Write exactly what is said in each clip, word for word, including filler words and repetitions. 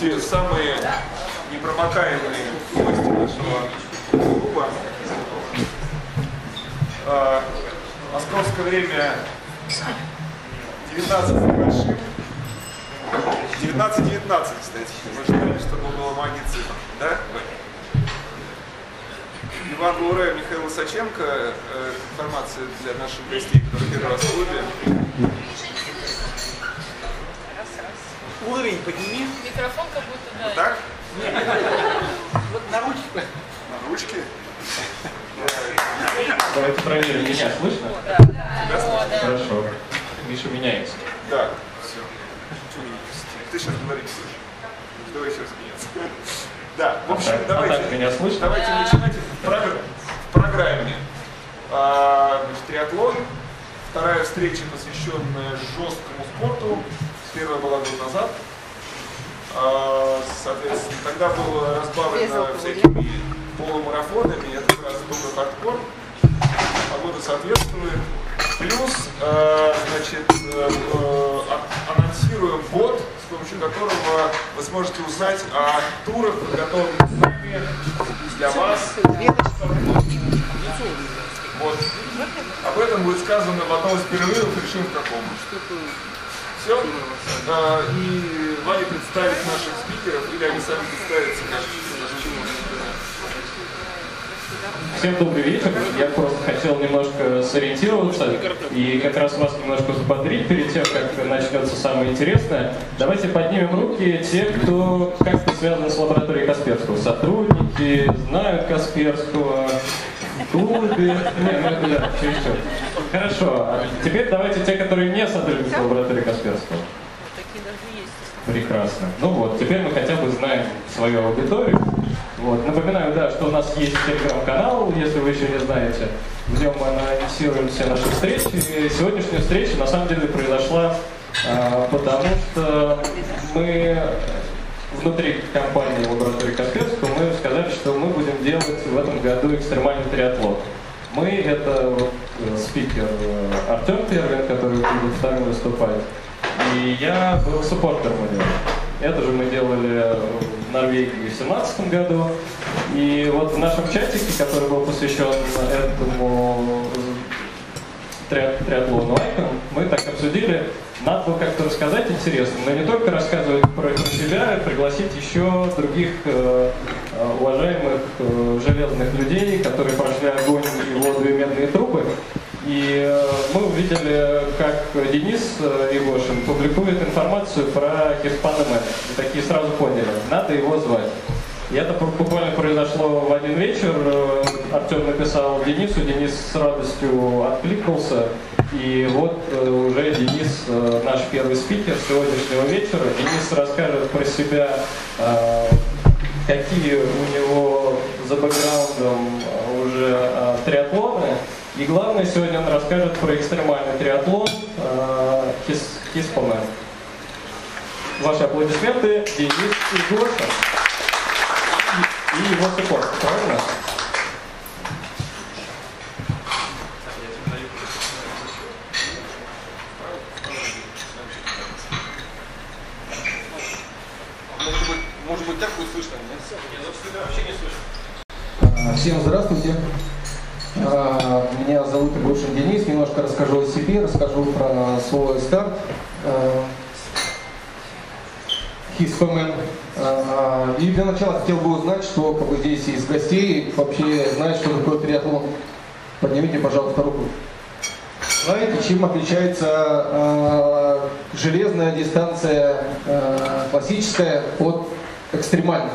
будете самые непромокаемые гости нашего клуба. А, московское время девятнадцать небольшим. девятнадцать девятнадцать, кстати. Вы ждали, чтобы было магия цифр, да? Иван Луре, Михаил Высоченко. Э, информация для наших гостей, которые первый раз в клубе. Уровень подними. Микрофон как будто, да. Вот так? Нет, вот на ручке. На ручке? Давайте проверим, меня слышно? Да. Тебя слышно? Да. Хорошо. Миша меняется. Да, все. Ты сейчас говорить слышишь. Давай еще разменяться. Да, в общем, а так, давайте, а так меня слышно? давайте Да. начинать в, прогр... в программе. А, значит, триатлон. Вторая встреча, посвященная жесткому спорту. Первая была год назад. А, соответственно, тогда было разбавлено всякими полумарафонами. Это как раз был хардкор. Погода соответствует. Плюс, э, значит, э, э, анонсируем бот, с помощью которого вы сможете узнать о турах, подготовленных нами для вас. Вот. Об этом будет сказано в одном из перерывов, решим в каком. Все. Э, и Ваня представит наших спикеров, или они сами представятся, как. Всем добрый вечер. Я просто хотел немножко сориентироваться и как раз вас немножко взбодрить перед тем, как начнется самое интересное. Давайте поднимем руки те, кто как-то связан с лабораторией Касперского. Сотрудники, знают Касперского, в клубе. Не, ну это да, чересчур. Хорошо. А теперь давайте те, которые не сотрудники лаборатории Касперского. Такие даже есть. Прекрасно. Ну вот, теперь мы хотя бы знаем свою аудиторию. Вот. Напоминаю, да, что у нас есть телеграм-канал, если вы еще не знаете. В нем мы анонсируем все наши встречи. И сегодняшняя встреча на самом деле произошла а, потому, что мы внутри компании лаборатории Касперского мы сказали, что мы будем делать в этом году экстремальный триатлон. Мы — это вот, спикер Артем Первин, который будет с нами выступать. И я был суппортером у него. Это же мы делали в Норвегии в две тысячи семнадцатом году. И вот в нашем чатике, который был посвящен этому триатлону Icon, мы так обсудили, надо было как-то рассказать интересно, но не только рассказывать про, про себя, а пригласить еще других э, уважаемых э, железных людей, которые прошли огонь и воду и медные трубы. И э, мы увидели, как Денис э, Егошин публикует информацию про Хиспаномен. И такие сразу поняли, надо его звать. И это буквально произошло в один вечер. Артем написал Денису, Денис с радостью откликнулся. И вот э, уже Денис, э, наш первый спикер сегодняшнего вечера. Денис расскажет про себя, э, какие у него за бэкграундом уже э, триатлоны. И главное, сегодня он расскажет про экстремальный триатлон э, Хис, Хиспаномен. Ваши аплодисменты, Денис Егошин. И его суппорт, правильно? Может быть, может быть так будет слышно? Нет, вообще не слышно. Всем здравствуйте. Меня зовут Егошин Денис. Немножко расскажу о себе, расскажу про свой старт. Хиспаномен. И для начала хотел бы узнать, что как бы здесь из гостей вообще знают, что такое триатлон. Поднимите, пожалуйста, руку. Знаете, чем отличается э, железная дистанция э, классическая от экстремальной?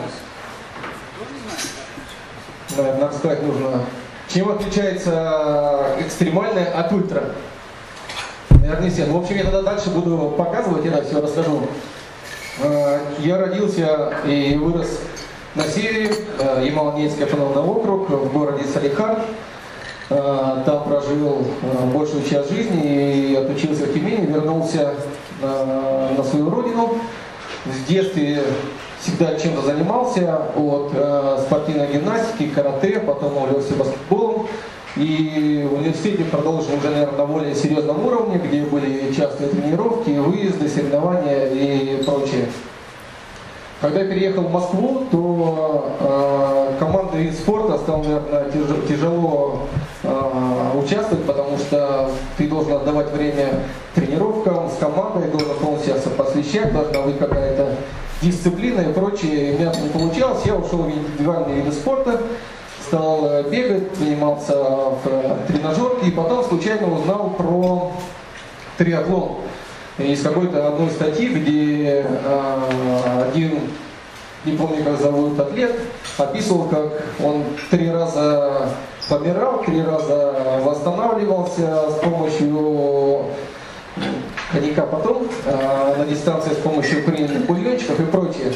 Наверное, надо сказать нужно. Чем отличается экстремальная от ультра? Наверное, не все. В общем, я тогда дальше буду показывать, я все расскажу. Я родился и вырос на севере, Ямало-Ненецкий автономный округ, в городе Салихард. Там прожил большую часть жизни и отучился в Тюмени, вернулся на свою родину. В детстве всегда чем-то занимался, от спортивной гимнастики, карате, потом увлекся баскетболом. И в университете продолжил уже, наверное, на более серьезном уровне, где были частые тренировки, выезды, соревнования и прочее. Когда я переехал в Москву, то э, командный вид спорта стал, наверное, тяж, тяжело э, участвовать, потому что ты должен отдавать время тренировкам с командой, должен полностью себя посвящать, должна быть какая-то дисциплина и прочее. У меня это не получалось, я ушел в индивидуальные виды спорта, стал бегать, занимался в тренажерке и потом случайно узнал про триатлон. Из какой-то одной статьи, где э, один, не помню как зовут, атлет, описывал, как он три раза помирал, три раза восстанавливался с помощью коньяка потом, э, на дистанции с помощью куриных бульончиков и прочее.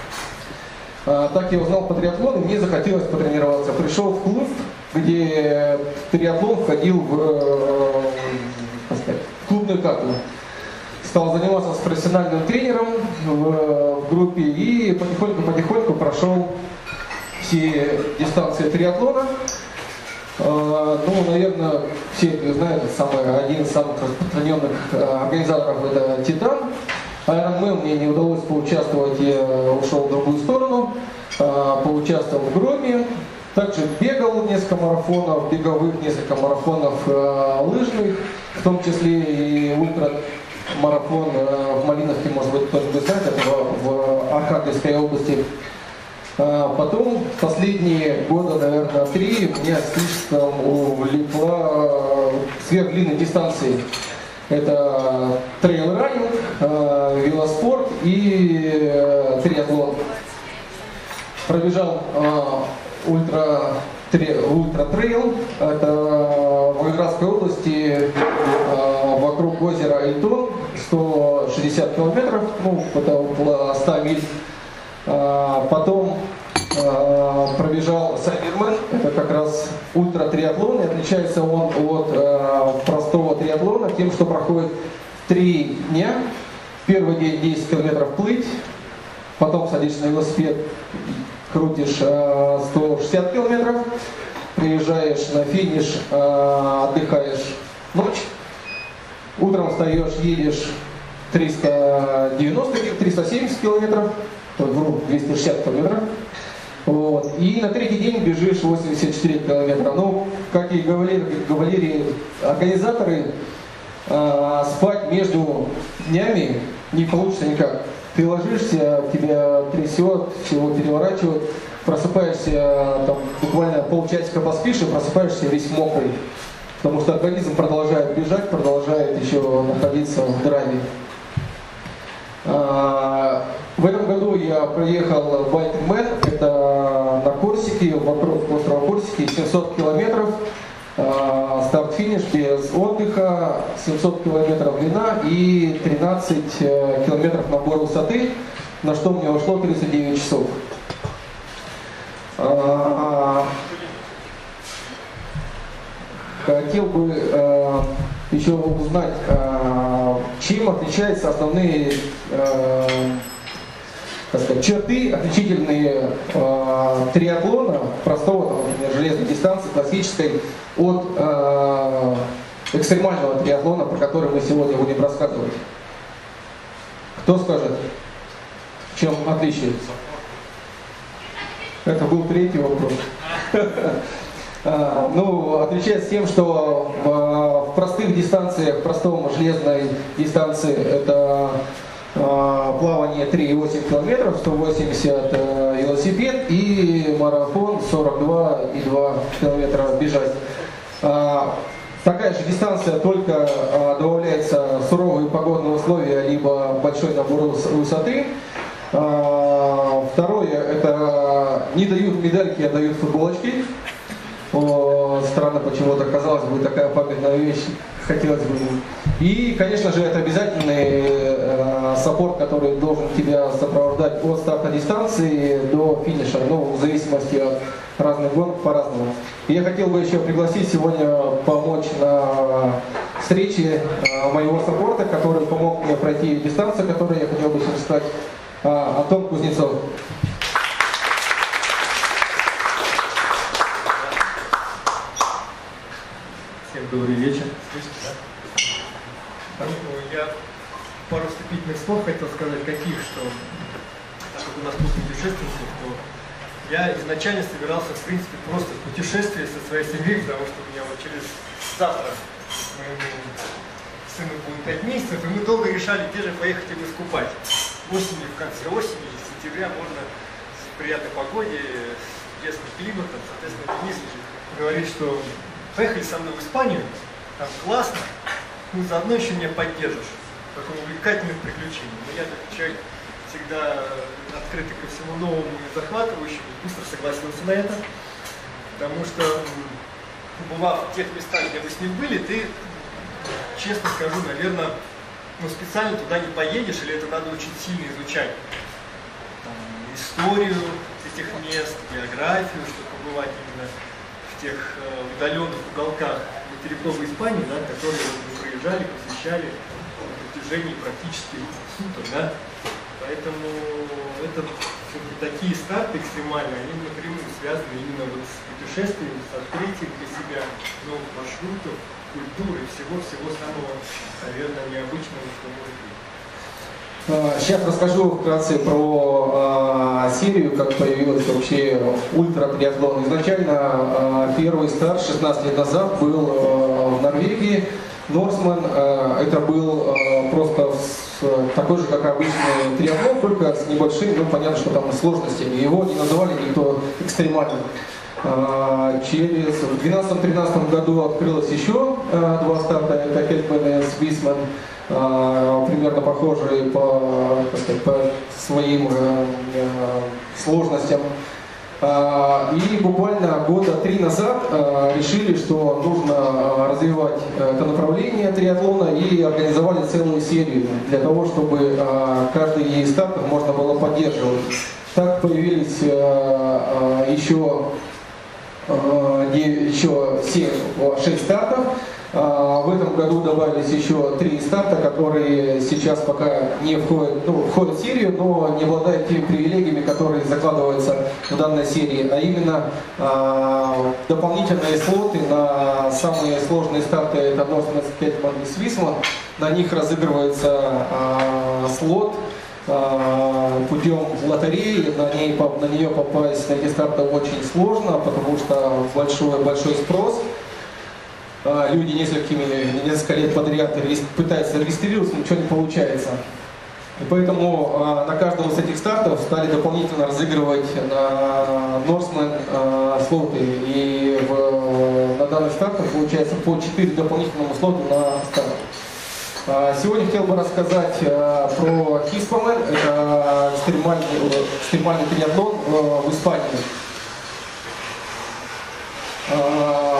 Э, так я узнал по триатлону, и мне захотелось потренироваться. Пришел в клуб, где триатлон входил в, э, как сказать, в клубную карту. Стал заниматься с профессиональным тренером в, в группе и потихоньку-потихоньку прошел все дистанции триатлона. Э, ну, наверное, все это знают, самый, один из самых распространенных э, организаторов это Титан. Ironman мне не удалось поучаствовать, я ушел в другую сторону, э, поучаствовал в Громе. Также бегал несколько марафонов, беговых, несколько марафонов э, лыжных, в том числе и ультра. Марафон э, в Малиновке, может быть, кто-нибудь знает, это в, в Архангельской области. А потом, последние года, наверное, три, меня слишком увлекла э, сверхдлинные дистанции. Это трейл-раннинг, э, велоспорт и э, триатлон. Пробежал э, ультра, три, ультра-трейл, это в Волгоградской области, э, вокруг озера Эльтон, сто шестьдесят километров, ну, это около ста миль. А, потом а, пробежал Сайбермен, это как раз ультра-триатлон, и отличается он от а, простого триатлона тем, что проходит три дня. Первый день десять километров плыть, потом садишься на велосипед, крутишь а, сто шестьдесят километров, приезжаешь на финиш, а, отдыхаешь ночь. Утром встаешь, едешь триста девяносто, триста семьдесят километров, двести шестьдесят километров. Вот. И на третий день бежишь восемьдесят четыре километра. Ну, как и говорили, говорили организаторы, э, спать между днями не получится никак. Ты ложишься, тебя трясет, всего переворачивает, просыпаешься, там, буквально полчасика поспишь и просыпаешься весь мокрый. Потому что организм продолжает бежать, продолжает еще находиться в драйве. В этом году я проехал Байкмен, это на Корсике, вокруг острова Корсики, семьсот километров, старт-финиш без отдыха, семьсот километров длина и тринадцать километров набор высоты, на что мне ушло тридцать девять часов. Хотел бы э, еще узнать, э, чем отличаются основные э, так сказать, черты, отличительные э, триатлона, простого, там, например, железной дистанции, классической, от э, экстремального триатлона, про который мы сегодня будем рассказывать. Кто скажет, в чем отличие? Это был третий вопрос. Ну, отличается тем, что в, в простых дистанциях, в простом железной дистанции это э, плавание три и восемь километров, сто восемьдесят э, велосипед и марафон сорок два и два километра бежать. Э, такая же дистанция, только э, добавляется суровые погодные условия, либо большой набор высоты. Э, второе, это не дают медальки, а дают футболочки. О, странно почему-то, казалось бы, такая памятная вещь, хотелось бы. И, конечно же, это обязательный э, саппорт, который должен тебя сопровождать от старта дистанции до финиша, ну, в зависимости от разных гонок по-разному. И я хотел бы еще пригласить сегодня помочь на встрече э, моего саппорта, который помог мне пройти дистанцию, которую я хотел бы сейчас сказать, э, Антон Кузнецов. Добрый вечер. Я пару вступительных слов хотел сказать, каких, что у нас тут путешественников, то я изначально собирался, в принципе, просто в путешествие со своей семьей, потому что у меня вот через завтра моему сыну будет пять месяцев, и мы долго решали, где же поехать его искупать. Осенью, в конце осени, в сентября можно в приятной погоде, с чудесным климатом, соответственно, Денис говорит, что поехали со мной в Испанию, там классно, ну заодно еще меня поддержишь в таком увлекательном приключении. Но я как человек всегда открытый ко всему новому и захватывающему, быстро согласился на это, потому что, побывав в тех местах, где мы с ним были, ты, честно скажу, наверное, ну, специально туда не поедешь, или это надо очень сильно изучать. Там, историю этих мест, географию, чтобы побывать именно в тех э, удаленных уголках материковой Испании, да, которые мы проезжали, посещали на протяжении практически суток. Да. Поэтому это все-таки такие старты экстремальные, они напрямую связаны именно вот с путешествиями, с открытием для себя новых маршрутов, культуры, всего-всего самого, наверное, необычного, что может быть. Сейчас расскажу вкратце про э, серию, как появилась вообще ультратриатлон. Изначально э, первый старт шестнадцать лет назад был э, в Норвегии. Норсман, э, это был э, просто с, такой же, как обычный триатлон, только с небольшими, ну понятно, что там сложностями. Его не называли никто экстремальным. Э, через в две тысячи двенадцатом-тринадцатом году открылось еще э, два старта, это Хельтман и Свисман. Uh, примерно похожие по, так сказать, по своим uh, uh, сложностям. Uh, и буквально года три назад uh, решили, что нужно uh, развивать uh, это направление триатлона, и организовали целую серию для того, чтобы uh, каждый из стартов можно было поддерживать. Так появились uh, uh, еще, uh, еще семь, шесть стартов. В этом году добавились еще три старта, которые сейчас пока не входят, ну, входят в серию, но не обладают теми привилегиями, которые закладываются в данной серии, а именно э, дополнительные слоты на самые сложные старты, это Норсман, Хельтман и Свисман. На них разыгрывается э, слот э, путем лотереи, на, ней, на нее попасть на эти старты очень сложно, потому что большой, большой спрос. Люди несколькими, несколько лет подряд пытаются регистрироваться, но ничего не получается. И поэтому а, на каждом из этих стартов стали дополнительно разыгрывать на Норсман а, слоты. И в, на данных стартах получается по четыре дополнительных слота на старт. А, сегодня хотел бы рассказать а, про Хиспамен, это экстремальный, экстремальный триатлон а, в Испании. А,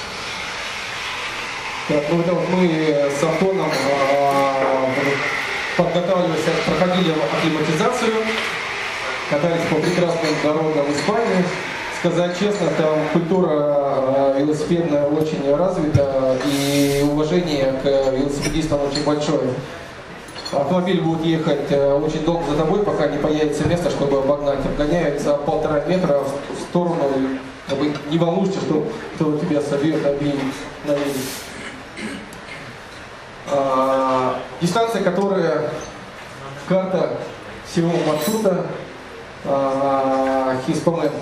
Так, ну, это вот мы с Антоном э, подготавливались, проходили акклиматизацию, катались по прекрасным дорогам Испании. Сказать честно, там культура э, велосипедная очень развита, и уважение к велосипедистам очень большое. Автомобиль будет ехать э, очень долго за тобой, пока не появится место, чтобы обогнать. Обгоняют за полтора метра в сторону, не волнуйся, что кто тебя собьет, обидит, наедет. А, дистанция, которая карта всего маршрута а, Хиспамен.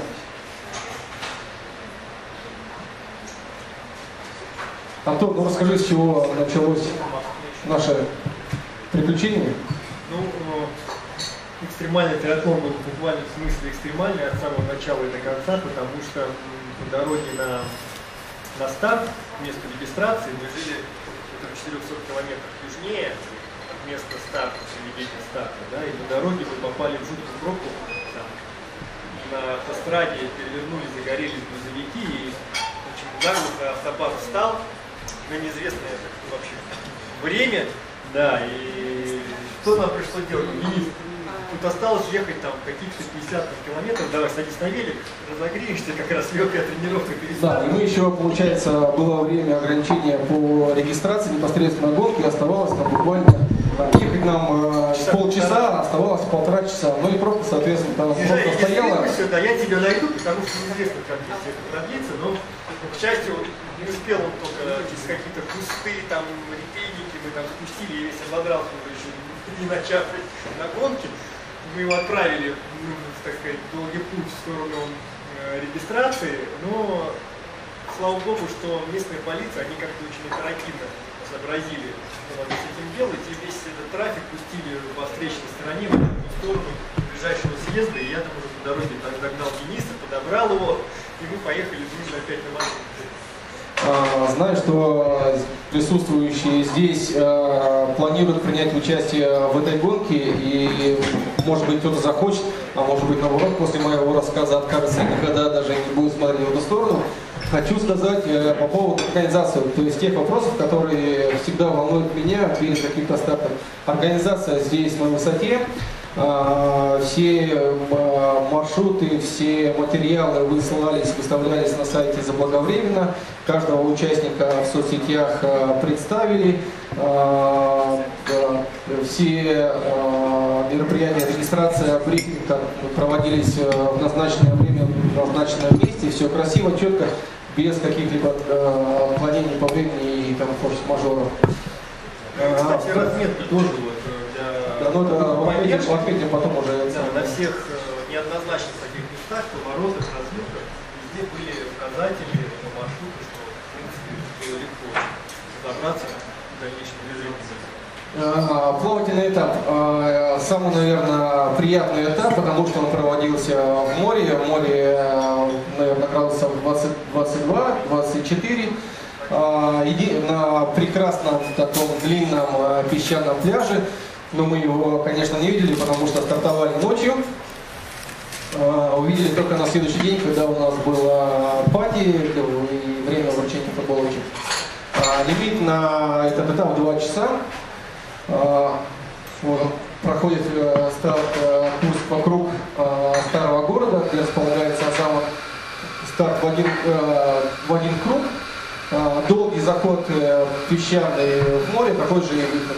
Антон, ну расскажи, с чего началось наше приключение? Ну, экстремальный триатлон был в буквальном смысле экстремальный от самого начала и до конца, потому что по дороге на, на старт, к месту регистрации, мы жили в четырёхстах километрах южнее от места старта, проведения старта, да, и на дороге мы попали в жуткую пробку, там, на автостраде перевернулись, загорелись грузовики, и очень наглухо автобан встал на неизвестное вообще время, да, и что нам пришлось делать? Денис, тут осталось ехать там каких-то пятьдесят километров, давай садись на велик, разогреешься, как раз легкая тренировка перед Да, и мы еще, получается, было время ограничения по регистрации непосредственно гонки, оставалось там буквально там, ехать нам э, полчаса, оставалось полтора часа, ну и просто, соответственно, там Езжай, просто стояло. Да, я тебя найду, потому что неизвестно, как здесь это продлится, но, к счастью, не успел он только через какие-то кусты, там, репейники, мы там спустили, и весь ободрался уже еще не начав на гонке. мы его отправили, ну, так сказать, долгий путь в сторону э, регистрации, но слава богу, что местная полиция, они как-то очень оперативно сообразили, что надо с этим делать, и весь этот трафик пустили по встречной стороне в эту сторону ближайшего съезда, и я там уже по дороге так догнал Дениса, подобрал его, и мы поехали дружно опять на машине. Знаю, что присутствующие здесь э, планируют принять участие в этой гонке, и, может быть, кто-то захочет, а может быть, наоборот, после моего рассказа откажется и никогда даже не будет смотреть в эту сторону. Хочу сказать э, по поводу организации, то есть тех вопросов, которые всегда волнуют меня перед каким-то стартом. Организация здесь на высоте. Все маршруты, все материалы высылались, выставлялись на сайте заблаговременно. Каждого участника в соцсетях представили. Все мероприятия, регистрация, брифинг проводились в назначенное время, в назначенном месте. Все красиво, четко, без каких-либо отклонений по времени и там форс-мажоров. Кстати, разметка тоже вот. Да, ну это ответим потом уже. Да, на всех э, неоднозначных таких местах, поворотах, разметках, везде были указатели по маршруту, что в принципе было легко разобраться в дальнейшем движении. Плавательный этап. Самый, наверное, приятный этап, потому что он проводился в море. Море, наверное, градусов двадцать, двадцать два, двадцать четыре. На прекрасном таком длинном песчаном пляже. Но мы его, конечно, не видели, потому что стартовали ночью. Увидели только на следующий день, когда у нас было пати и время вручения футболочек. Лимит на этот этап два часа. Проходит старт, курс вокруг старого города, где располагается замок. Старт в один, в один круг. Долгий заход песчаный в море, такой же и выход.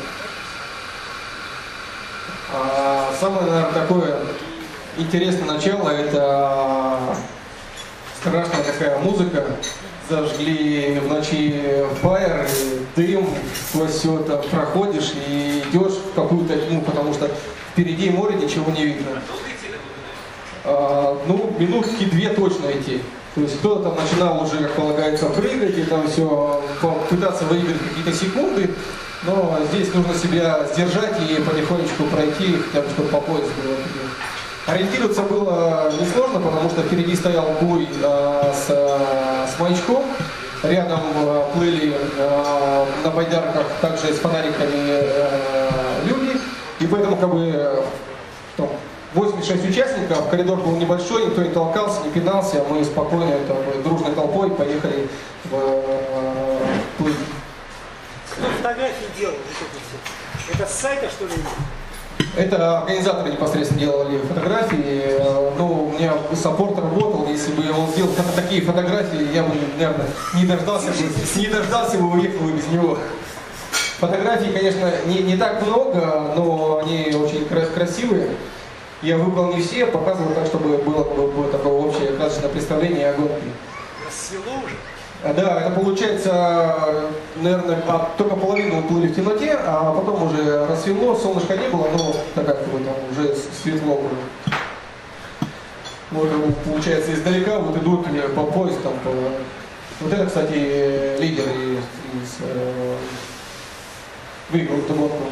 Самое, наверное, такое интересное начало — это страшная такая музыка. Зажгли в ночи фаер, дым, сквозь все это проходишь и идешь в какую-то тьму, потому что впереди море, ничего не видно. А, ну, минутки две точно идти. То есть кто-то там начинал уже, как полагается, прыгать и там все, пытаться выиграть какие-то секунды. Но здесь нужно себя сдержать и потихонечку пройти, хотя бы чтобы по поясу было. Ориентироваться было несложно, потому что впереди стоял буй э, с, с маячком. Рядом э, плыли э, на байдарках также с фонариками э, люди. И поэтому как бы там, восемьдесят шесть участников, коридор был небольшой, никто не толкался, не пинался. Мы спокойно там, дружной толпой поехали в э, плыть. Фотографии делал, это с сайта, что ли? Это организаторы непосредственно делали фотографии. Ну, у меня саппорт работал, если бы он сделал такие фотографии, я бы, наверное, не дождался бы, не дождался бы, уехал бы без него. Фотографий, конечно, не, не так много, но они очень красивые. Я выбрал не все, показывал так, чтобы было, было такое общее красочное представление о гонке. Рассвело уже? Да, это получается, наверное, только половину уплыли в темноте, а потом уже рассвело, солнышка не было, но такая как бы там уже светло было. Вот, получается, издалека вот идут по пояс там. По... Вот это, кстати, лидер из, из э... выиграл эту гонку.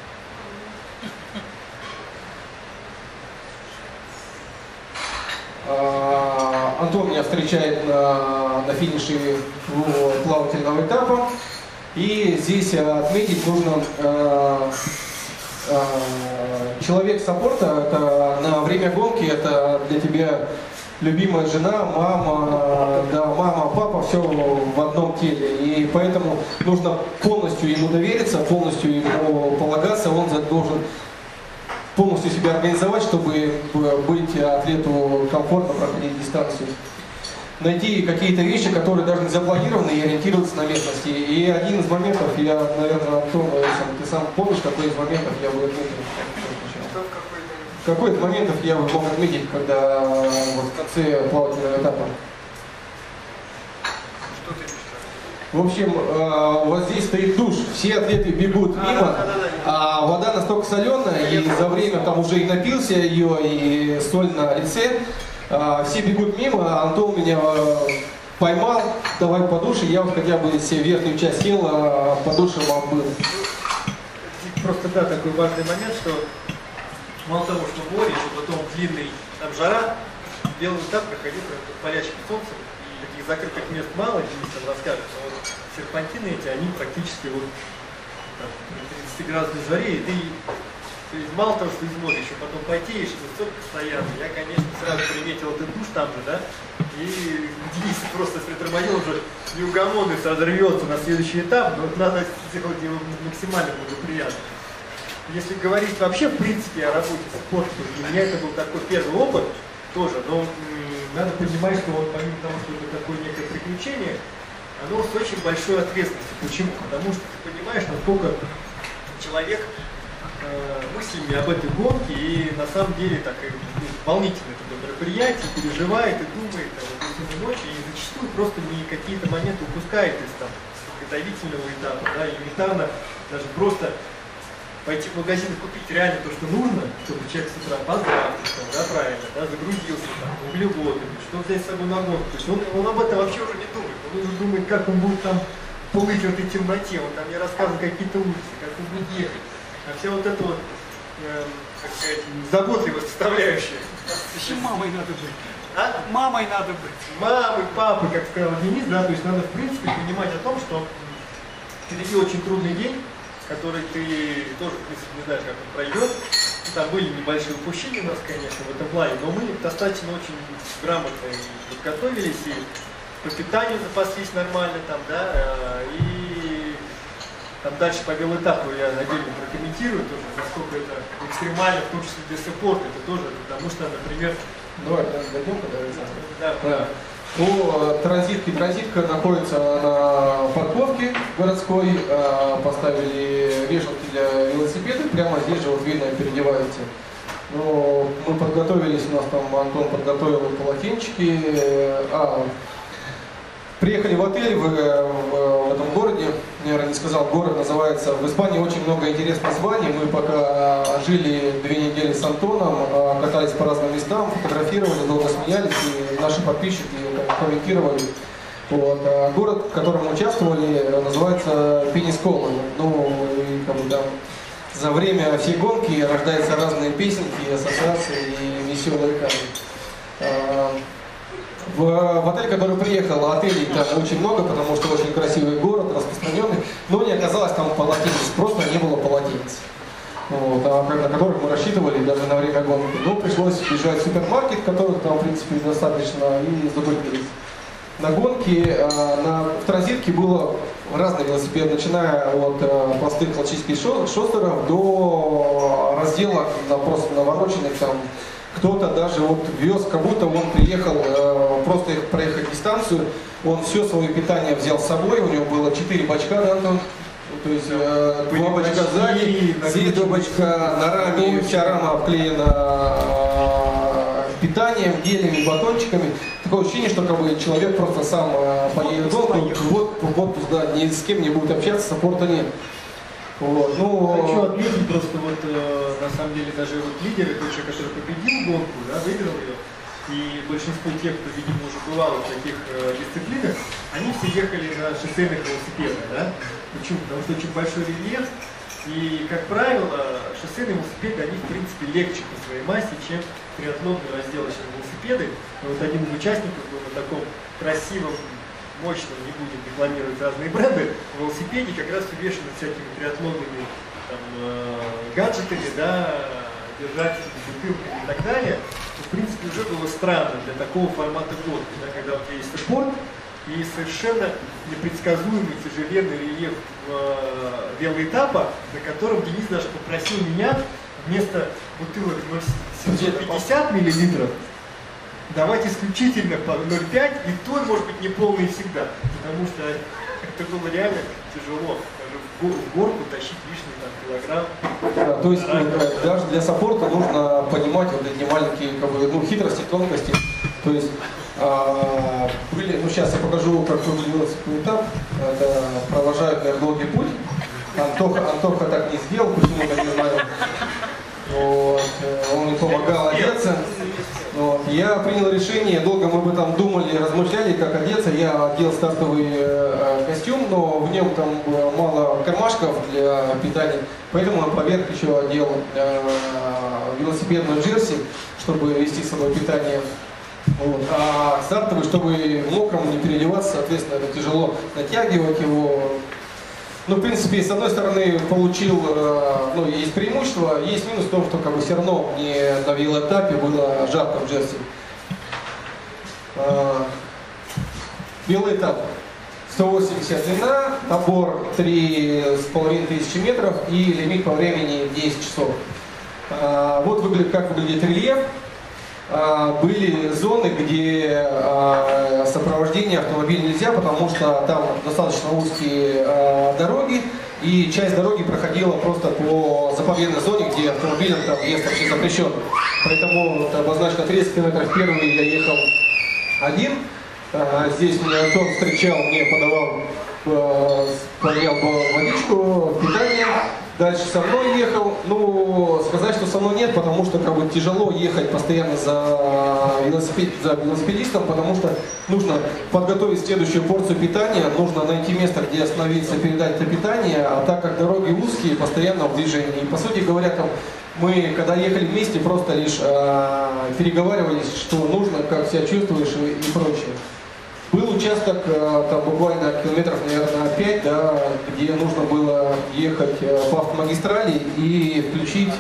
Антон меня встречает на, на финише плавательного этапа. И здесь отметить нужно э, э, человек саппорта. Это на время гонки это для тебя любимая жена, мама, да, мама, папа, все в одном теле. И поэтому нужно полностью ему довериться, полностью ему полагаться. Он должен полностью себя организовать, чтобы быть атлету комфортно проходить дистанцию. Найти какие-то вещи, которые даже не запланированы, и ориентироваться на местности. И один из моментов, я, наверное, Антон, ты сам помнишь, какой из моментов я бы отметил? Какой из моментов я бы мог отметить, когда вот, в конце плавательного этапа? Что ты В общем, э, вот здесь стоит душ, все атлеты бегут мимо, а вода настолько соленая, и за время там уже и напился ее, и соль на лице, э, все бегут мимо, а Антон меня э, поймал, давай по душе, я вот хотя бы себе верхнюю часть сел, а по душе вам был. Просто да, такой важный момент, что мало того, что море, что потом длинный там жара, белый этап проходил под палящим солнцем, и таких закрытых мест мало, Денис там расскажет, но вот серпантины эти, они практически вот там, при тридцатиградусной жаре, и ты, то есть мало того, что измотаешь, еще потом потеешь, и столько постоянно. Я, конечно, сразу приметил этот душ там же, да, и Денис просто притормозил уже неугомонный, сразу рвется на следующий этап, но вот надо сделать его максимально благоприятно. Если говорить вообще, в принципе, о работе с спортом, для меня это был такой первый опыт тоже, но надо понимать, что вот, помимо того, что это такое некое приключение, оно с очень большой ответственностью. Почему? Потому что ты понимаешь, насколько человек э, мыслями об этой гонке и на самом деле так и волнительное такое мероприятие, переживает и думает о этой ночи, и зачастую просто не какие-то моменты упускает из там подготовительного этапа, да, элементарно даже просто пойти в магазин и купить реально то, что нужно, чтобы человек с утра позавтракал, да, правильно, да, загрузился там углеводами, что взять с собой на гонку. То есть он, он об этом вообще уже не думает. Он уже думает, как он будет там плыть в этой темноте, он там мне рассказывает какие-то улицы, как он будет ехать. А вся вот эта вот, э, как сказать, заботливая составляющая. Еще мамой надо быть. А? Мамой надо быть. Мамой, папой, как сказал Денис, да, то есть надо в принципе понимать о том, что впереди очень трудный день, который ты тоже, в принципе, не знаешь, как он пройдет. Там были небольшие упущения у нас, конечно, в этом плане, но мы достаточно очень грамотно подготовились и по питанию запаслись нормально там, да, и там дальше по велоэтапу я отдельно прокомментирую тоже, насколько это экстремально, в том числе для спорта, это тоже, потому что, например... Давай, дойдем, когда да. да. Ну, транзитки, транзитка находится на парковке городской, поставили вешалки для велосипеда, прямо здесь же вот видно, переодеваете. Ну, мы подготовились, у нас там Антон подготовил полотенчики, а, приехали в отель в, в, в этом городе, наверное, не сказал, город называется, в Испании очень много интересных званий, мы пока жили две недели с Антоном, катались по разным местам, фотографировали, долго смеялись, и наши подписчики комментировали. Вот. А город, в котором мы участвовали, называется Пенискола. Ну, и как бы там за время всей гонки рождаются разные песенки, ассоциации и веселые камни. В, в отель, который приехал, отелей там очень много, потому что очень красивый город, распространенный, но не оказалось там полотенец, просто не было полотенец, вот, а, на которых мы рассчитывали даже на время гонки. Но пришлось бежать в супермаркет, которых там, в принципе, достаточно, и закупились. На гонке, на транзитке было разные велосипеды, начиная от простых классических шостеров до разделок на просто навороченных там. Кто-то даже вот вез, как будто он приехал э, просто проехать дистанцию, он все свое питание взял с собой, у него было четыре бачка, да, Антон? То есть э, два бачка сзади, здесь два бачка на раме, вся рама обклеена э, питанием, гелями, батончиками. Такое ощущение, что как бы, человек просто сам э, поедет в гонку, вот, в отпуск, да, ни с кем не будет общаться, саппорта нет. Вот, ну... Хочу отметить просто вот, э, на самом деле, даже вот лидеры, тот человек, который победил гонку, да, выиграл ее, и большинство тех, кто, видимо, уже бывал в таких э, дисциплинах, они все ехали на шоссейных велосипедах, да? Почему? Потому что очень большой рельеф, и, как правило, шоссейные велосипеды, они, в принципе, легче по своей массе, чем триатлонные разделочные велосипеды. Но вот один из участников был на таком красивом, мощно, не будем рекламировать разные бренды, в велосипеде как раз увешаны всякими триатлонными там, э, гаджетами, да, держателями, бутылками и так далее. Но, в принципе, уже было странно для такого формата гонки, да, когда у тебя есть саппорт и совершенно непредсказуемый тяжеленный рельеф э, велоэтапа, на котором Денис даже попросил меня вместо бутылок семьсот пятьдесят миллилитров давать исключительно по ноль пять, и то, может быть, не полный всегда, потому что это было реально тяжело, даже в горку тащить лишний там, килограмм. Да, то есть э, даже для саппорта нужно понимать вот эти маленькие как бы, ну, хитрости, тонкости. То есть э, были, ну, сейчас сейчас я покажу, как выглядел велосипедный этап. Это продолжает, наверное, долгий путь. Антоха, Антоха так не сделал, почему-то не знаю. Вот. Он мне помогал одеться. Вот. Я принял решение, долго мы бы там думали, размышляли, как одеться. Я одел стартовый э, костюм, но в нем там было мало кармашков для питания. Поэтому я поверх еще одел э, велосипедную джерси, чтобы вести с собой питание. Вот. А стартовый, чтобы мокрому не переодеваться, соответственно, это тяжело натягивать его. Ну, в принципе, с одной стороны, получил, ну, есть преимущество, есть минус в том, что как бы все равно мне на велоэтапе было жарко в джерси. Велоэтап сто восемьдесят длина, набор три с половиной тысячи метров и лимит по времени десять часов. Вот выглядит, как выглядит рельеф. Были зоны, где сопровождение автомобиля нельзя, потому что там достаточно узкие дороги, и часть дороги проходила просто по заповедной зоне, где автомобилям там въезд вообще запрещен. Поэтому вот, обозначено тридцать километров первый я ехал один. Здесь меня Антон встречал, мне подавал, поднял водичку, питание. Дальше со мной ехал, ну, сказать, что со мной нет, потому что как бы тяжело ехать постоянно за, велосипед, за велосипедистом, потому что нужно подготовить следующую порцию питания, нужно найти место, где остановиться, передать это питание, а так как дороги узкие, постоянно в движении. И, по сути говоря, там, мы, когда ехали вместе, просто лишь э, переговаривались, что нужно, как себя чувствуешь и, и прочее. Был участок, там буквально километров, наверное, пять, да, где нужно было ехать по автомагистрали и включить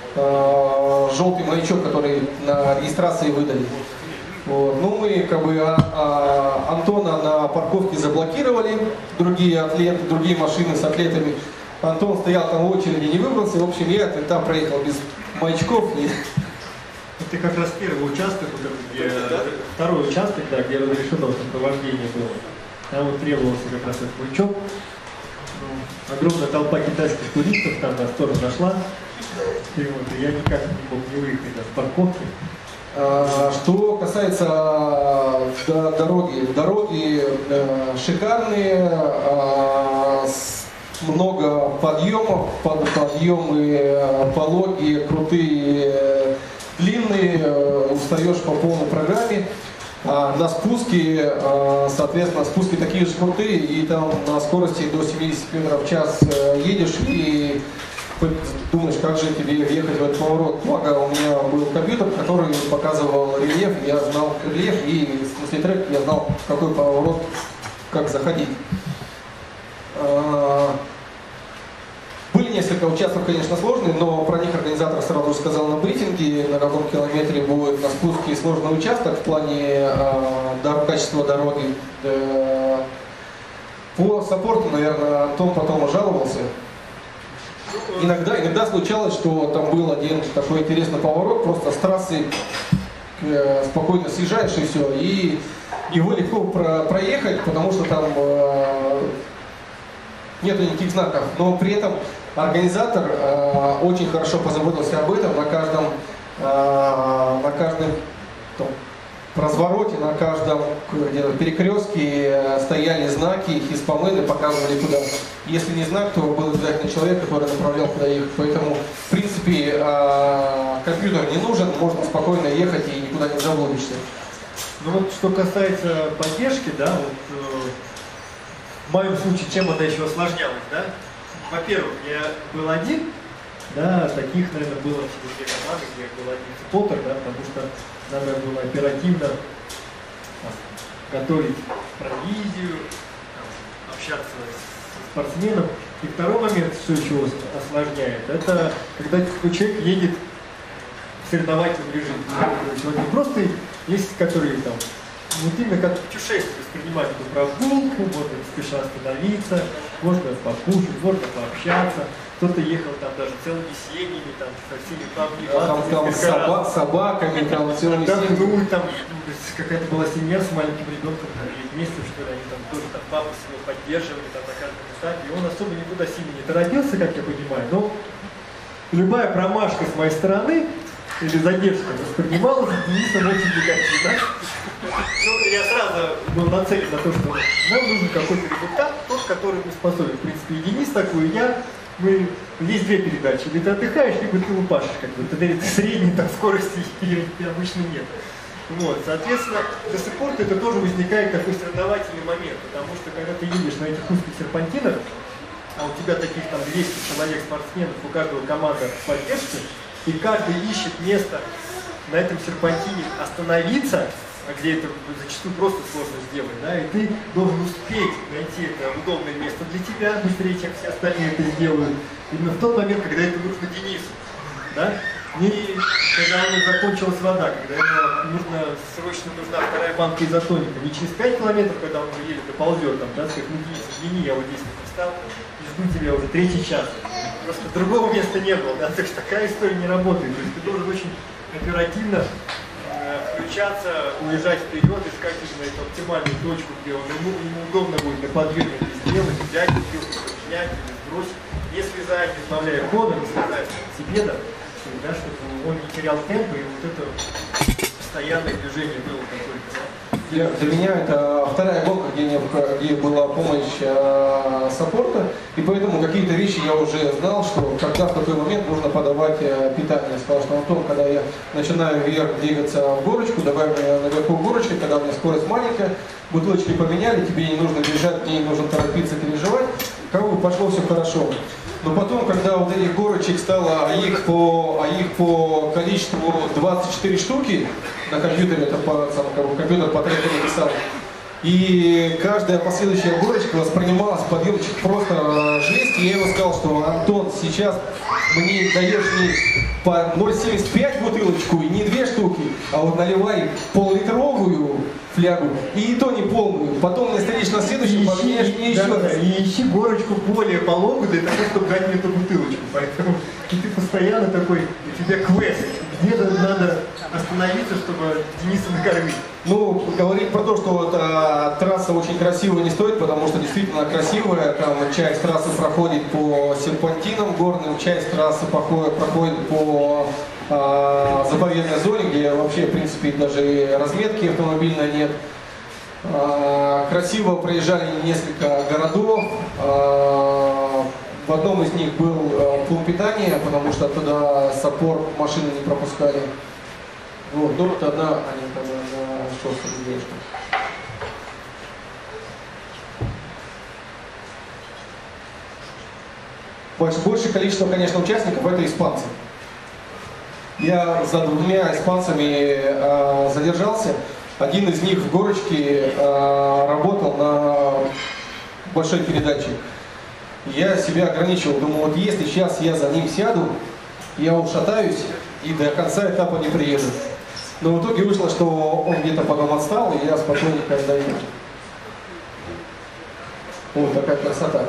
э, желтый маячок, который на регистрации выдали. Вот. Ну, мы как бы а, а, Антона на парковке заблокировали, другие атлеты, другие машины с атлетами. Антон стоял там в очереди, не выбрался. В общем, я там проехал без маячков. И... Это как раз первый участок, где, второй участок, да, где разрешено сопровождение было. Там вот требовался как раз этот маячок. Ну, огромная толпа китайских туристов там на сторону зашла. И вот, и я никак не мог не выехать да, с парковки. А, что касается да, дороги. Дороги э, шикарные, э, много подъемов, под, подъемы пологие, крутые, длинные, устаешь по полной программе. А на спуске, соответственно, спуски такие же крутые, и там на скорости до семидесяти километров в час едешь и думаешь, как же тебе ехать в этот поворот. Благо у меня был компьютер, который показывал рельеф, я знал рельеф, и в смысле трек я знал, в какой поворот, как заходить. Были несколько участков, конечно, сложные, но про них организатор сразу же сказал на брифинге, на каком километре будет на спуске сложный участок в плане э, качества дороги. Э, по саппорту, наверное, Антон потом жаловался. Иногда, иногда случалось, что там был один такой интересный поворот, просто с трассы э, спокойно съезжаешь и все, и его легко про, проехать, потому что там э, нету никаких знаков, но при этом организатор э, очень хорошо позаботился об этом. На каждом, э, на каждом там, развороте, на каждом перекрестке э, стояли знаки, хиспомены показывали куда. Если не знак, то был обязательно человек, который направлял куда ехать. Поэтому, в принципе, э, компьютер не нужен, можно спокойно ехать и никуда не заблудишься. Ну вот, что касается поддержки, да, вот, э, в моем случае, чем она еще осложнялась, да? Во-первых, я был один, да, таких, наверное, было всего две команды, где был один споттер, да, потому что надо было оперативно готовить провизию, общаться с спортсменом. И второй момент, что еще осложняет, это когда человек едет в соревновательном режиме. То есть он не просто есть, которые там, вот именно как путешествие, воспринимать эту прогулку, можно не спеша остановиться, можно покушать, можно пообщаться. Кто-то ехал там даже целыми семьями, там, со всеми папами, там, там с соба собаками, там целыми семьями. Там какая-то была семья с маленьким ребенком, там, девять месяцев, что ли, они там тоже там папу своего поддерживали там, на каждом этапе. И он особо никуда сильно не торопился, как я понимаю, но любая промашка с моей стороны или задержка воспринималась Денисом очень негативно. Ну, я сразу был нацелен на то, что нам нужен какой-то результат, тот, который мы способен. В принципе, и Денис такой, и я, мы, есть две передачи. Или ты отдыхаешь, либо ты лупашишь, как бы. Ты средней там скорости обычно нет. Вот, соответственно, для саппорта это тоже возникает такой соревновательный момент, потому что когда ты едешь на этих узких серпантинах, а у тебя таких там двести человек спортсменов, у каждого команда поддержки, и каждый ищет место на этом серпантине остановиться, где это зачастую просто сложно сделать, да, и ты должен успеть найти это удобное место для тебя, быстрее, чем все остальные это сделают, именно в тот момент, когда это нужно Денису, да. И когда у него закончилась вода, когда ему нужно, срочно нужна вторая банка изотоника, не через пять километров, когда он уже еле доползет, там, да, сказать, ну, Денис, извини, я вот здесь не встал, и жду тебя уже третий час. Просто другого места не было, да, так что такая история не работает. То есть ты должен очень оперативно э, включаться, уезжать вперед, искать именно эту оптимальную точку, где он, ему, ему удобно будет на подъеме это сделать, взять, снять или сбросить. Не слезая, не избавляя хода, не слезая себе, да, да, чтобы он не терял темп, и вот это постоянное движение было какое-то. Да? Для, для меня это вторая гонка, где, не, где была помощь э, саппорта, и поэтому какие-то вещи я уже знал, что когда в такой момент нужно подавать э, питание. Я сказал, что Антон, когда я начинаю вверх двигаться в горочку, давай мне наверху горочки, когда у меня скорость маленькая, бутылочки поменяли, тебе не нужно бежать, мне не нужно торопиться, переживать, как бы пошло все хорошо. Но потом, когда вот этих горочек стало, а их по, а их по количеству двадцать четыре штуки на компьютере, это по, сам, как бы, компьютер по трекеру написал, и каждая последующая горочка воспринималась подъемчик просто жесть, и я ему сказал, что Антон, сейчас мне даешь не по ноль семьдесят пять бутылочку и не две штуки, а вот наливай пол-литровую флягу, и то не полную. Потом мне встретишь на следующем, поменяешь мне еще да, раз. И ищи горочку более пологую для того, чтобы дать мне эту бутылочку. Поэтому и ты постоянно такой, у тебя квест, где-то надо остановиться, чтобы Дениса накормить. Ну, говорить про то, что вот, а, трасса очень красивая не стоит, потому что действительно она красивая. Там часть трассы проходит по серпантинам горным, часть трассы проходит, проходит по а, заповедной зоне, где вообще, в принципе, даже разметки автомобильной нет. А, красиво проезжали несколько городов. А, в одном из них был а, пункт питания, потому что туда саппорт машины не пропускали. Вот, ну вот одна, они там на шоссе девушка. Больш, большее количество, конечно, участников это испанцы. Я за двумя испанцами э, задержался. Один из них в горочке э, работал на большой передаче. Я себя ограничивал, думаю, вот если сейчас я за ним сяду, я ушатаюсь и до конца этапа не приеду. Но в итоге вышло, что он где-то потом отстал, и я спокойненько доехал. Вот такая красота.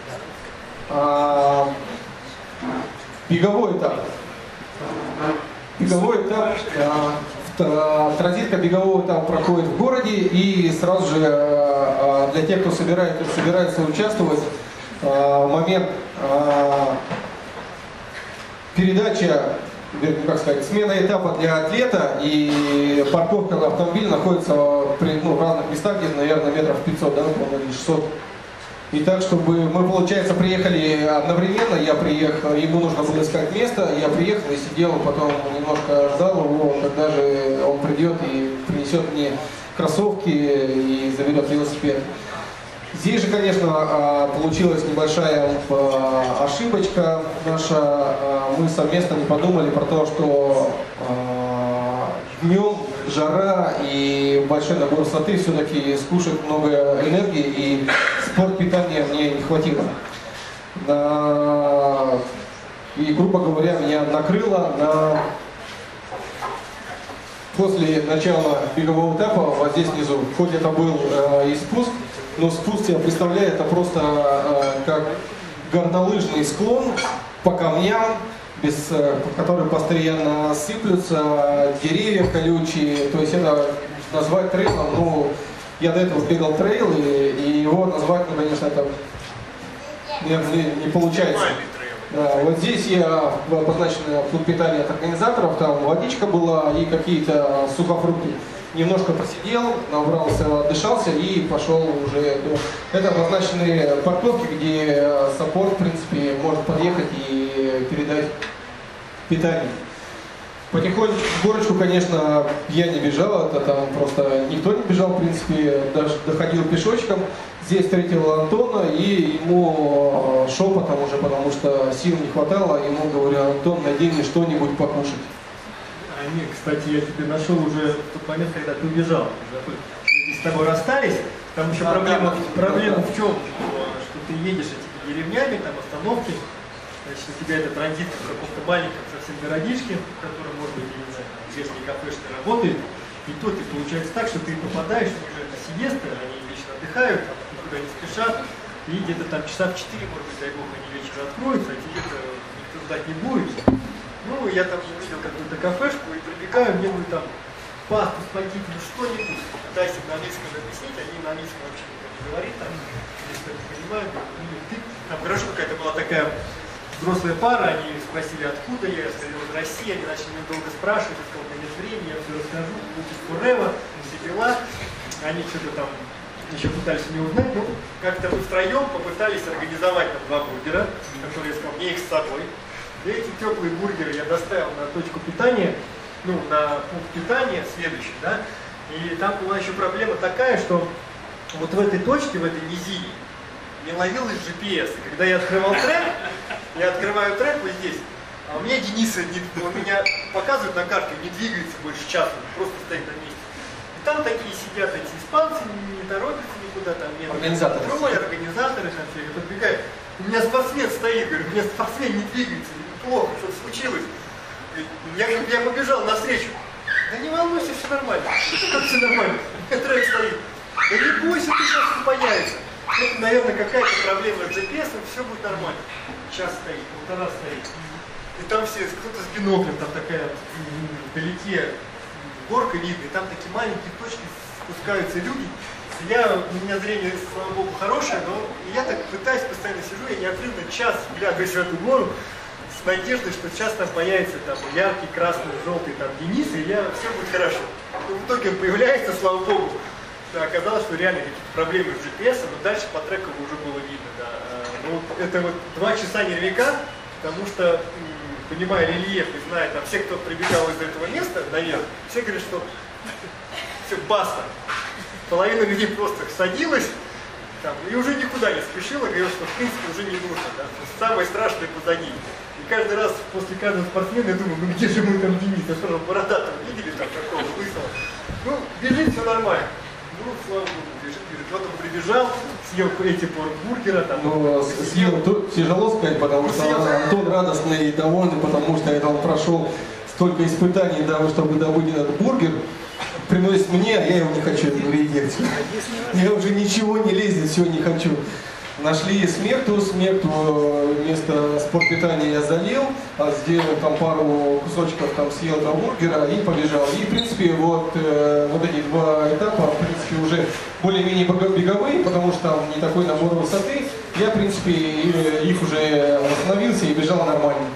А, беговой этап. Беговой этап. А, транзитка бегового этапа проходит в городе, и сразу же а, для тех, кто собирает, собирается участвовать, а, момент а, передача, как сказать, смена этапа для атлета и парковка на автомобиль находится при, ну, в разных местах, где-то, наверное, метров пятьсот, да, или шестьсот. И так, чтобы мы, получается, приехали одновременно, я приехал, ему нужно было искать место, я приехал и сидел, потом немножко ждал его, когда же он придет и принесет мне кроссовки и заберет велосипед. Здесь же, конечно, получилась небольшая ошибочка наша. Мы совместно не подумали про то, что днем жара и большой набор высоты все-таки скушает много энергии, и спорт питания мне не хватило. И, грубо говоря, меня накрыло на... После начала бегового этапа, вот здесь внизу, хоть это был э, и спуск, но спуск, я представляю, это просто э, как горнолыжный склон по камням, без, э, которые постоянно сыплются, деревья колючие, то есть это назвать трейлом, ну, я до этого бегал трейл, и, и его назвать, ну, конечно, это не, не получается. Да, вот здесь я обозначен пункт питания от организаторов, там водичка была и какие-то сухофрукты. немножко посидел, набрался, отдышался и пошел уже. Это обозначенные парковки, где саппорт, в принципе, может подъехать и передать питание. Потихонечку в горочку, конечно, я не бежал, это там просто никто не бежал, в принципе, даже доходил пешочком. Здесь встретил Антона, и ему шепотом уже, потому что сил не хватало, ему говорю: Антон, найди мне что-нибудь покушать. Амир, кстати, я тебе нашел уже в тот момент, когда ты убежал. Мы с тобой расстались, там еще Да, проблема, да, проблема да. в чем? Что ты едешь этими деревнями, там остановки, значит, у тебя это транзит в каком-то маленьком совсем городишке, в котором, может быть, я не знаю, известные кафешки работают, и то ты получается так, что ты попадаешь, у них же это сиеста, они вечно отдыхают, там, никуда не спешат, и где-то там часа в четыре, может быть, дай бог, они вечером откроются, а тебе-то никто ждать не будет. Ну, я там увидел какую-то кафешку и прибегаю, мне говорят, там, пасту, спагетти, ну что-нибудь. Пытаюсь им на английском объяснить, они на английском вообще никто не говорит, там, если не понимают, ну, ты, там, хорошо, какая-то была такая взрослая пара, они спросили, откуда я, я сказал, из России, они начали меня долго спрашивать, я сказал, нет времени, я все расскажу, будет фурева, все дела, они что-то там еще пытались меня узнать, ну, как-то мы втроем попытались организовать там два бургера, которые я сказал, мне их с собой. И эти теплые бургеры я доставил на точку питания, ну, на пункт питания следующий, да, и там была еще проблема такая, что вот в этой точке, в этой низине, не ловилось джи пи эс. И когда я открывал трек, я открываю трек вот здесь, а у меня Дениса, не, он меня показывает на карте, не двигается больше часа, просто стоит на месте. И там такие сидят эти испанцы, не, не торопятся никуда, там нет. Организаторы. Трое, организаторы, там все, я подбегаю. У меня спортсмен стоит, говорю, у меня спортсмен не двигается, плохо, что-то случилось. Я, я побежал навстречу. Да не волнуйся, все нормально. Как все нормально? Трек стоит. Да не бойся, ты сейчас появится. Это, наверное, какая-то проблема с джи пи эс, все будет нормально. Час стоит, полтора стоит. И там все, кто-то с биноклем, там такая вдалеке горка видно, и там такие маленькие точки спускаются люди. Я, у меня зрение, слава богу, хорошее, но я так пытаюсь, постоянно сижу, я неотрывно час глядываюсь в эту гору с надеждой, что сейчас там появится там яркий, красный, желтый там Денис, и я, все будет хорошо. Но в итоге он появляется, слава богу. Да, оказалось, что реально какие-то проблемы с джи пи эс, но дальше по треку уже было видно. Да. Ну, это вот два часа нервика, потому что, понимая рельеф и зная, там, все, кто прибегал из этого места наверх, все говорят, что все, баста. Половина людей просто садилась там, и уже никуда не спешила, говорила, что в принципе уже не нужно. Да? Самое страшное позади. И каждый раз после каждого спортсмена я думаю, ну где же мы там Денис? Я сказал, бородатого видели там такого лысого? Ну, бежит, все нормально. Ну, слава богу, бежит, бежит. Вот он прибежал, съел эти бургера. Там, ну, съел, тут тяжело сказать, потому что Антон радостный и довольный, потому что это он прошел столько испытаний, да, чтобы добыть этот бургер. Приносит мне, а я его не хочу видеть. Я уже ничего не лезет, все не хочу. Нашли смерту, смерту вместо спортпитания я залил, а сделал там пару кусочков, там съел два бургера и побежал. И в принципе вот, э, вот эти два этапа, в принципе, уже более-менее беговые, потому что там не такой набор высоты. Я, в принципе, их уже восстановился и бежал нормально.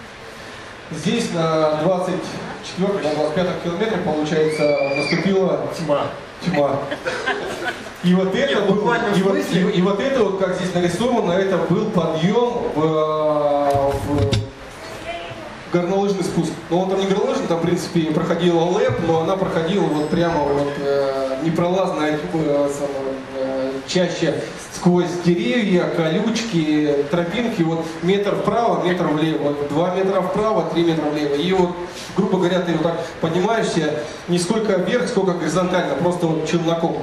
Здесь на двадцать четвёртом, на двадцать пятом километре, получается, наступила тьма. Тьма. И вот это Нет, был, и вот, и, и вот это вот, как здесь нарисовано, это был подъем в, в горнолыжный спуск. Но он там не горнолыжный, там в принципе проходила лэп, но она проходила вот прямо вот э, непролазная э, э, чаще сквозь деревья, колючки, тропинки, вот метр вправо, метр влево, вот два метра вправо, три метра влево. И вот, грубо говоря, ты вот так поднимаешься не сколько вверх, сколько горизонтально, просто вот челноком.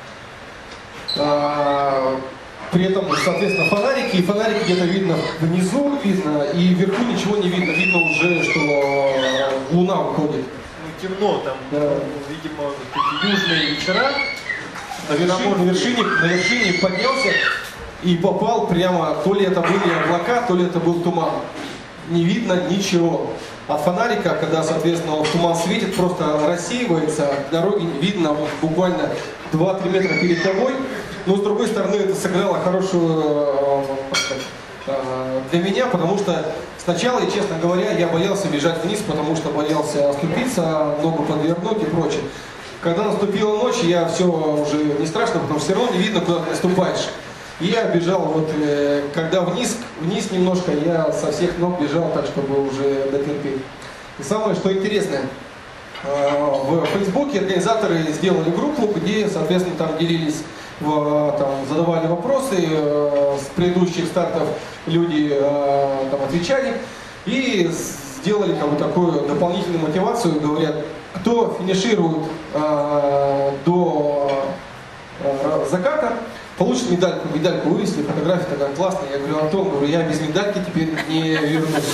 А, при этом, соответственно, фонарики, и фонарики где-то видно внизу, видно, и вверху ничего не видно, видно уже, что луна выходит. Ну, темно там, да. Видимо, такие южные вечера. На вершине, на, вершине, на вершине поднялся и попал прямо, то ли это были облака, то ли это был туман. Не видно ничего. От фонарика, когда, соответственно, он в туман светит, просто рассеивается, дороги видно вот, буквально два-три метра перед тобой. Но с другой стороны это сыграло хорошую э, для меня, потому что сначала, и честно говоря, я боялся бежать вниз, потому что боялся оступиться, ногу подвернуть и прочее. Когда наступила ночь, я все уже не страшно, потому что все равно не видно, куда ты наступаешь. И я бежал, вот, э, когда вниз, вниз немножко, я со всех ног бежал так, чтобы уже дотерпеть. И самое, что интересное, э, в Фейсбуке организаторы сделали группу, где, соответственно, там делились, в, там, задавали вопросы, э, с предыдущих стартов люди э, там отвечали. И сделали как бы такую дополнительную мотивацию, говорят, кто финиширует э, до э, заката, получит медальку. Медальку вывесили, фотография такая классная. Я говорю, Антон, говорю, я без медальки теперь не вернусь.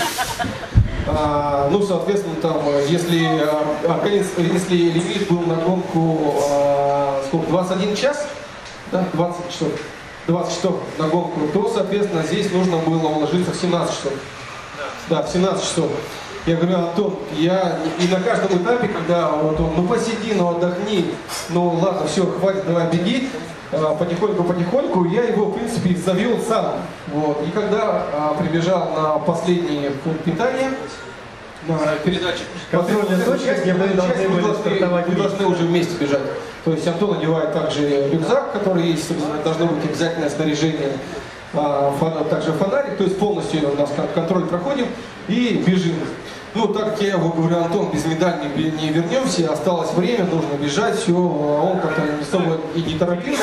А, ну, соответственно, там, если, если лимит был на гонку а, сколько, двадцать один час, да, двадцать часов, двадцать часов на гонку, то, соответственно, здесь нужно было уложиться в семнадцать часов. Да, в семнадцать часов. Я говорю, Антон, я и на каждом этапе, когда вот он, ну посиди, ну отдохни, ну ладно, все, хватит, давай беги, потихоньку-потихоньку, я его, в принципе, завел сам. Вот. И когда а, прибежал на последний пункт питания, на передаче, контрольная точка, где мы должны были стартовать. Вы должны уже вместе бежать. То есть Антон одевает также рюкзак, который есть, должно быть обязательное снаряжение, а, фон, также фонарик, то есть полностью у нас контроль проходим и бежим. Ну, так как я его говорю, Антон, без медали не, не вернемся, осталось время, нужно бежать, все, а он как-то не особо и не торопился.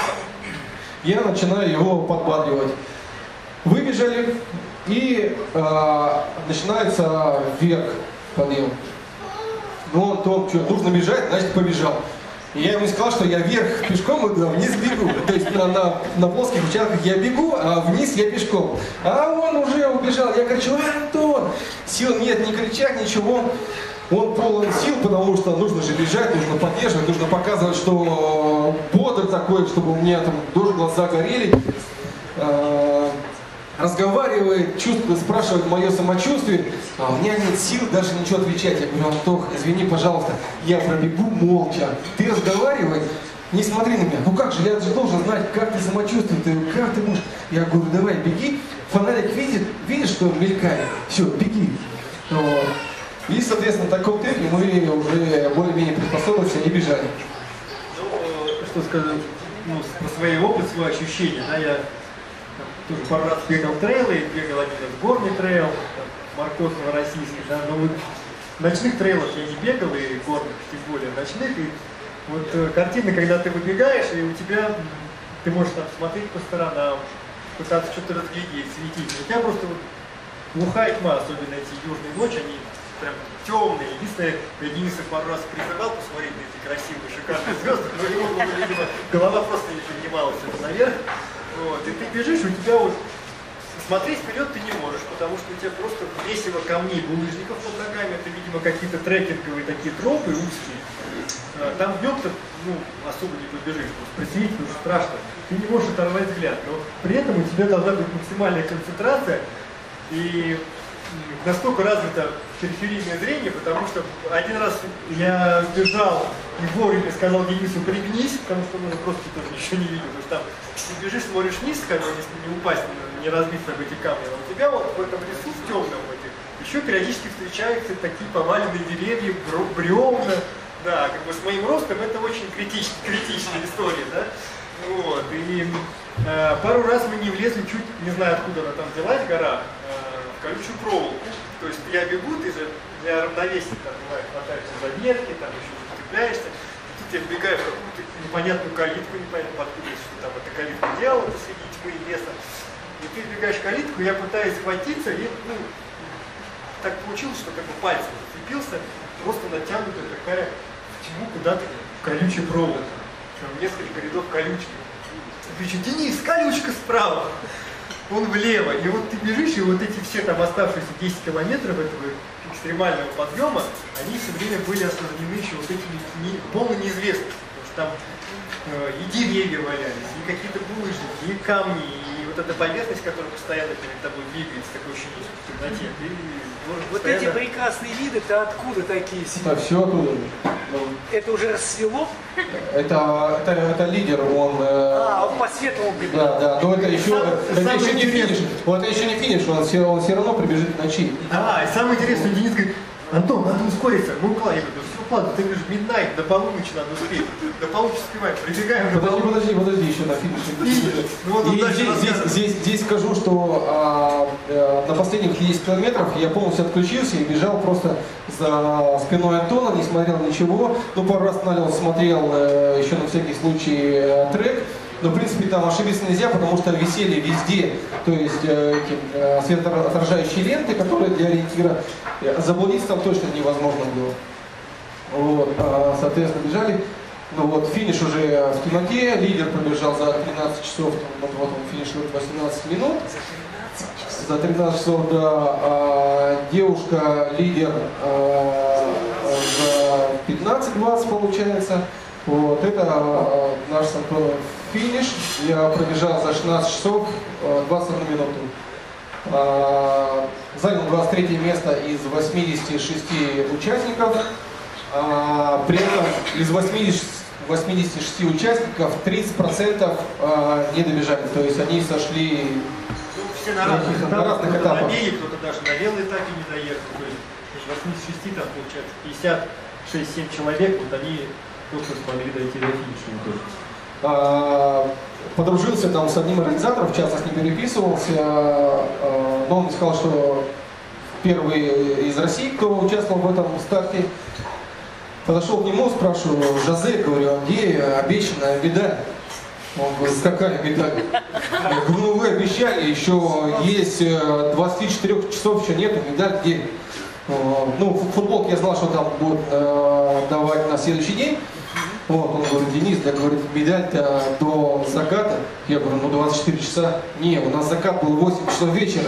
Я начинаю его подбадривать. Выбежали, и э, начинается вверх подъем. Ну, Антон, что, нужно бежать, значит, побежал. И я ему сказал, что я вверх пешком иду, а вниз бегу. То есть на, на, на плоских участках я бегу, а вниз я пешком. А он уже убежал. Я кричу, Антон, сил нет, не кричать, ничего. Он полон сил, потому что нужно же бежать, нужно поддерживать, нужно показывать, что бодр такой, чтобы у меня там тоже глаза горели. Разговаривает, чувствует, спрашивает мое самочувствие, а у меня нет сил даже ничего отвечать. Я говорю, Антох, извини, пожалуйста, я пробегу молча. Ты разговаривай, не смотри на меня. Ну как же, я же должен знать, как ты самочувствие, ты, как ты будешь. Я говорю, давай, беги. Фонарик видит, видишь, что мелькает? Все, беги. Вот. И, соответственно, в таком темпе мы уже более-менее приспособились и бежали. Ну, что сказать, ну, про свой опыт, свои ощущения, да, я тоже пару раз бегал трейлы, бегал один раз горный трейл, Маркос Новороссийский, да, но вот ночных трейлов я не бегал, и горных, тем более ночных, и вот э, картины, когда ты выбегаешь, и у тебя, ты можешь там смотреть по сторонам, пытаться что-то разглядеть, светить, у тебя просто вот глухая тьма, особенно эти южные ночи, они прям темные. Единственное, я Дениса пару раз предлагал посмотреть на эти красивые, шикарные звезды, но его, видимо, голова просто не поднималась наверх. Вот, и ты бежишь, у тебя вот смотреть вперед ты не можешь, потому что у тебя просто месиво камней, булыжников под ногами, это, видимо, какие-то трекинговые такие тропы узкие. Там днем-то, ну, особо не побежишь, присветить уже страшно, ты не можешь оторвать взгляд, но при этом у тебя должна быть максимальная концентрация и настолько развито периферийное зрение, потому что один раз я бежал и вовремя сказал Денису, пригнись, потому что он уже просто тоже ничего не видел, потому что там ты бежишь, смотришь вниз, как бы, если не упасть, не разбиться об эти камни, а у тебя вот в этом лесу, в темном, еще периодически встречаются такие поваленные деревья, бревна, да, как бы с моим ростом это очень критич, критичная история, да, вот, и э, пару раз мы не влезли, чуть, не знаю откуда она там взялась, гора, э, в колючую проволоку, то есть я бегу, ты же для равновесия, там, бывает, хватаешься за ветки, там еще цепляешься, и тут я вбегаю в какую-то непонятную калитку, непонятно откуда, что там эта калитка делала посреди тьмы и леса, и ты вбегаешь в калитку, я пытаюсь схватиться, и, ну, так получилось, что как бы пальцем зацепился, просто натянутая такая тьму куда-то колючая проволока. Там несколько рядов колючки. Я кричу, Денис, колючка справа! Он влево. И вот ты бежишь, и вот эти все там оставшиеся десять километров этого экстремального подъема, они все время были осложнены еще вот этими не, полной неизвестностью. Потому что там э, и деревья валялись, и какие-то булыжники, и камни, и вот эта поверхность, которая постоянно перед тобой двигается, такое ощущение, что в темноте. Ты вот постоянно... эти прекрасные виды-то откуда такие? Это все оттуда. Это уже рассвело? Это, это, это лидер, он... А, он по светлому бегает. Да, да, но это еще, Сам, это еще не финиш. Вот это еще не финиш, он все, он все равно прибежит к ночи. Да, и самое интересное, Денис говорит, Антон, надо ускориться, мы укладываем. Я говорю, все укладывай, ты говоришь, midnight, до полуночи надо успеть. До полуночи успеваем, прибегаем. Подожди, подожди, подожди, еще на финише. Ну, вот И здесь, здесь, здесь, здесь скажу, что а, а, на последних десять километров я полностью отключился и бежал просто за спиной Антона, не смотрел ничего. Ну, пару раз останавливался, смотрел э, еще на всякий случай э, трек. Но, в принципе, там ошибиться нельзя, потому что висели везде, то есть э, эти, э, светоотражающие ленты, которые для ориентира. Заблудиться там точно невозможно было. Вот, а, соответственно, бежали. Ну вот, финиш уже в темноте, лидер пробежал за тринадцать часов, вот, вот он финиширует восемнадцать минут. За тринадцать часов, да, а, девушка, лидер а, за пятнадцать двадцать получается. Вот, это а, наш финиш. Я пробежал за шестнадцать часов двадцать одну минуту. А, занял двадцать третье место из восьмидесяти шести участников. А, при этом из восьмидесяти шести участников тридцать процентов а, не добежали. То есть они сошли ну, все на разных этапах. На разных этапах. На белый, кто-то даже на белый этапе не доехал. То есть из восьмидесяти шести там получается пятьдесят шесть-семь человек, вот они просто смогли дойти до финиша тоже. А, подружился там с одним организатором, часто с ним переписывался, а, но он сказал, что первый из России, кто участвовал в этом старте. Подошел к нему, спрашиваю, Жозе, говорю, а где обещанная медаль? Он говорит, какая медаль? Я говорю, ну вы обещали, еще есть двадцать четыре часов, еще нету, медаль где? Ну, футболку я знал, что там будут э, давать на следующий день. Вот, он говорит, Денис, да, говорит, медаль-то до заката. Я говорю, ну двадцать четыре часа. Не, у нас закат был восемь часов вечера.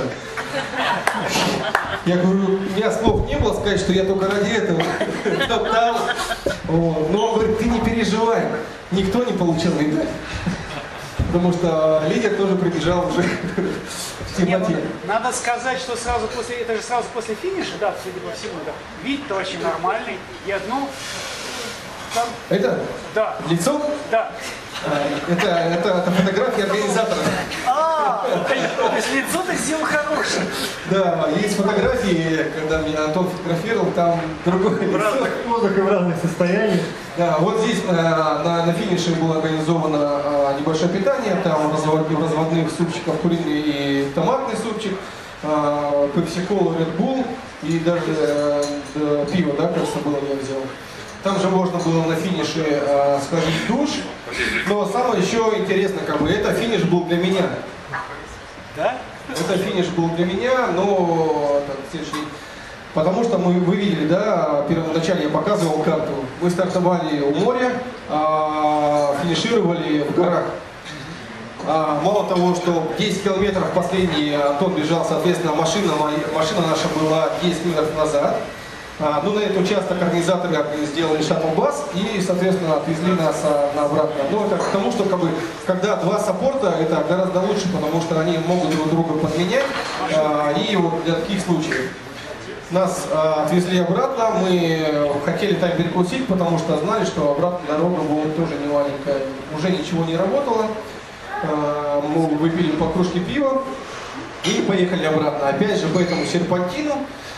Я говорю, у меня слов не было сказать, что я только ради этого топтал. Вот. Но он говорит, ты не переживай, никто не получил медаль. Потому что лидер тоже прибежал уже в темноте. Надо сказать, что сразу после, это же сразу после финиша, да, судя по всему, да. Вид-то очень нормальный. И одну там... Это? Да. Лицо? Да. Это, это, это фотография организатора. А, то есть лицо ты сделал хорошее. Да, есть фотографии, когда меня Антон фотографировал, там другое лицо. В разных позах и в разных состояниях. Да, вот здесь на, на, на финише было организовано а, небольшое питание, там разводных, разводных супчиков, куриный и томатный супчик, а, пепси-колу, Red Bull и даже а, пиво, да, кажется, было, я взял. Там же можно было на финише а, сходить в душ, но самое еще интересно, как бы, это финиш был для меня. Да? Это финиш был для меня, но так, потому что мы, вы видели, да, первоначально я показывал карту. Мы стартовали у моря, а финишировали в горах. А, мало того, что десять километров последний Антон бежал, соответственно, машина, машина наша была десять километров назад. А, ну, на этот участок организаторы сделали шаттл-бас и, соответственно, отвезли нас а, на обратно. Ну, это к тому, что как бы, когда два саппорта, это гораздо лучше, потому что они могут друг друга подменять. А, и вот для таких случаев. Нас а, отвезли обратно, мы хотели там перекусить, потому что знали, что обратная дорога будет тоже не маленькая. Уже ничего не работало. А, мы выпили по кружке пива и поехали обратно. Опять же, по этому серпантину.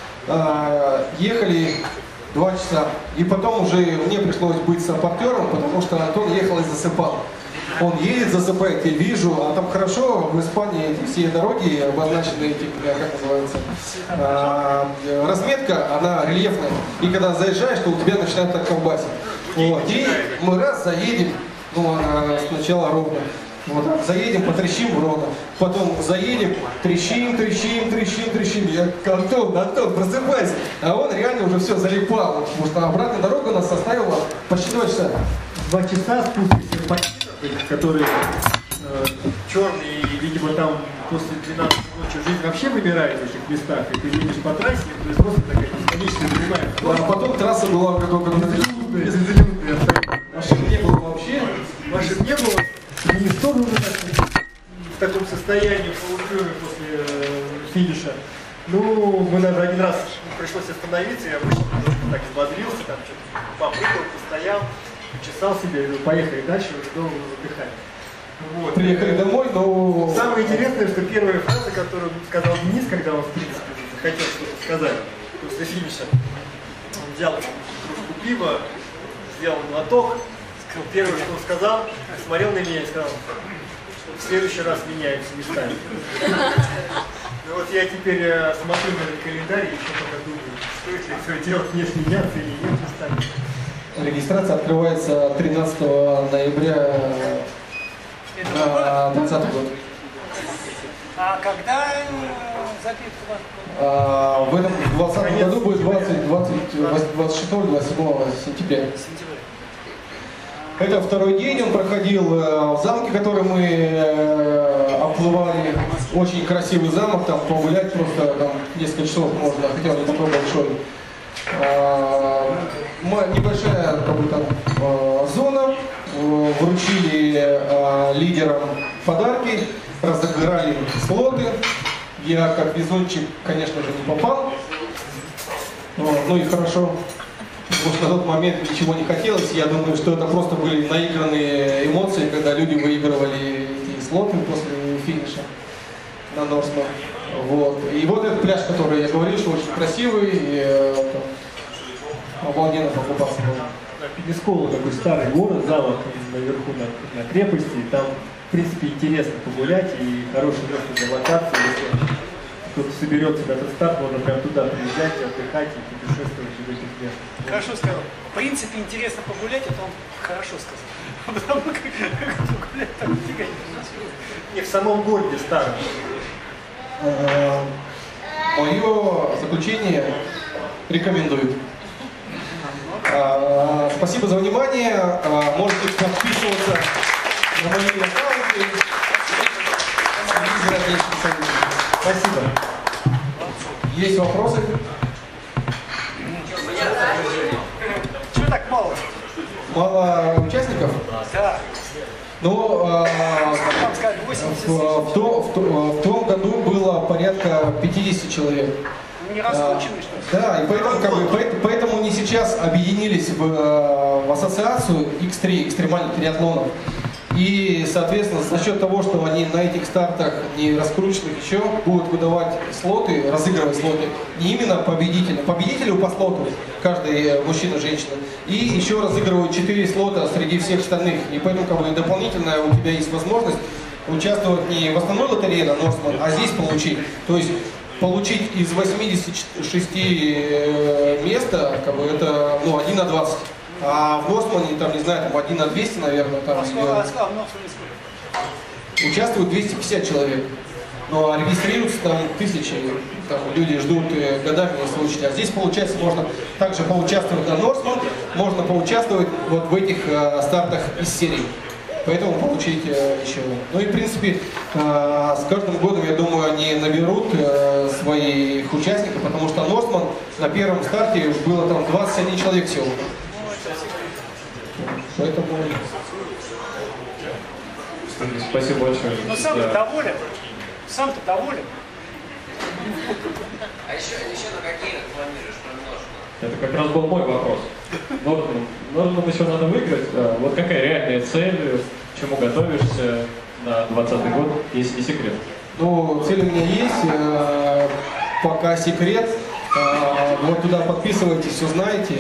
Ехали два часа, и потом уже мне пришлось быть саппортером, потому что Антон ехал и засыпал. Он едет, засыпает, я вижу, а там хорошо, в Испании эти все дороги обозначены, эти, как называется, а, разметка, она рельефная, и когда заезжаешь, то у тебя начинает так колбасить. Вот. И мы раз заедем, ну она сначала ровно. Вот, заедем, потрещим ровно, потом заедем, трещим, трещим, трещим, трещим. Я, Антон, Антон, просыпайся. А он реально уже все залипал, потому что обратная дорога нас составила почти два часа. Два часа спустились, которые э, черные, и, видимо, там после двенадцати ночи жизнь вообще выбирает в этих местах, и ты едешь по трассе, то есть просто такая бесконечная занимает. А потом трасса была как-то машин не было вообще. Машин не было. Не что нужно в таком состоянии, в полуфлюме после э, финиша. Ну, мы даже один раз пришлось остановиться, я вышел, так взбодрился, там что-то попрыгал, постоял, почесал себе, и поехали дальше, уже долго задыхали. Вот. Приехали домой, но... Самое интересное, что первая фраза, которую сказал Денис, когда он, в принципе, захотел что-то сказать после финиша, взял кружку пива, сделал глоток, первое, что он сказал, смотрел на меня и сказал: в следующий раз меняемся местами. Ну вот я теперь э, смотрю на календарь и еще пока думаю, стоит ли все делать, не меняться или нет местами. Регистрация открывается тринадцатого ноября на двадцатый год. А когда э, запись у вас? А, в этом двадцатом году будет двадцать, двадцать, двадцать шестого двадцать седьмого сентября. Сентября. Это второй день, он проходил э, в замке, который мы э, обплывали. Очень красивый замок, там погулять просто там, несколько часов можно, хотя он не такой большой. Э, мы, небольшая как бы, там, э, зона, э, вручили э, лидерам подарки, разыграли слоты. Я как везунчик, конечно же, не попал. Вот, ну и хорошо. Потому что на тот момент ничего не хотелось. Я думаю, что это просто были наигранные эмоции, когда люди выигрывали эти слоты после финиша на Норсман. Вот. И вот этот пляж, который я говорил, что очень красивый, и, э, там, обалденно покупаться можно. Пенескола такой старый город, замок наверху на, на крепости. Там, в принципе, интересно погулять и хорошее место для локации. Если кто-то соберется на этот старт, можно прям туда приезжать, отдыхать и путешествовать в этих местах. Хорошо сказал. В принципе, интересно погулять, это он хорошо сказал. Потому как погулять так фига не. И в самом городе старом. Мое заключение рекомендую. Спасибо за внимание. Можете подписываться на мои аккаунты. Спасибо. Есть вопросы? Чего так мало? Мало участников? Да. Ну, а, Там сказать восемьдесят. в, в, том, в, том, в том году было порядка пятьдесят человек. Не раскрученный, что ли? Да, и поэтому, как бы, поэтому, поэтому они сейчас объединились в, в ассоциацию икс три, экстремальных триатлонов. И, соответственно, за счет того, что они на этих стартах не раскрученных еще будут выдавать слоты, разыгрывать слоты, не именно победителя, победителю по слоту, каждый мужчина, женщина, и еще разыгрывают четыре слота среди всех остальных. И поэтому как бы, дополнительно у тебя есть возможность участвовать не в основной лотерее на Норсман, а здесь получить. То есть получить из восьмидесяти шести места, как бы, это ну, один на двадцать. А в Норсмане, там, не знаю, там один на двести, наверное, там участвуют двести пятьдесят человек. Ну, а регистрируются там тысячи, там люди ждут годами случаев. А здесь, получается, можно также поучаствовать на Норсман, можно поучаствовать вот в этих э, стартах из серии. Поэтому получить э, еще. Ну и, в принципе, э, с каждым годом, я думаю, они наберут э, своих участников, потому что Норсман на первом старте было там двадцать один человек всего. Поэтому... Спасибо большое. Но сам-то доволен. Сам-то доволен. А еще, еще на какие планируешь промножку? Это как раз был мой вопрос. Норсман, Норсман еще надо выиграть. Вот какая реальная цель, к чему готовишься на двадцатый год, если не секрет? Ну, цель у меня есть, пока секрет. Вот туда подписывайтесь, все знаете.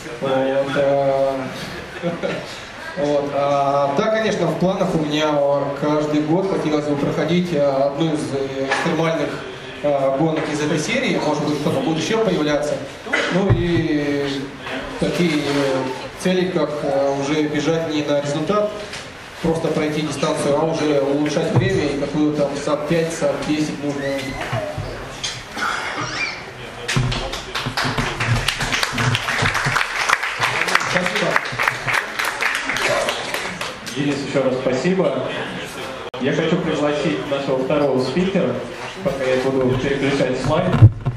Вот. А, да, конечно, в планах у меня каждый год хотелось бы проходить одну из экстремальных а, гонок из этой серии. Может быть, кто-то будет еще появляться. Ну и такие цели, как уже бежать не на результат, просто пройти дистанцию, а уже улучшать время и какую-то там саб пять, саб десять нужно. Спасибо. Денис, еще раз спасибо. Я хочу пригласить нашего второго спикера, пока я буду переключать слайд.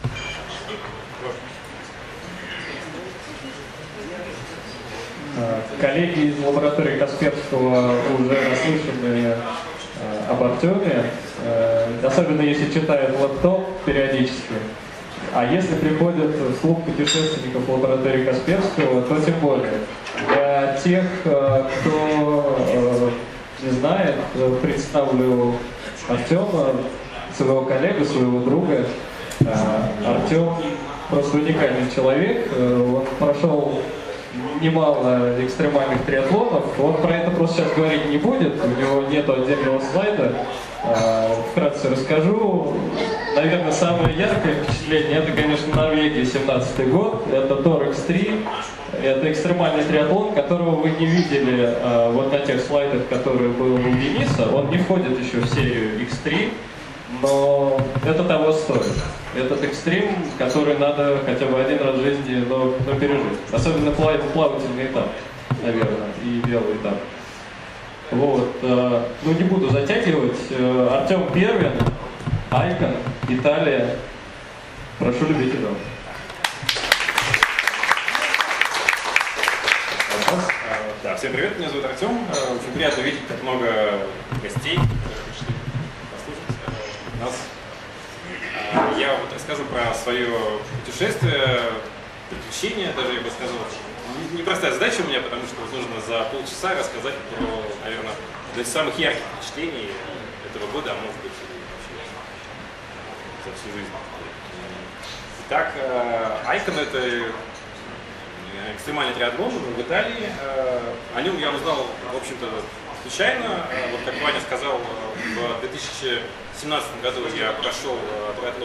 Коллеги из лаборатории Касперского уже наслышаны об Артеме, особенно если читают лэптоп периодически. А если приходят вслух путешественников в лаборатории Касперского, то тем более. Для тех, кто не знает, представлю Артема, своего коллегу, своего друга. Артем просто уникальный человек. Он прошел немало экстремальных триатлонов. Он про это просто сейчас говорить не будет. У него нет отдельного слайда. Вкратце расскажу. Наверное, самое яркое впечатление — это, конечно, Норвегия, семнадцатый год. Это Тор икс три. Это экстремальный триатлон, которого вы не видели э, вот на тех слайдах, которые был у Дениса. Он не входит еще в серию икс три, но это того стоит. Этот экстрим, который надо хотя бы один раз в жизни, но, но пережить. Особенно плав, плавательный этап, наверное, и белый этап. Вот. Э, ну, не буду затягивать. Э, Артем Первин, Айкон, Италия. Прошу любить и дом. Да, всем привет, меня зовут Артем. Очень приятно видеть так много гостей, которые пришли послушать нас. Я вот расскажу про свое путешествие, приключения, даже я бы сказал. Непростая задача у меня, потому что нужно за полчаса рассказать про, наверное, одно из самых ярких впечатлений этого года, а может быть и вообще за всю жизнь. Итак, Айкон — это экстремальный триатлон в Италии. О нем я узнал, в общем-то, случайно. Вот как Ваня сказал, в две тысячи семнадцатом году я прошел триатлон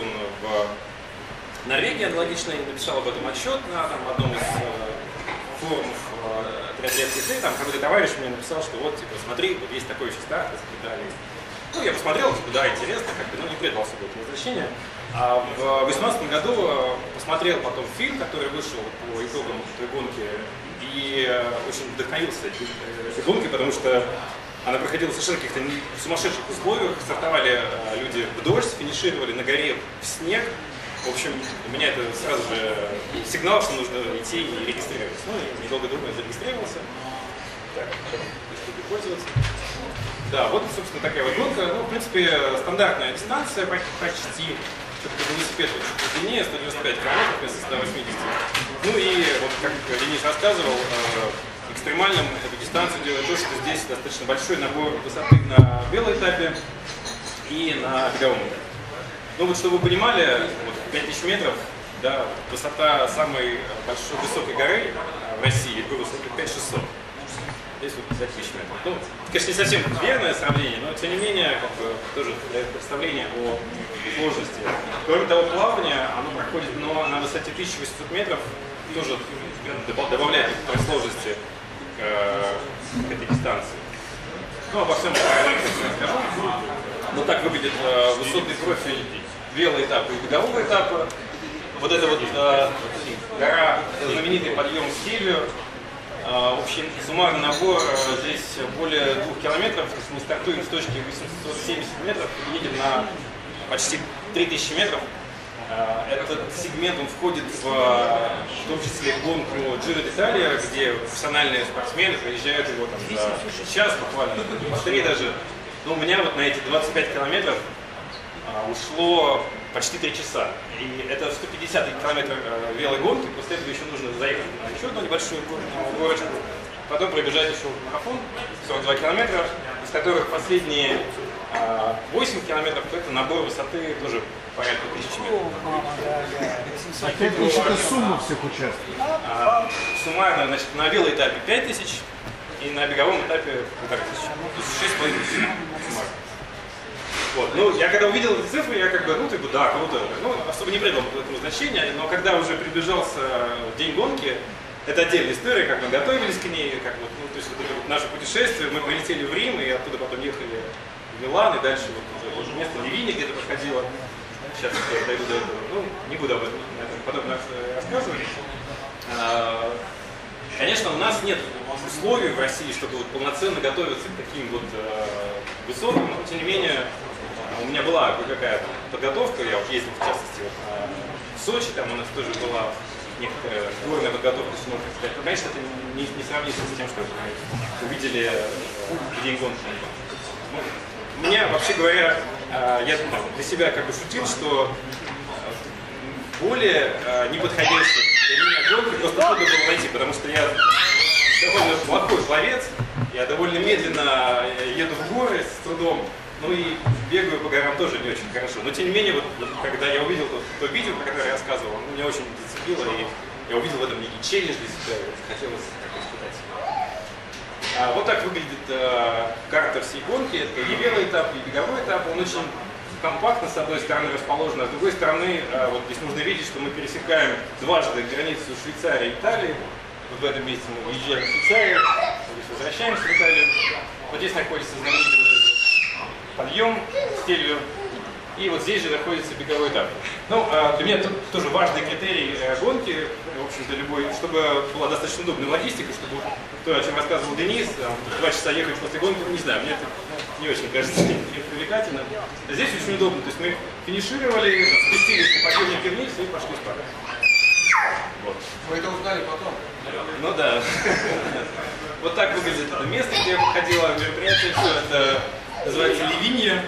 в Норвегии, аналогично написал об этом отчет на там, одном из форумов триатлетских сетей. Там какой-то товарищ мне написал, что вот, типа, смотри, вот есть такой еще старт из Италии. Ну, я посмотрел, типа, да, интересно, как бы, ну, не предал себе это возвращение. А в две тысячи восемнадцатом году посмотрел потом фильм, который вышел по итогам этой гонки, и очень вдохновился этой, этой гонкой, потому что она проходила в совершенно каких-то сумасшедших условиях. Стартовали люди в дождь, финишировали на горе в снег. В общем, у меня это сразу же сигнал, что нужно идти и регистрироваться. Ну, и недолго думая, зарегистрировался. Так, чтобы пользоваться. Да, вот, собственно, такая вот гонка. Ну, в принципе, стандартная дистанция почти. Все-таки велосипед чуть длиннее, сто девяносто пять километров вместо ста восьмидесяти. Ну и вот, как Денис рассказывал, экстремальным эту дистанцию делает то, что здесь достаточно большой набор высоты на белом этапе и на беговом этапе. Ну вот, чтобы вы понимали, вот, пять тысяч метров, да, высота самой большой высокой горы в России была высота пять тысяч шестьсот. Здесь вот пять тысяч метров. Ну, конечно, не совсем верное сравнение, но тем не менее, как бы, тоже дает представление о сложности. Кроме того, плавание, оно проходит, но на высоте тысяча восемьсот метров тоже добавляет некоторой сложности к, к этой дистанции. Ну, обо всем расскажу. Вот так выглядит э, высотный профиль велоэтапа и бегового этапа. Вот эта вот э, гора, знаменитый подъем Стельвио. Uh, общий суммарный набор uh, здесь более двух километров. То есть мы стартуем с точки восемьсот семьдесят метров и едем на почти три тысячи метров. Uh, этот сегмент он входит в, в том числе в гонку Giro d'Italia, где профессиональные спортсмены проезжают его там, за час, буквально быстрее даже. Но у меня вот на эти двадцать пять километров uh, ушло почти три часа. И это сто пятьдесят километров велой гонки, после этого еще нужно заехать на еще одну небольшую горочку, потом пробежать еще марафон, сорок два километра, из которых последние восемь километров это набор высоты тоже порядка тысячи метров. Опять это сумма всех участников? А, суммарно, значит, на велоэтапе пять тысяч и на беговом этапе полторы тысячи. То есть шесть с половиной тысяч суммарно. Вот. Ну, я когда увидел эти цифры, я как бы, ну, типа, да, круто. Ну, особо не придал этому значения, но когда уже приближался день гонки, это отдельная история, как мы готовились к ней, как вот, ну, то есть вот это вот наше путешествие, мы прилетели в Рим, и оттуда потом ехали в Милан, и дальше вот уже место Ливини где-то проходило. Сейчас я дойду до этого. Ну, не буду об этом подробно рассказывать. Конечно, у нас нет условий в России, чтобы вот полноценно готовиться к таким вот высотам, но тем не менее у меня была кое-какая подготовка, я вот ездил в частности вот, в Сочи, там у нас тоже была некоторая горная подготовка, если можно так сказать. Но, конечно, это не, не сравнится с тем, что мы увидели в день гонки. Ну, мне, вообще говоря, я для себя как бы шутил, что более неподходящий для меня гонки просто трудно было найти, потому что я довольно плохой пловец, я довольно медленно еду в горы с трудом. Ну и бегаю по горам тоже не очень хорошо. Но тем не менее, вот, когда я увидел то, то видео, про которое я рассказывал, оно меня очень зацепило, и я увидел в этом некий челлендж для себя, и хотелось как-то испытать. А, вот так выглядит а, карта всей гонки. Это и велый этап, и беговой этап. Он очень компактно, с одной стороны, расположен, а с другой стороны, а, вот здесь нужно видеть, что мы пересекаем дважды границу Швейцарии и Италии. Вот в этом месте мы уезжаем в Швейцарию, здесь возвращаемся в Италию. Вот здесь находится знаменитый подъем с Тельвио, и вот здесь же находится беговой этап. Ну, для меня тут тоже важный критерий гонки, в общем-то, любой, чтобы была достаточно удобная логистика, чтобы то, о чем рассказывал Денис, два часа ехать после гонки, не знаю, мне это не очень кажется привлекательным. А здесь очень удобно, то есть мы финишировали, спустились по подъемнике вниз и пошли спать. Вот. Вы это узнали потом? Ну да. Вот так выглядит это место, где я проходила мероприятие, все это называется Ливинья.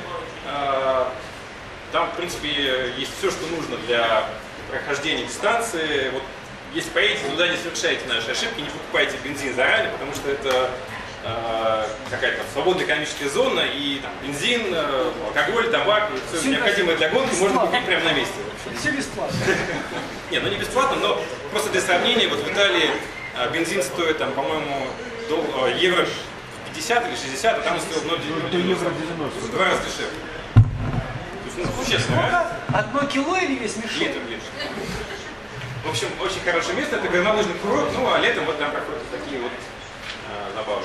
Там, в принципе, есть все, что нужно для прохождения дистанции. Вот, если поедете туда, не совершайте наши ошибки, не покупайте бензин заранее, потому что это э, какая-то свободная экономическая зона, и там, бензин, э, алкоголь, табак, и все необходимое для гонки можно купить прямо на месте. Все бесплатно. Нет, ну не бесплатно, но просто для сравнения, вот в Италии э, бензин стоит, там, по-моему, до, э, евро пятьдесят или шестьдесят, а там он стоил ноль девяносто. В два раза дешевле. Ну, честно, а? Одно кило или весь мешок? Литр, литр. В общем, очень хорошее место, это горнолыжный курорт, ну а летом вот там проходят такие вот э, забавы.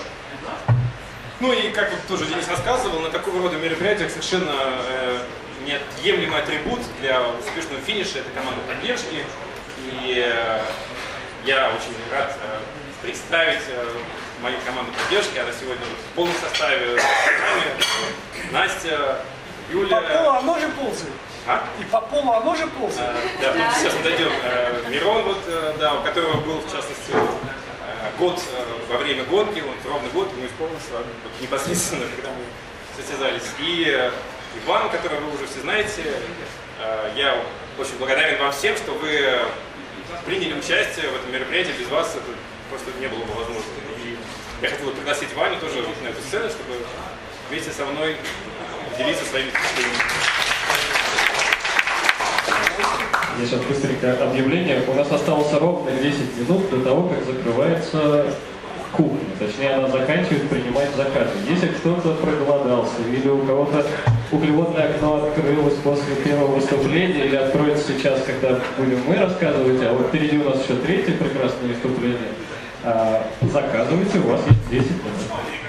Ну и как вот тоже Денис рассказывал, на такого рода мероприятиях совершенно э, неотъемлемый атрибут для успешного финиша — это команда поддержки. И э, я очень рад э, представить э, мою команду поддержки, она сегодня в полном составе с нами. Настя, Юля. По полу оно же ползает. А? И по полу оно же ползает. А, да, ну, сейчас мы дойдем. А, Мирон, вот, да, у которого был, в частности, год во время гонки, он ровно год ему исполнился, вот, непосредственно, когда мы состязались. И Иван, которого вы уже все знаете, я очень благодарен вам всем, что вы приняли участие в этом мероприятии. Без вас это просто не было бы возможно. И я хотел бы пригласить Ваню тоже на эту сцену, чтобы вместе со мной делиться своими впечатлениями. Я сейчас быстренько объявление. У нас осталось ровно десять минут до того, как закрывается кухня. Точнее, она заканчивает принимать заказы. Если кто-то проголодался или у кого-то углеводное окно открылось после первого выступления или откроется сейчас, когда будем мы рассказывать, а вот впереди у нас еще третье прекрасное выступление, заказывайте, у вас есть десять минут.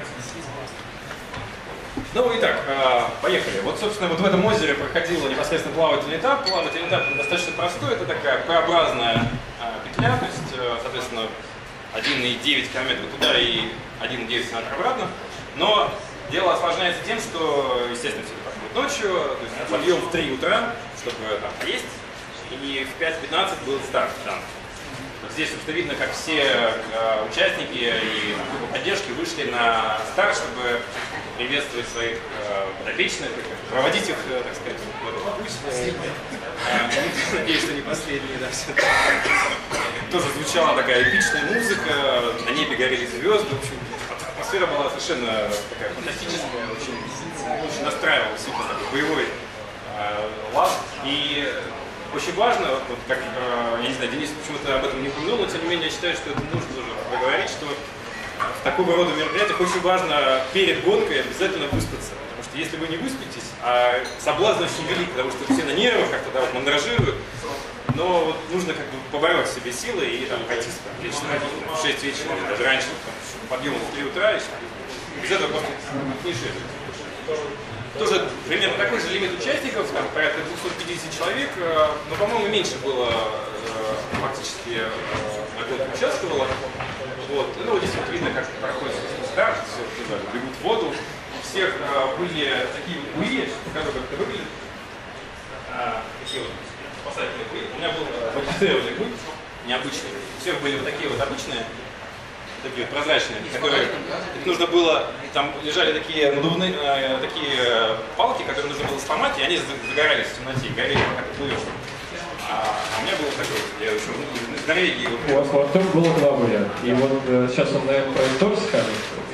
Ну, итак, поехали. Вот, собственно, вот в этом озере проходил непосредственно плавательный этап. Плавательный этап достаточно простой, это такая П-образная петля, то есть, соответственно, один и девять километров туда и один и девять километров обратно. Но дело осложняется тем, что, естественно, все это проходит ночью, то есть подъем в три утра, чтобы там поесть, и в пять пятнадцать был старт там. Здесь, собственно, видно, как все э, участники и группа поддержки вышли на старт, чтобы приветствовать своих э, подопечных, проводить их, э, так сказать, в этот путь. Э, надеюсь, что не последние, да, все. Тоже звучала такая эпичная музыка, на небе горели звезды, в общем, атмосфера была совершенно такая фантастическая, очень, очень настраивала супер такой боевой э, лад. И очень важно, вот как, э, я не знаю, Денис почему-то об этом не упомянул, но тем не менее я считаю, что это нужно тоже проговорить, что в такого рода мероприятиях очень важно перед гонкой обязательно выспаться. Потому что если вы не выспитесь, а соблазн очень велик, потому что все на нервах как-то да, вот, мандражируют, но вот нужно как бы побороть в себе силы и там пойти спать, лечь спать в шесть вечера, или даже раньше, подъем в три утра, еще. Без этого просто не шесть. Тоже примерно такой же лимит участников, там, порядка двухсот пятидесяти человек, но, по-моему, меньше было фактически на гонке участвовало. Вот. Ну, здесь вот видно, как проходит старт, все туда бегут в воду. У всех были такие вот буи, покажу, как это выглядит. Такие вот спасательные буи. У меня был бактериальный буй, необычный. У всех были вот такие вот обычные. Такие вот прозрачные, которые их нужно было, там лежали такие надувные, э, такие палки, которые нужно было сломать, и они загорались в темноте, горели, пока ты плывешь. А, а у меня было такое, я еще в Норвегии. У вас во втором было два буя, и вот э, сейчас он, наверное, про историю скажет.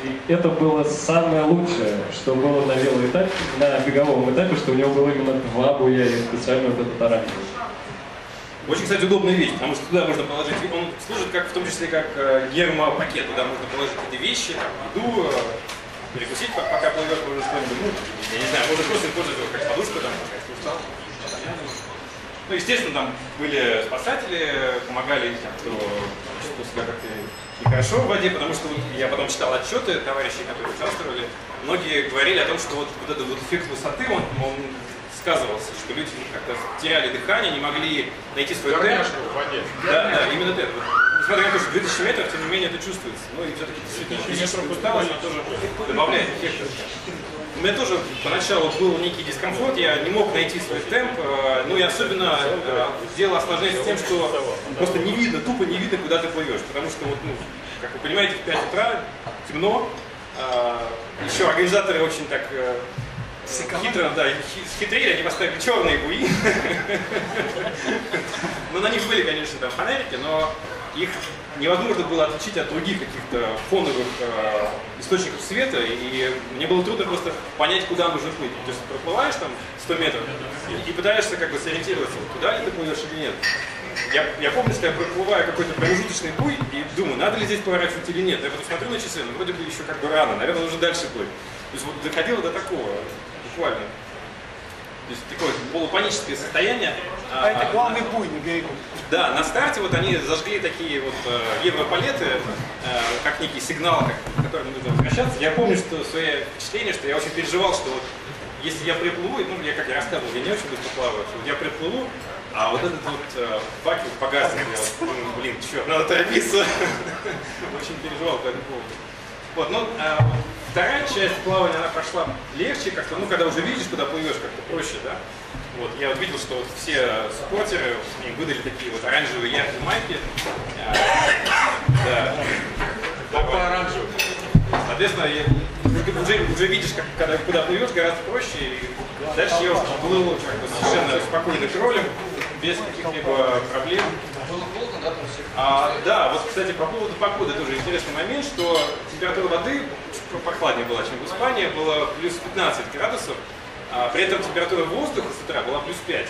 И это было самое лучшее, что было на велоэтапе, на беговом этапе, что у него было именно два буя и специально вот этот оранжевый. Очень, кстати, удобная вещь, потому что туда можно положить, он служит как, в том числе как э, гермопакет, туда можно положить эти вещи, там, еду, э, перекусить, пока плывешь, можно что-нибудь, ну, я не знаю, можно просто использовать его как подушку, там, как ну, естественно, там были спасатели, помогали тем, кто чувствовал себя как-то нехорошо в воде, потому что вот, я потом читал отчеты товарищей, которые участвовали, многие говорили о том, что вот, вот этот вот эффект высоты, он, он сказывался, что люди как-то теряли дыхание, не могли найти свой темп. в воде. Да, да, именно это. Вот, несмотря на то, что две тысячи метров, тем не менее, это чувствуется. Ну и все-таки действительно физическая усталость тоже добавляет эффект. У меня тоже поначалу был некий дискомфорт, я не мог найти свой темп, ну и особенно дело осложняется тем, что просто не видно, тупо не видно, куда ты плывешь, потому что, вот, ну, как вы понимаете, в пять утра темно, еще организаторы очень так хитро, да, хитрили, они поставили черные буи, ну на них были, конечно, там фонарики, но их невозможно было отличить от других каких-то фоновых э, источников света, и мне было трудно просто понять, куда нужно плыть. То есть проплываешь там сто метров и, и пытаешься как бы сориентироваться, куда ли ты плывешь или нет. Я, я помню, что я проплываю какой-то промежуточный буй и думаю, надо ли здесь поворачивать или нет. Я потом смотрю на часы, ну вроде бы еще как бы рано, наверное, нужно дальше плыть. То есть вот доходило до такого, буквально. То есть такое полупаническое состояние. А, а это главный буй на берегу. Да, на старте вот они зажгли такие вот э, европалеты, э, как некий сигнал, как, который нужно возвращаться. Я помню, что свое впечатление, что я очень переживал, что вот, если я приплыву, ну, я как я рассказывал, я не очень быстро плаваю, что я приплыву, а вот этот вот э, факел погаснет, я вот, думаю, блин, черт, надо торопиться. Очень переживал по этому поводу. Вот, ну, э, вторая часть плавания, она прошла легче, как-то, ну, когда уже видишь, куда плывешь, как-то проще, да. Вот, я вот видел, что вот все спортеры, им выдали такие вот оранжевые яркие майки. А, да. По оранжевым. Соответственно, я, уже, уже видишь, как, когда, куда плывешь, гораздо проще. И дальше я уже плыл как бы совершенно спокойно кролем, без каких-либо проблем. А, да, вот, кстати, по поводу погоды тоже интересный момент, что температура воды чуть похладнее была, чем в Испании, было плюс пятнадцать градусов. А при этом температура воздуха с утра была плюс пять.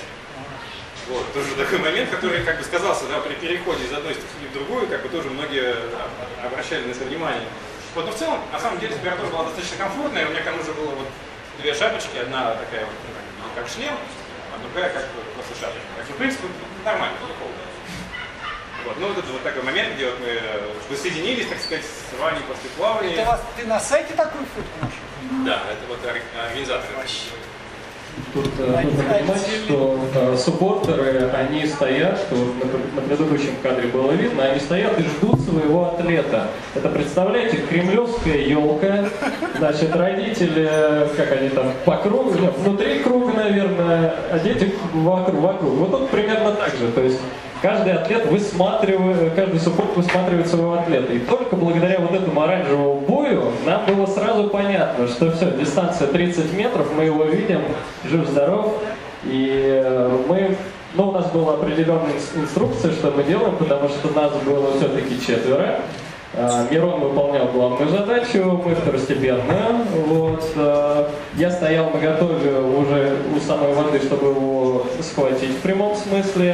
Вот, тоже такой момент, который как бы сказался, да, при переходе из одной стихии в другую, как бы тоже многие обращали на это внимание. Вот, но в целом, на самом деле, температура была достаточно комфортная, у меня к тому же было вот две шапочки, одна такая вот, ну, как, как шлем, а другая как бы просто шапочка. Так что, в принципе, нормально, не холодно. Вот, ну вот это вот такой момент, где вот мы воссоединились, так сказать, с вами после плавания. Это вас, ты на сайте такую фотку нашел? Да, это вот организаторы. Тут э, нужно понимать, что э, суппортеры, они стоят, что вот на, на предыдущем кадре было видно, они стоят и ждут своего атлета. Это, представляете, кремлевская елка, значит, родители, как они там, по кругу, нет, внутри круга, наверное, а дети вокруг, вокруг. Вот тут примерно так же, то есть каждый атлет высматривает, каждый суппорт высматривает своего атлета. И только благодаря вот этому оранжевому бою нам было сразу понятно, что все, дистанция тридцать метров, мы его видим, жив-здоров. И мы, ну, у нас была определенная инструкция, что мы делаем, потому что нас было все-таки четверо. Мирон выполнял главную задачу, мы второстепенную. Вот. Я стоял наготове уже у самой воды, чтобы его схватить в прямом смысле.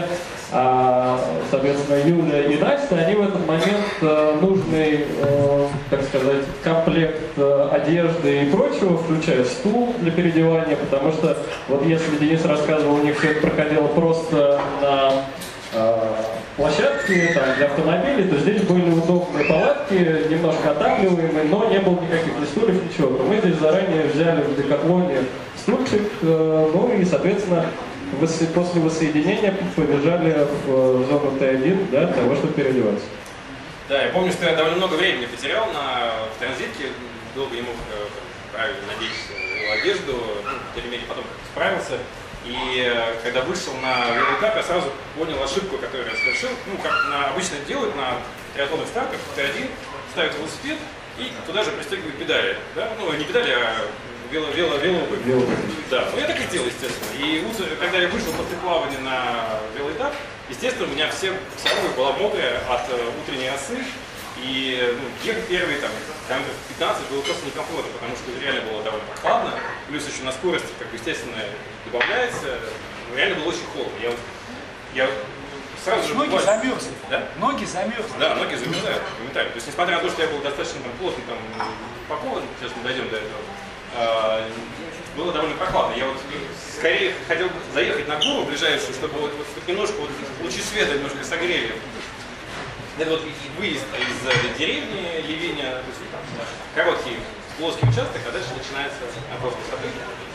А, соответственно, Юля и Настя, они в этот момент э, нужный, э, так сказать, комплект э, одежды и прочего, включая стул для переодевания, потому что, вот если Денис рассказывал, у них все это проходило просто на э, площадке там, для автомобилей, то здесь были удобные палатки, немножко отапливаемые, но не было никаких ни стульев, ничего. Мы здесь заранее взяли в Декатлоне стульчик, э, ну и, соответственно, после воссоединения побежали в зону Т один для того, чтобы переодеваться. Да, я помню, что я довольно много времени потерял на в транзитке, долго не мог правильно надеть одежду, ну, тем не менее потом справился. И когда вышел на велоэтап, я сразу понял ошибку, которую я совершил. Ну, как на, обычно делают на триатлонных стартах, Т один, ставят велосипед и туда же пристегивают педали. Да? Ну, не педали, а вело, вело, велообувь. Да, ну я так и сделал, естественно. И утром, когда я вышел после плавания на велоэтап, естественно, у меня все, вся обувь была мокрая от утренней росы. И ну, ехать первые там, километров пятнадцать было просто некомфортно, потому что реально было довольно прохладно. Плюс еще на скорости, как бы, естественно, добавляется. Ну, реально было очень холодно. Я, я сразу же ноги буквально... замерзли. Да? Ноги замерзли. Да, ноги замерзают моментально. То есть, несмотря на то, что я был достаточно там, плотно там, упакован, сейчас мы дойдем до этого, а, было довольно прохладно. Я вот скорее хотел заехать на гору ближайшую, чтобы вот, вот немножко вот, лучи света немножко согрели. Это вот выезд из э, деревни Ливиня, то есть, там, короткий плоский участок, а дальше начинается опрос высоты.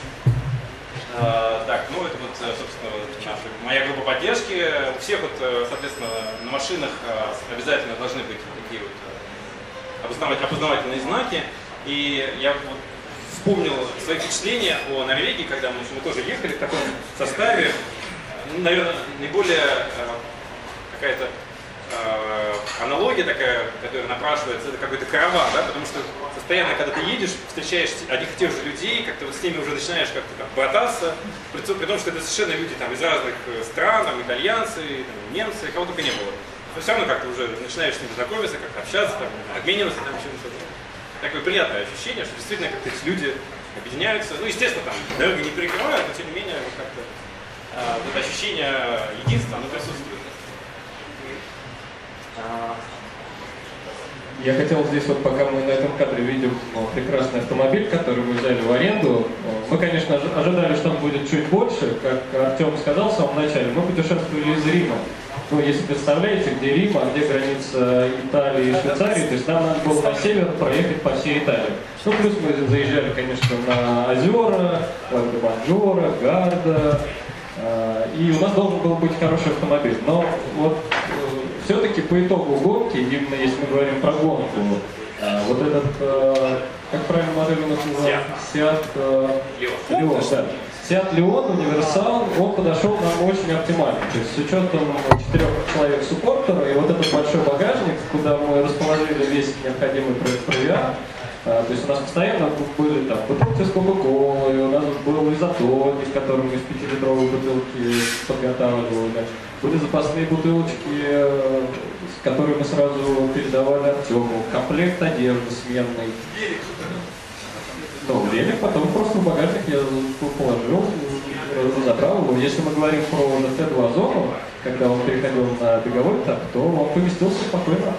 А, так, ну это вот, собственно, наша, моя группа поддержки. У всех вот, соответственно, на машинах обязательно должны быть такие вот опознавательные, опознавательные знаки. И я вот вспомнил свои впечатления о Норвегии, когда мы, мы тоже ехали в таком составе. Ну, наверное, наиболее какая-то аналогия такая, которая напрашивается, это какой-то караван, да, потому что постоянно, когда ты едешь, встречаешь одних и тех же людей, как-то вот с ними уже начинаешь как-то там брататься, при, при том, что это совершенно люди там из разных стран, там, итальянцы, там, немцы, кого только не было. Но все равно как-то уже начинаешь с ними знакомиться, как-то общаться, там, обмениваться там чем-то. Такое приятное ощущение, что действительно как-то эти люди объединяются. Ну, естественно, там дороги не перекрывают, но тем не менее вот как-то а, вот это ощущение единства, оно присутствует. Я хотел здесь, вот пока мы на этом кадре видим ну, прекрасный автомобиль, который мы взяли в аренду, мы, конечно, ожидали, что он будет чуть больше, как Артем сказал в самом начале, мы путешествовали из Рима. Ну, если представляете, где Рим, а где граница Италии и Швейцарии, то есть нам надо было на север проехать по всей Италии. Ну, плюс мы заезжали, конечно, на озера, Лангобанджора, Гарда, и у нас должен был быть хороший автомобиль. Но вот все-таки по итогу гонки, именно если мы говорим про гонку, вот этот, как правильно модель у нас называется? Сиат Леон. Да. Сиат Леон, универсал, он подошел нам очень оптимально. То есть с учетом четырех человек суппортера и вот этот большой багажник, куда мы расположили весь необходимый провиант. То есть у нас постоянно были там бутылки с кока-колой, у нас был изотоник, в котором мы из пятилитровой бутылки подготавливали. Были запасные бутылочки, которые мы сразу передавали Артему, комплект одежды сменной. Ну, велик потом просто в багажник я положил, разобрал его. Если мы говорим про ди ти два зону, когда он переходил на беговой этап, то он поместился спокойно.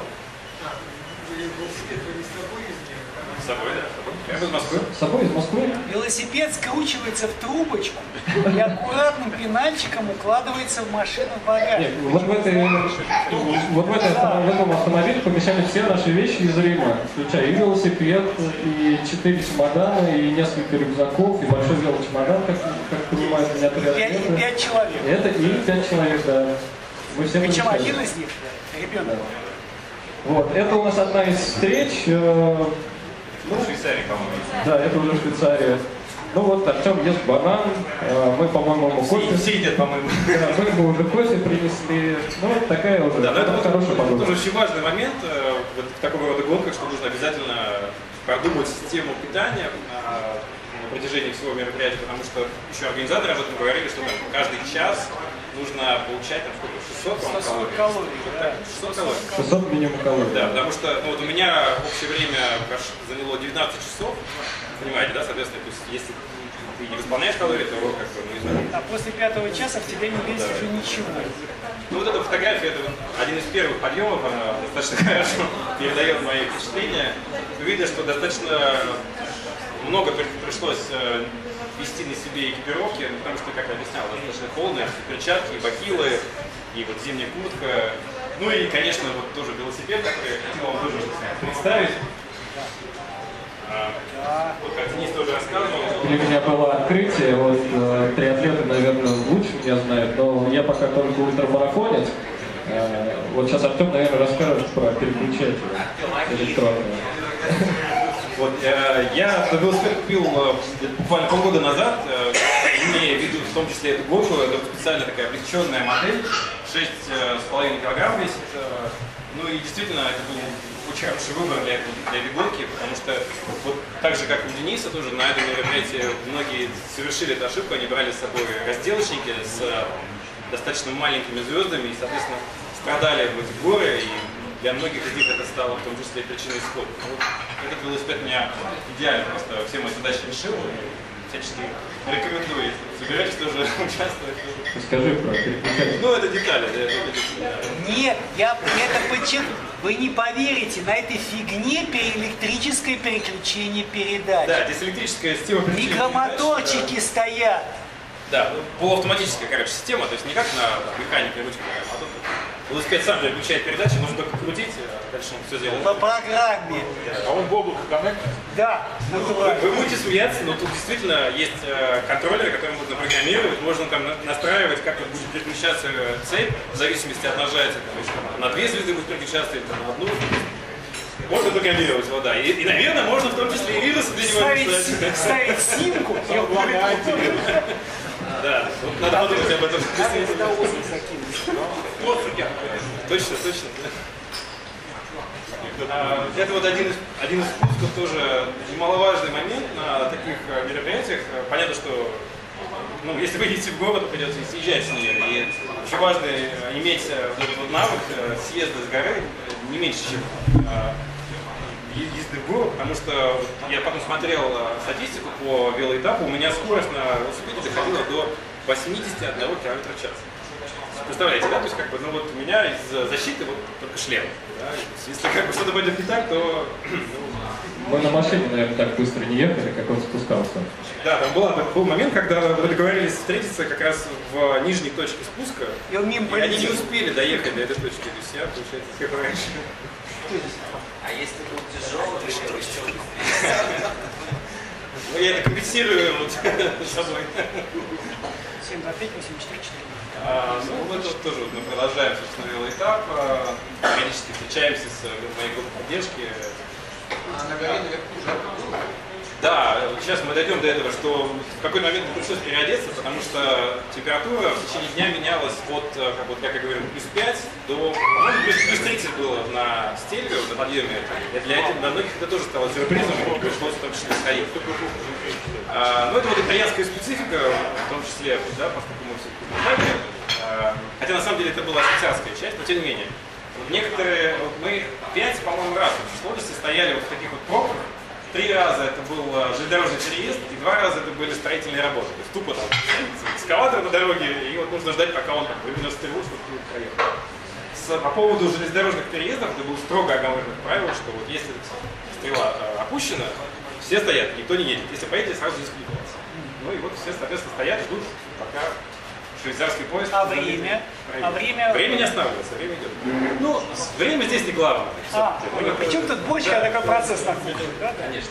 С собой, да? Я из Москвы. С собой из Москвы. Велосипед скручивается в трубочку и аккуратным пенальчиком укладывается в машину в багажник. Нет, вот в, этой, вот в, этой, в этом автомобиле помещали все наши вещи из Рима, включая и велосипед, и четыре чемодана, и несколько рюкзаков, и большой велочемодан, как, как понимают меня три атлета. И пять человек. Это и пять человек, да. Мы все Причем один из них ребенок. Вот, это у нас одна из встреч. Э, ну, в Швейцарии, по-моему. Да, это уже Швейцария. Ну вот, Артем ест банан, э, мы, по-моему, ему кофе. Все едят, по-моему. Да, мы ему уже кофе принесли. Ну, вот такая уже. Да, но это вот хорошая погода. Это тоже очень важный момент э, вот в такого рода гонках, что нужно обязательно продумать систему питания э, на протяжении всего мероприятия, потому что еще организаторы об этом говорили, что там, каждый час нужно получать там сколько, шестьсот калорий. калорий, да. шестьсот калорий. шестьсот минимум калорий. Да, потому что ну, вот у меня общее время заняло девятнадцать часов, понимаете, да, соответственно, то есть если ты не восполняешь калории, то как бы, ну, не знаю. А после пятого часа в тебе не лезет Да. уже ничего. Ну вот эта фотография, это вот один из первых подъемов, она достаточно хорошо передает мои впечатления. Видно, что достаточно много пришлось вести на себе экипировки, потому что, как я объяснял, достаточно холодно, перчатки, бахилы, и вот зимняя куртка. Ну и, конечно, вот тоже велосипед, который я хотел вам тоже представить. А, вот как Денис тоже рассказывал. Для меня было открытие, вот э, триатлеты, наверное, лучше меня знают, но я пока только ультрамарафонец. Э, вот сейчас Артем, наверное, расскажет про переключатель электронный. Вот, э, я велосипед купил э, буквально полгода назад, э, имея в виду в том числе эту гонку, это специально такая облегченная модель, шесть с половиной килограмм весит. Э, ну и действительно, это был очень хороший выбор для, для этой гонки, потому что вот так же, как у Дениса, тоже на этом мероприятии многие совершили эту ошибку, они брали с собой разделочники с достаточно маленькими звездами и, соответственно, страдали в эти горы. И для многих из них это стало в том числе причиной исхода. Вот этот велосипед меня идеально просто все мои задачи решил. Всячески рекомендую, если собираетесь тоже участвовать. Скажи про переключатель. Ну, это детали. Да, это... Нет, я это подчеркну. Вы не поверите, на этой фигне электрическое переключение передач. Да, здесь электрическая система переключения микромоторчики передач, стоят. Да, ну, полуавтоматическая, короче, система, то есть не как на механике ручки, а тут велосипед сам переключает передачи, нужно только крутить, а дальше он все сделает. По программе. А он в облако коннект? Да, Вы, вы будете смеяться, но тут действительно есть э, контроллеры, которые можно программировать, можно там на, настраивать, как вот будет переключаться цепь, в зависимости от нажатия, там, если, там, на две звезды будет переключаться или там, на одну. Можно программировать его, да. И, и, наверное, можно в том числе и вирусы для него ставить, ставить симку и да, вот надо подумать об этом. Точно, точно. А, это вот один из, один из спусков, тоже немаловажный момент на таких мероприятиях. Понятно, что ну, если вы едете в город, то придется съезжать с нее. И очень важно иметь вот этот вот навык съезда с горы не меньше, чем езды в город, потому что я потом смотрел статистику по велоэтапу, у меня скорость на велосипеде доходила до восьмидесяти одного километра в час. Представляете, да? То есть, как бы, ну вот у меня из защиты вот только шлем. Да? Если как бы что-то пойдет не так, то... Мы на машине, наверное, так быстро не ехали, как он спускался. Да, там был, был момент, когда мы договорились встретиться как раз в нижней точке спуска, и, он мимо и они не успели доехать до этой точки. То есть я, получается, как раньше. А если был тяжелый, то еще ну, я это компенсирую вот с собой. семь два пять восемь четыре четыре. А, ну, мы тут тоже вот, мы продолжаем, собственно, велоэтап. А, периодически встречаемся с моей группой поддержки. А на горе наверху жарко было? Да, сейчас мы дойдем до этого, что в какой-то момент мне пришлось переодеться, потому что температура в течение дня менялась от, как, вот, как я говорю, плюс пять до ну, плюс, плюс тридцать было на стельве, на подъеме. И для, этого, для многих это тоже стало сюрпризом, и пришлось в том числе сходить. А, ну, это вот итальянская специфика, в том числе, да, поскольку мы все-таки в Италии. А, хотя на самом деле это была швейцарская часть, но тем не менее. Вот некоторые, вот мы пять, по-моему, раз в сложности стояли вот в таких вот пробках. Три раза это был железнодорожный переезд, и два раза это были строительные работы. То есть тупо там экскаватор на дороге, и вот нужно ждать, пока он там вывернет стрелу, чтобы проехал. С, по поводу железнодорожных переездов, это было строго оговорено правило, что вот если стрела э, опущена, все стоят, никто не едет. Если поедете, сразу дисквалификация. Ну и вот все, соответственно, стоят, ждут, пока швейцарский поезд... А время? А время? Время не останавливается, время идет. Ну, время здесь не главное. А, причем тут бочка, такой процесс находится, да? Конечно.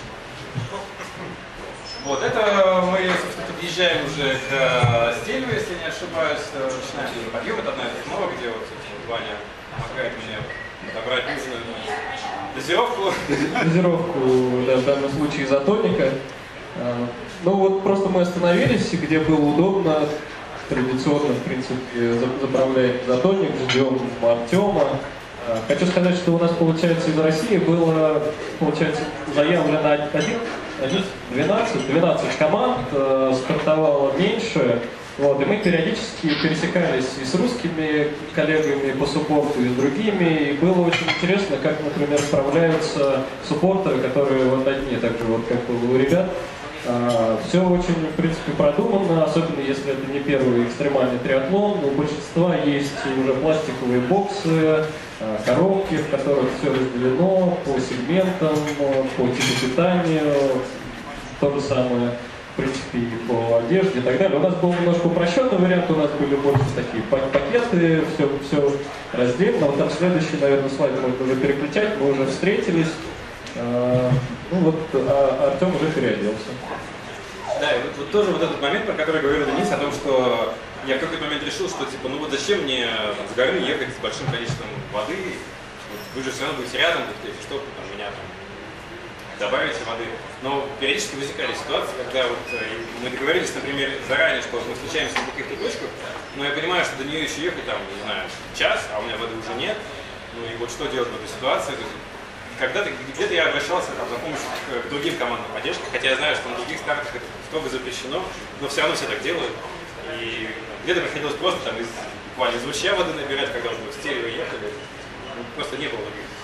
Вот, это мы, собственно, подъезжаем уже к Стельве, если не ошибаюсь, начинаем подъем, это одна из основок, где вот, Ваня помогает мне подобрать нужную дозировку. Дозировку, да, в данном случае изотоника. Ну вот просто мы остановились, где было удобно. Традиционно, в принципе, заправляем изотоник, ждем Артема. Хочу сказать, что у нас, получается, из России было, получается, заявлено один, двенадцать, двенадцать команд, стартовало меньше. Вот, и мы периодически пересекались и с русскими коллегами по суппорту, и с другими. И было очень интересно, как, например, справляются суппортеры, которые вот одни, так же вот, как было у ребят. Uh, все очень, в принципе, продумано, особенно если это не первый экстремальный триатлон. У большинства есть уже пластиковые боксы, uh, коробки, в которых все разделено по сегментам, по типу питания. То же самое, в принципе, и по одежде и так далее. У нас был немножко упрощенный вариант, у нас были больше такие пакеты, все, все раздельно. Вот там следующий, наверное, слайд можно уже переключать, мы уже встретились. А, ну вот а, Артем уже переоделся. Да, и вот, вот тоже вот этот момент, про который говорил Денис, о том, что я в какой-то момент решил, что типа, ну вот зачем мне там, с горы ехать с большим количеством воды, вот, вы же все равно будете рядом, если что, там, меня там добавите воды. Но периодически возникали ситуации, когда вот мы договорились, например, заранее, что вот мы встречаемся на каких-то точках, но я понимаю, что до нее еще ехать там, не знаю, час, а у меня воды уже нет. Ну и вот что делать в этой ситуации? Когда-то, где-то я обращался там, за помощью к, к другим командам поддержки, хотя я знаю, что на других стартах это строго запрещено, но все равно все так делают. И где-то приходилось просто там из, буквально из ручья воды набирать, когда уже в стерео ехали. Ну, просто не было других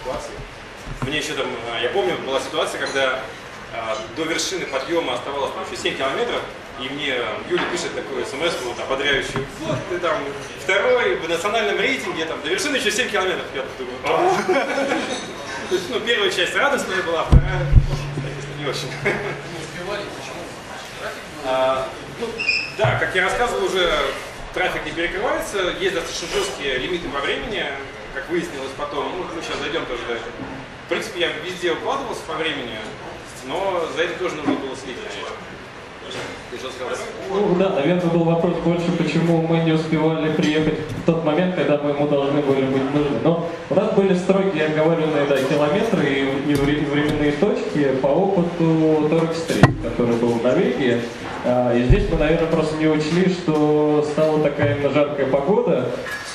ситуации. Мне еще там, я помню, была ситуация, когда до вершины подъема оставалось там, еще семь километров, и мне Юля пишет такую смс вот, ободряющую: вот ты там второй в национальном рейтинге, там, до вершины еще семь километров. Я думаю, то есть, ну, первая часть радостная была, вторая, конечно, не очень. Не успевали, почему? А, ну, да, как я рассказывал уже, трафик не перекрывается, есть достаточно жесткие лимиты по времени, как выяснилось потом, ну, мы сейчас зайдем тоже до этого. В принципе, я везде укладывался по времени, но за это тоже нужно было следить, конечно. Ты что сказал? Ну да, наверное, был вопрос больше, почему мы не успевали приехать в тот момент, когда мы ему должны были быть нужны. Но у нас были строгие оговоренные, да, километры и, и временные точки по опыту Торекс-три, который был в Норвегии. А, и здесь мы, наверное, просто не учли, что стала такая именно жаркая погода,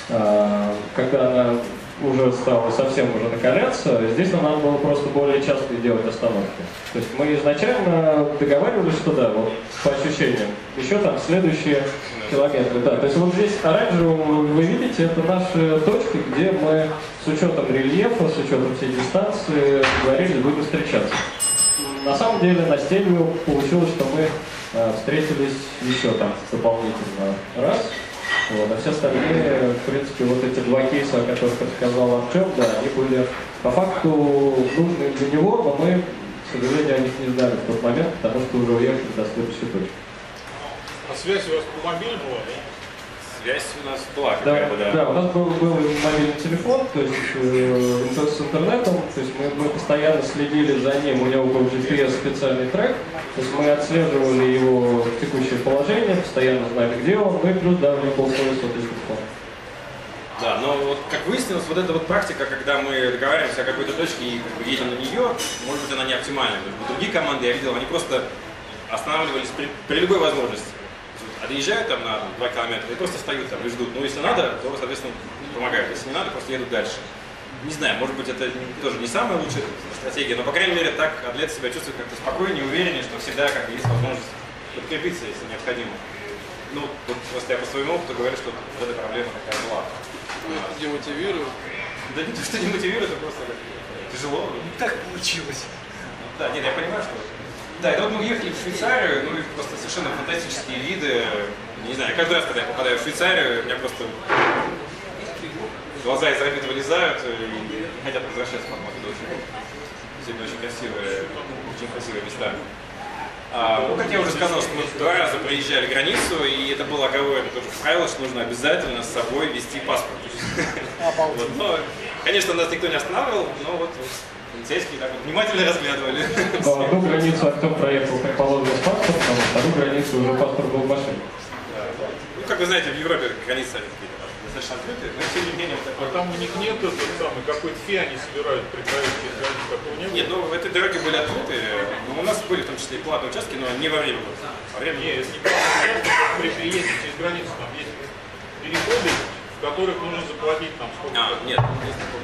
а, когда она уже стала совсем уже накаляться. Здесь нам надо было просто более часто делать остановки. То есть мы изначально договаривались, что да, вот по ощущениям, еще там следующие километры. Да, то есть вот здесь оранжевым вы видите, это наши точки, где мы с учетом рельефа, с учетом всей дистанции договорились, будем встречаться. На самом деле на Стельвио получилось, что мы э, встретились еще там дополнительно раз. Вот, а все остальные, в принципе, вот эти два кейса, о которых рассказал Артем, да, они были по факту нужны для него, но мы, к сожалению, о них не знали в тот момент, потому что уже уехали до следующей точки. А связь у вас по мобилю была, да? Связь у нас была Да, какая-то, да. да, у нас был, был мобильный телефон, то есть э, с интернетом, то есть мы, мы постоянно следили за ним, у него был джи пи эс специальный трек, то есть мы отслеживали его текущее положение, постоянно знали, где он, ну и плюс, да, у него был свой сотовый телефон. Да, но вот как выяснилось, вот эта вот практика, когда мы договариваемся о какой-то точке и как бы едем на нее, может быть, она не оптимальна. Другие команды, я видел, они просто останавливались при, при любой возможности. Отъезжают там на два километра и просто встают там и ждут. Ну, если надо, то, соответственно, помогают. Если не надо, просто едут дальше. Не знаю, может быть, это тоже не самая лучшая стратегия, но, по крайней мере, так атлет себя чувствует как-то спокойнее, увереннее, что всегда как бы есть возможность подкрепиться, если необходимо. Ну, вот просто я по своему опыту говорю, что вот эта проблема такая была. Ну, это демотивирует. Да не то, что демотивирует, это просто тяжело. Так получилось. Да, нет, я понимаю, что... Да, это вот мы ехали в Швейцарию, ну и просто совершенно фантастические виды. Не знаю, каждый раз, когда я попадаю в Швейцарию, у меня просто глаза из орбит вылезают и не хотят возвращаться, потому что это очень, действительно очень красивые, очень красивые места. А, ну, как я уже сказал, что мы два раза проезжали границу, и это было оговорено тоже в правилах, что нужно обязательно с собой вести паспорт. Вот, но, конечно, нас никто не останавливал, но вот полицейские так вот внимательно разглядывали. Но одну границу Артем проехал, как положено, с паспортом, а вторую границу уже паспорт был в машине. Да, да. Ну, как вы знаете, в Европе границы достаточно открытые, но тем не менее... А там у них нет этот самый, какой-то фи они собирают при проезде границ, такого не было? Нет, ну в этой дороге были открыты, но у нас были в том числе и платные участки, но не во время года. Во время... Нет, если не платные участки, при приезде через границу там есть переходы, в которых нужно заплатить там сколько-то. А, нет, есть такого.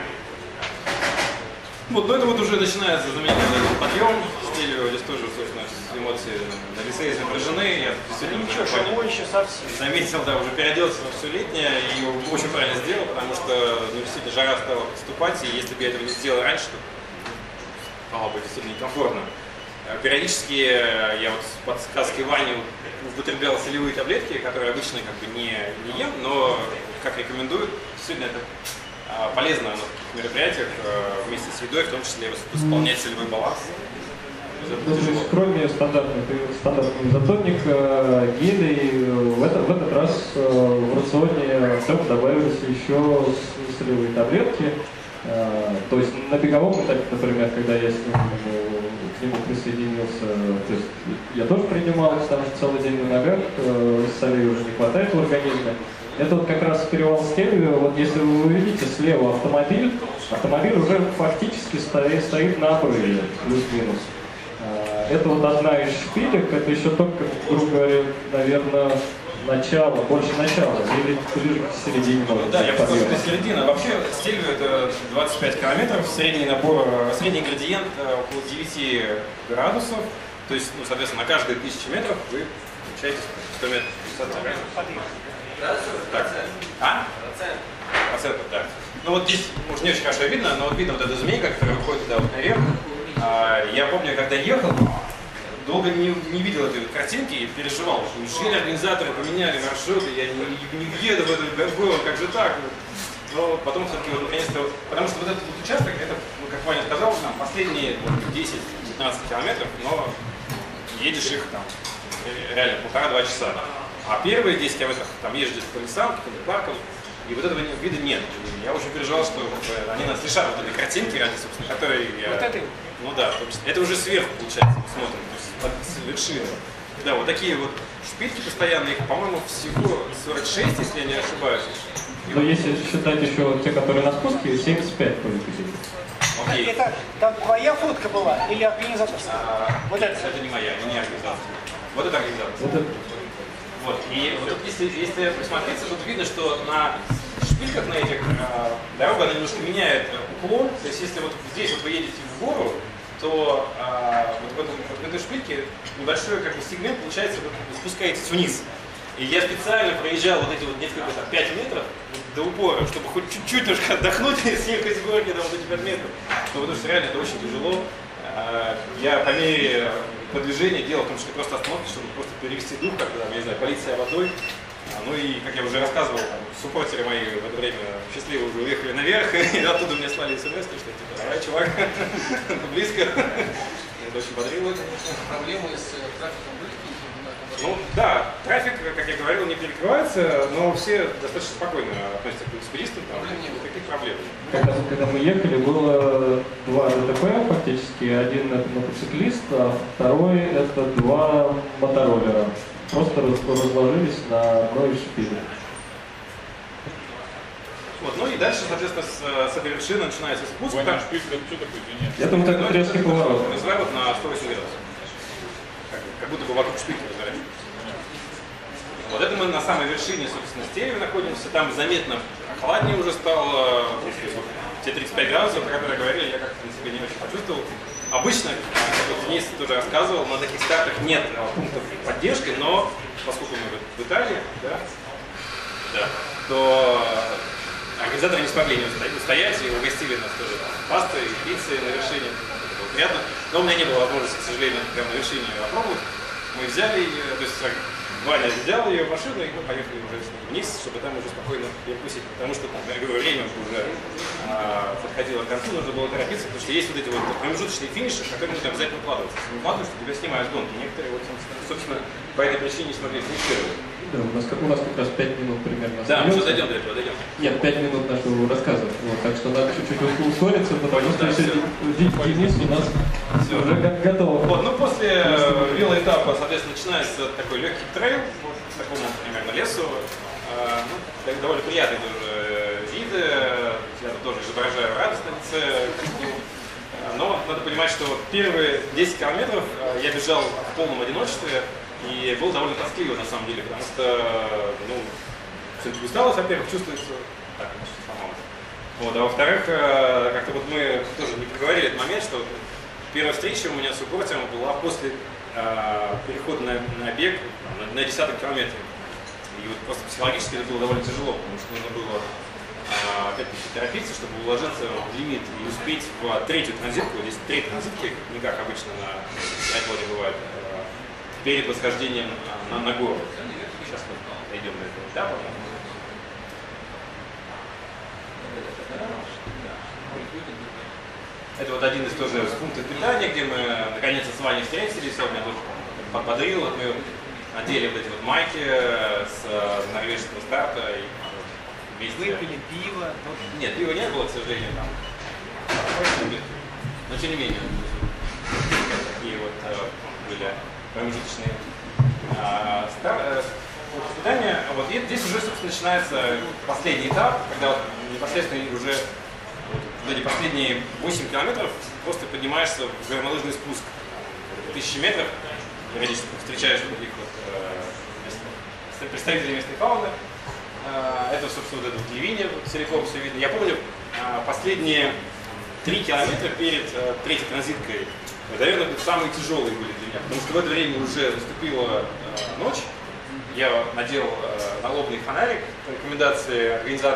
Вот, но это вот уже начинается замечательный подъем. Стельвио здесь тоже, собственно, эмоции на лице изображены. Я действительно Ничего, шагу еще совсем. заметил, да, уже переоделся во все летнее и очень правильно сделал, потому что ну, действительно жара стала поступать, и если бы я этого не сделал раньше, то стало бы действительно некомфортно. Периодически я вот под сказки Вани употреблял солевые таблетки, которые обычно как бы не, не ем, но как рекомендуют, действительно это полезно на мероприятиях вместе с едой, в том числе восполнять солевой баланс. То есть, кроме стандартных, стандартных изотоник, гелей, в этот, в этот раз в рационе Артем добавились еще солевые таблетки. То есть на беговом этапе, например, когда я с ним, к нему присоединился, то есть я тоже принимал, потому что целый день на ногах, солей уже не хватает в организме. Это вот как раз перевал Стельвио, вот если вы увидите слева автомобиль, автомобиль уже фактически стоит, стоит на обрыве, плюс-минус. Это вот одна из шпилек, это еще только, грубо говоря, наверное, начало, больше начала, или ближе к середине. Да, я подумал, что середина. Вообще, Стельвио это двадцать пять километров, средний набор, средний градиент около девяти градусов, то есть, ну, соответственно, на каждые тысячи метров вы получаете сто метров. Так. А? процентов, да. Ну вот здесь, может, не очень хорошо видно, но вот видно вот эта змейка, которая выходит туда вот наверх. А, я помню, когда ехал, долго не, не видел этой вот картинки и переживал, что неужели организаторы поменяли маршруты, я не, не, не еду в этот город, как же так? Но потом все-таки вот наконец-то, потому что вот этот вот участок, это, ну, как Ваня сказал, там последние десять-пятнадцать километров, но едешь их там реально полтора-два часа. А первые десять километров там ездишь по лесам, каким-то паркам, и вот этого вида нет. И я очень переживал, что они нас лишат вот этой картинки, ради, собственно, которой я... Вот этой? Ну да, это уже сверху, получается, мы смотрим, то есть с вершины. Да, вот такие вот шпильки постоянные, их, по-моему, всего сорок шесть, если я не ошибаюсь. Но если считать еще те, которые на спуске, семьдесят пять будет тысяч. Окей. Это там твоя фотка была или организаторская? А, вот нет, это? это не моя, не организация. Вот это организация. Это... Вот, и вот если, если присмотреться, тут видно, что на шпильках на этих э, дорога она немножко меняет уклон. То есть если вот здесь вот вы едете в гору, то э, вот в, этом, вот в этой шпильке небольшой как бы сегмент, получается, вы спускаетесь вниз. И я специально проезжал вот эти вот несколько, там, пять метров до упора, чтобы хоть чуть-чуть немножко отдохнуть и съехать с горки там вот эти пять метров. Но потому что реально это очень тяжело. Я по мере продвижения делал, потому что просто остановки, чтобы просто перевести дух, когда, я не знаю, полиция водой. Ну и, как я уже рассказывал, там, суппортеры мои в это время счастливо уже уехали наверх, и оттуда мне слали смс, что типа, давай, чувак, близко. Это очень бодрило. Проблемы с трафиком были? Ну да, трафик, как я говорил, не перекрывается, но все достаточно спокойно относятся к велосипедистам, там никаких проблем. Когда, когда мы ехали, было два ДТП фактически. Один это мотоциклист, а второй это два мотороллера. Просто разложились на одной шпиле. Вот, ну и дальше, соответственно, с, с этой вершины начинается спуск. Ваня, шпилька, это что такое? Извини. Это вот этот резкий поворот. Разворот на сто восемь градусов. Как, как будто бы вокруг шпильки разворачивается. Вот это мы на самой вершине, собственно, стеля находимся. Там заметно холоднее уже стало. Те тридцать пять градусов, про которые говорили, я как-то на себе не очень почувствовал. Обычно, как вот Денис тоже рассказывал, на таких стартах нет пунктов поддержки, но поскольку мы в Италии, да, да, то организаторы не смогли не устоять и угостили нас тоже пастой и пиццей на вершине. Это было приятно. Но у меня не было возможности, к сожалению, прямо на вершине попробовать. Мы взяли, то есть Ваня взял ее в машину, и мы поехали уже вниз, чтобы там уже спокойно перекусить. Потому что, там, я говорю, время уже а, подходило к концу, нужно было торопиться, потому что есть вот эти вот промежуточные финиши, которые нужно обязательно укладываться. Если не укладываешь, тебя снимают с гонки. Некоторые, вот, собственно, по этой причине не смогли финишировать. Да, у нас, у нас как раз пять минут примерно. Да, мы сейчас дойдем до этого, дойдем. Нет, пять минут нашего рассказа. Вот, так что надо чуть-чуть ускориться, потому что да, если Денис у нас все уже готов. Вот, ну после велоэтапа, соответственно, начинается такой легкий трейл, вот, к такому, примерно, лесу. А, ну, довольно приятные тоже виды. Я тут тоже изображаю радость на лице. Но надо понимать, что первые десять километров я бежал в полном одиночестве. И было довольно тоскливо, на самом деле, потому что, ну, все-таки усталость, во-первых, чувствуется так, по-моему. Вот, а во-вторых, как-то вот мы тоже не проговорили этот момент, что первая встреча у меня с суппортером была после э, перехода на, на бег на, на десятом километре. И вот просто психологически это было довольно тяжело, потому что нужно было э, опять-таки торопиться, чтобы уложиться в лимит и успеть в третью транзитку. Здесь три транзитки, не как обычно на триатлоне бывает, перед восхождением на, на гору. Сейчас мы дойдем до этого этапа. Это вот один из тоже пунктов питания, где мы наконец-то с вами встретились. Он меня тут подбодрил. Вот мы надели вот эти вот майки с норвежского старта. И вместе... Выпили пиво. Нет, пива не было, к сожалению, там. Но тем не менее, такие вот были промежуточные а, стар, испытания. Вот, и здесь уже, собственно, начинается последний этап, когда вот непосредственно уже вот, эти последние восемь километров просто поднимаешься в горнолыжный спуск. Тысячи метров, периодически встречаешь вот таких вот э, представителей местной фауны. Э, это, собственно, вот это вот ливень, вот, целиком все видно. Я помню, э, последние три километра перед э, третьей транзиткой, наверное, самые тяжелые были для меня, потому что в это время уже наступила э, ночь. Я надел э, налобный фонарик по рекомендации организаторов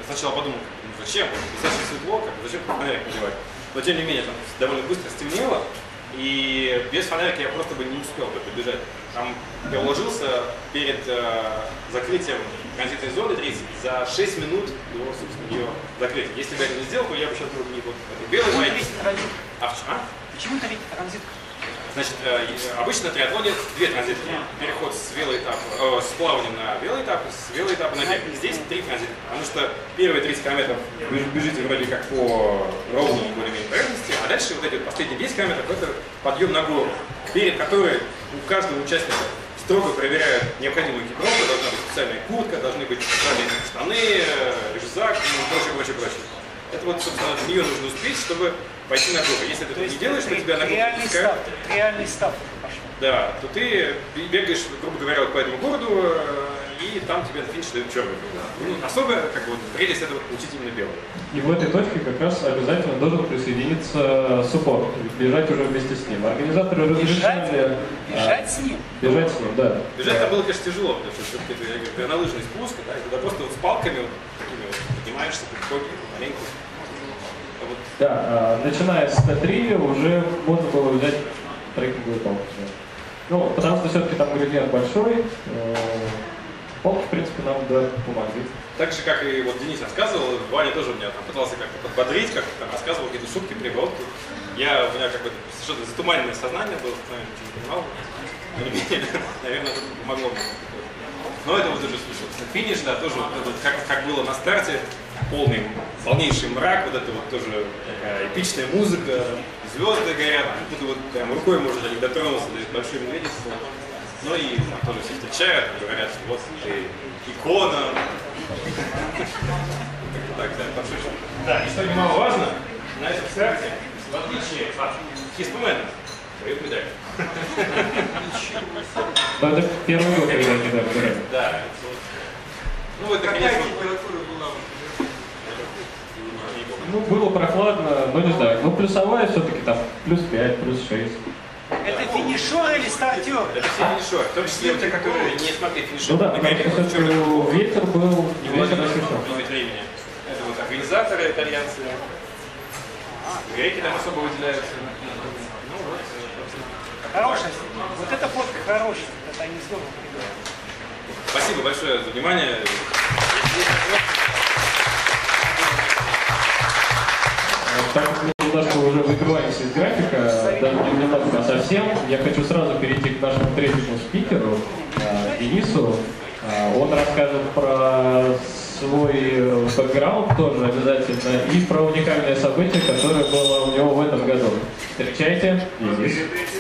сначала подумал, ну зачем, достаточно светло, как, зачем фонарик надевать. Но тем не менее, там довольно быстро стемнело, и без фонарика я просто бы не успел бы побежать. Там я уложился перед э, закрытием транзитной зоны тридцать за шесть минут до, собственно, ее закрытия. Если бы я это не сделал, то я бы сейчас был не вот в этой белой майке. А, а? Почему это ведь транзит? Значит, э, обычно в триатлоне две транзитки. Переход с велоэтапа, э, с плавания на велоэтап, с велоэтапа на бег. Здесь три транзитки. Потому что первые тридцать километров вы бежите вроде как по ровному более-менее поверхности, а дальше вот эти вот последние десять километров это подъем на гору, перед которой у каждого участника строго проверяют необходимую экипировку, должна быть специальная куртка, должны быть специальные штаны, рюкзак и прочее, прочее, прочее. Это вот, собственно, в нее нужно успеть, чтобы пойти на гору. Если ты это не делаешь, то тебя на гору пускают. Реальный старт пошел. Да, то ты бегаешь, грубо говоря, вот по этому городу, и там тебе на финиш дают черный. Ну, особая, как бы, вот, прелесть этого получить именно белый. И в этой точке как раз обязательно должен присоединиться суппорт, бежать уже вместе с ним. Организаторы разрешали... Бежать с ним? Бежать с ним, да. Бежать там было, конечно, тяжело, потому что все-таки это, я говорю, горнолыжный спуск, да, и туда просто вот с палками вот, такими вот поднимаешься, потихоньку, маленько. Вот. Да, а, начиная с Т три уже можно было взять трекинговую палку. Ну, потому что все-таки там градиент большой, э, палки, в принципе, нам да, помогли. Так же, как и вот Денис рассказывал, Ваня тоже меня там пытался как-то подбодрить, как-то там рассказывал какие-то шутки, прибаутки. Я, у меня как бы что-то затуманенное сознание было, наверное, ничего не понимал. Но не менее, наверное, это помогло мне. Но это вот уже слушал. Финиш, да, тоже вот, это, как, как было на старте, полный, полнейший мрак, вот это вот тоже такая эпичная музыка, звезды горят, тут вот прям рукой можно до них дотронуться, до большой медведицы. Ну и там тоже все встречают, говорят, что вот ты икона. Так, да, подшучу. Да, и что немаловажно, на этом старте, в отличие от Хиспомена, дают медаль. Но это первый год, когда они так говорят. Да. Ну, это, конечно, ну, было прохладно, но не знаю. Ну, плюсовая все-таки там плюс пять, плюс шесть. Это финишер или стартер? это все финишеры, в том числе те, которые не смогли финишировать. Ну да, на потому горе, что все-таки ветер был, не ветер возможно освещал. время времени. Это вот организаторы итальянцы. Греки там особо выделяются. Ну вот, собственно. Хорошая. Вот эта фотка хорошая. Это они здорово придумали. Спасибо большое за внимание. Так как мы немножко уже выбиваемся из графика, даже не немного, а совсем, я хочу сразу перейти к нашему третьему спикеру, Денису. Он расскажет про свой бэкграунд тоже обязательно и про уникальное событие, которое было у него в этом году. Встречайте, Денис.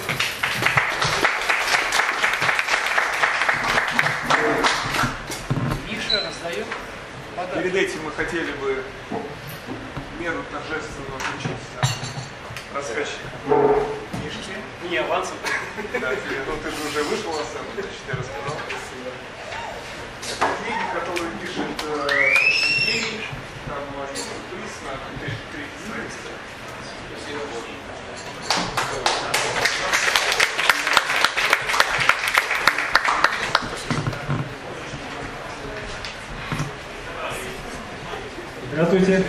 Миша раздает подарок. Перед этим мы хотели бы меру торжественно включить рассказчика книжки. Не авансом. Да, ты, ну ты же уже вышел на сцену, значит, я рассказал. Это книги, которые пишет э, Евгений, там написано третья страница. Здравствуйте.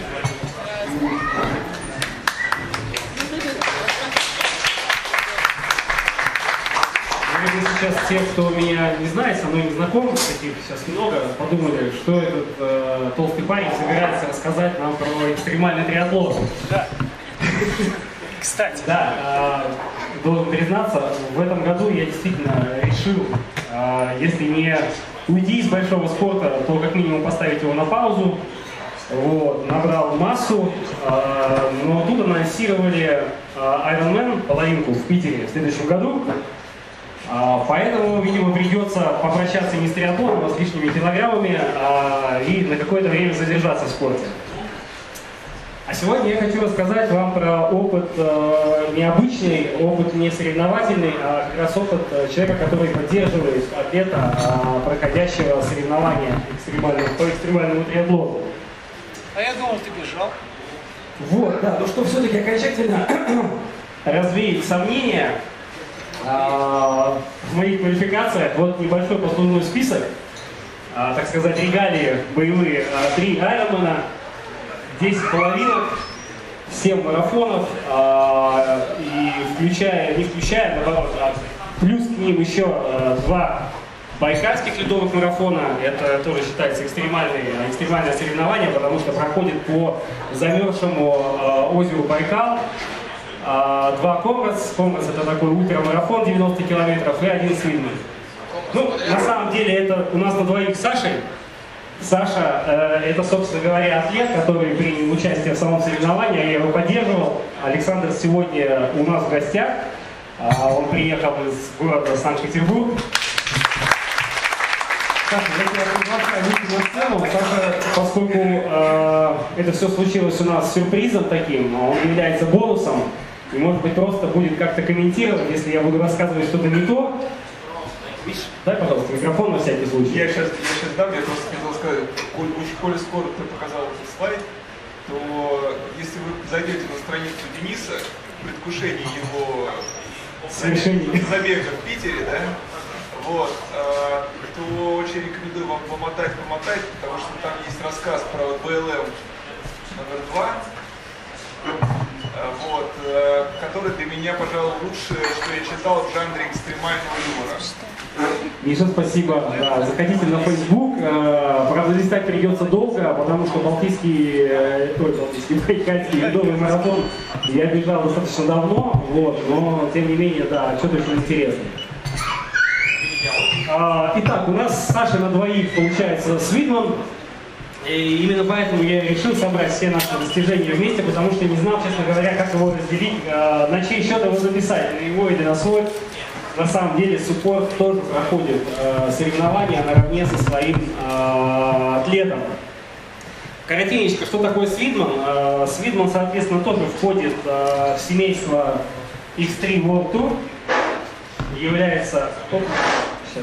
Наверное, сейчас те, кто меня не знает, со мной не знаком, таких сейчас много, подумали, что этот э, толстый парень собирается рассказать нам про экстремальный триатлон. Да. Кстати. Да, э, должен признаться, в этом году я действительно решил, э, если не уйти из большого спорта, то как минимум поставить его на паузу. Вот, набрал массу, э, но тут анонсировали э, Ironman, половинку в Питере в следующем году. Э, поэтому, видимо, придется попрощаться не с триатлоном, а с лишними килограммами э, и на какое-то время задержаться в спорте. А сегодня я хочу рассказать вам про опыт э, необычный, опыт не соревновательный, а как раз опыт э, человека, который поддерживает атлета, э, проходящего соревнования экстремального, по экстремальному триатлону. А я думал, ты бежал. Вот, да, ну что все-таки окончательно развеять сомнения э, в моих квалификациях, вот небольшой послужной список. а, так сказать, регалии боевые. А, три айронмена, десять половинок, семь марафонов, а, и включая, не включая, наоборот, а плюс к ним еще а, два байкальских ледовых марафона. Это тоже считается экстремальное, экстремальное соревнование, потому что проходит по замерзшему а, озеру Байкал. А, два Комрас. Комрас — это такой ультрамарафон девяносто километров, и один Свидман. Ну, на самом деле, это у нас на двоих с Сашей. Саша, э, это, собственно говоря, атлет, который принял участие в самом соревновании, я его поддерживал. Александр сегодня у нас в гостях. А, он приехал из города Санкт-Петербург. Саша, я тебя приглашаю выйти на сцену. Саша, поскольку э, это все случилось у нас сюрпризом таким, он является бонусом, и, может быть, просто будет как-то комментировать, если я буду рассказывать что-то не то. Дай, пожалуйста, микрофон на всякий случай. Я сейчас, я сейчас дам, я просто хотел сказать, коль, коль скоро ты показал этот слайд, то если вы зайдете на страницу Дениса в предвкушении его забега в Питере, да, вот, э, то очень рекомендую вам помотать, помотать, потому что там есть рассказ про бэ эл эм номер два, вот, э, который для меня, пожалуй, лучшее, что я читал в жанре экстремального юмора. Миша, спасибо. Да, заходите на Facebook. Правда, листать придется долго, потому что Балтийский, э, ой, Балтийский, Байкальский ледовый марафон я бежал достаточно давно, вот, но тем не менее, да, что-то очень интересное. А, итак, у нас с Сашей на двоих получается Свидман. И именно поэтому я решил собрать все наши достижения вместе, потому что не знал, честно говоря, как его разделить, а, на чей счет его записать, на его или на свой. На самом деле суппорт тоже проходит э, соревнования наравне со своим э, атлетом. Коротенечко, что такое Свидман? Э, Свидман, соответственно, тоже входит э, в семейство икс три World Tour. Является... Оп, сейчас.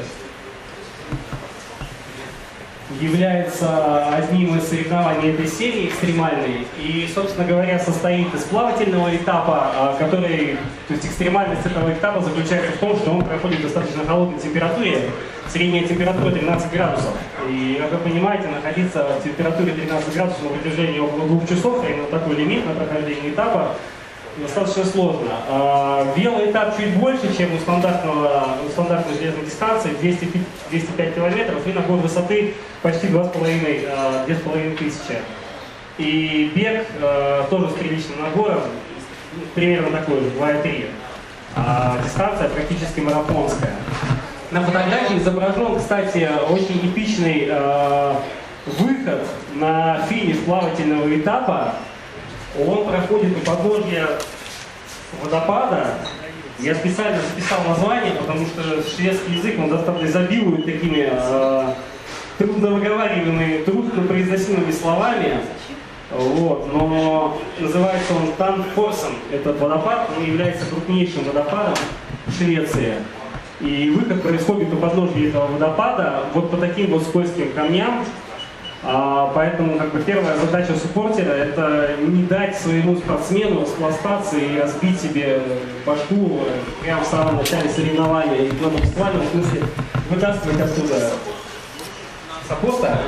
Является одним из соревнований этой серии экстремальной и, собственно говоря, состоит из плавательного этапа, который, то есть экстремальность этого этапа заключается в том, что он проходит в достаточно холодной температуре, средняя температура тринадцать градусов. И, как вы понимаете, находиться в температуре тринадцать градусов на протяжении около двух часов, именно такой лимит на прохождение этапа, достаточно сложно. Велоэтап чуть больше, чем у, стандартного, у стандартной железной дистанции, двести пять километров, и набор высоты почти два с половиной тысячи. И бег тоже с приличным набором, примерно такой же, два и три. А дистанция практически марафонская. На фотографии изображен, кстати, очень эпичный выход на финиш плавательного этапа. Он проходит у подножья водопада. Я специально записал название, потому что шведский язык он достаточно изобилует такими э, трудновыговариваемыми, труднопроизносимыми словами. Вот. Но называется он Тандфорсен. Этот водопад, он является крупнейшим водопадом в Швеции. И выход происходит у подножья этого водопада вот по таким вот скользким камням. А, поэтому как бы, первая задача суппортера — это не дать своему спортсмену спластаться и разбить себе башку прямо в самом начале соревнования. И в буквальном смысле вытаскивать оттуда саппорта.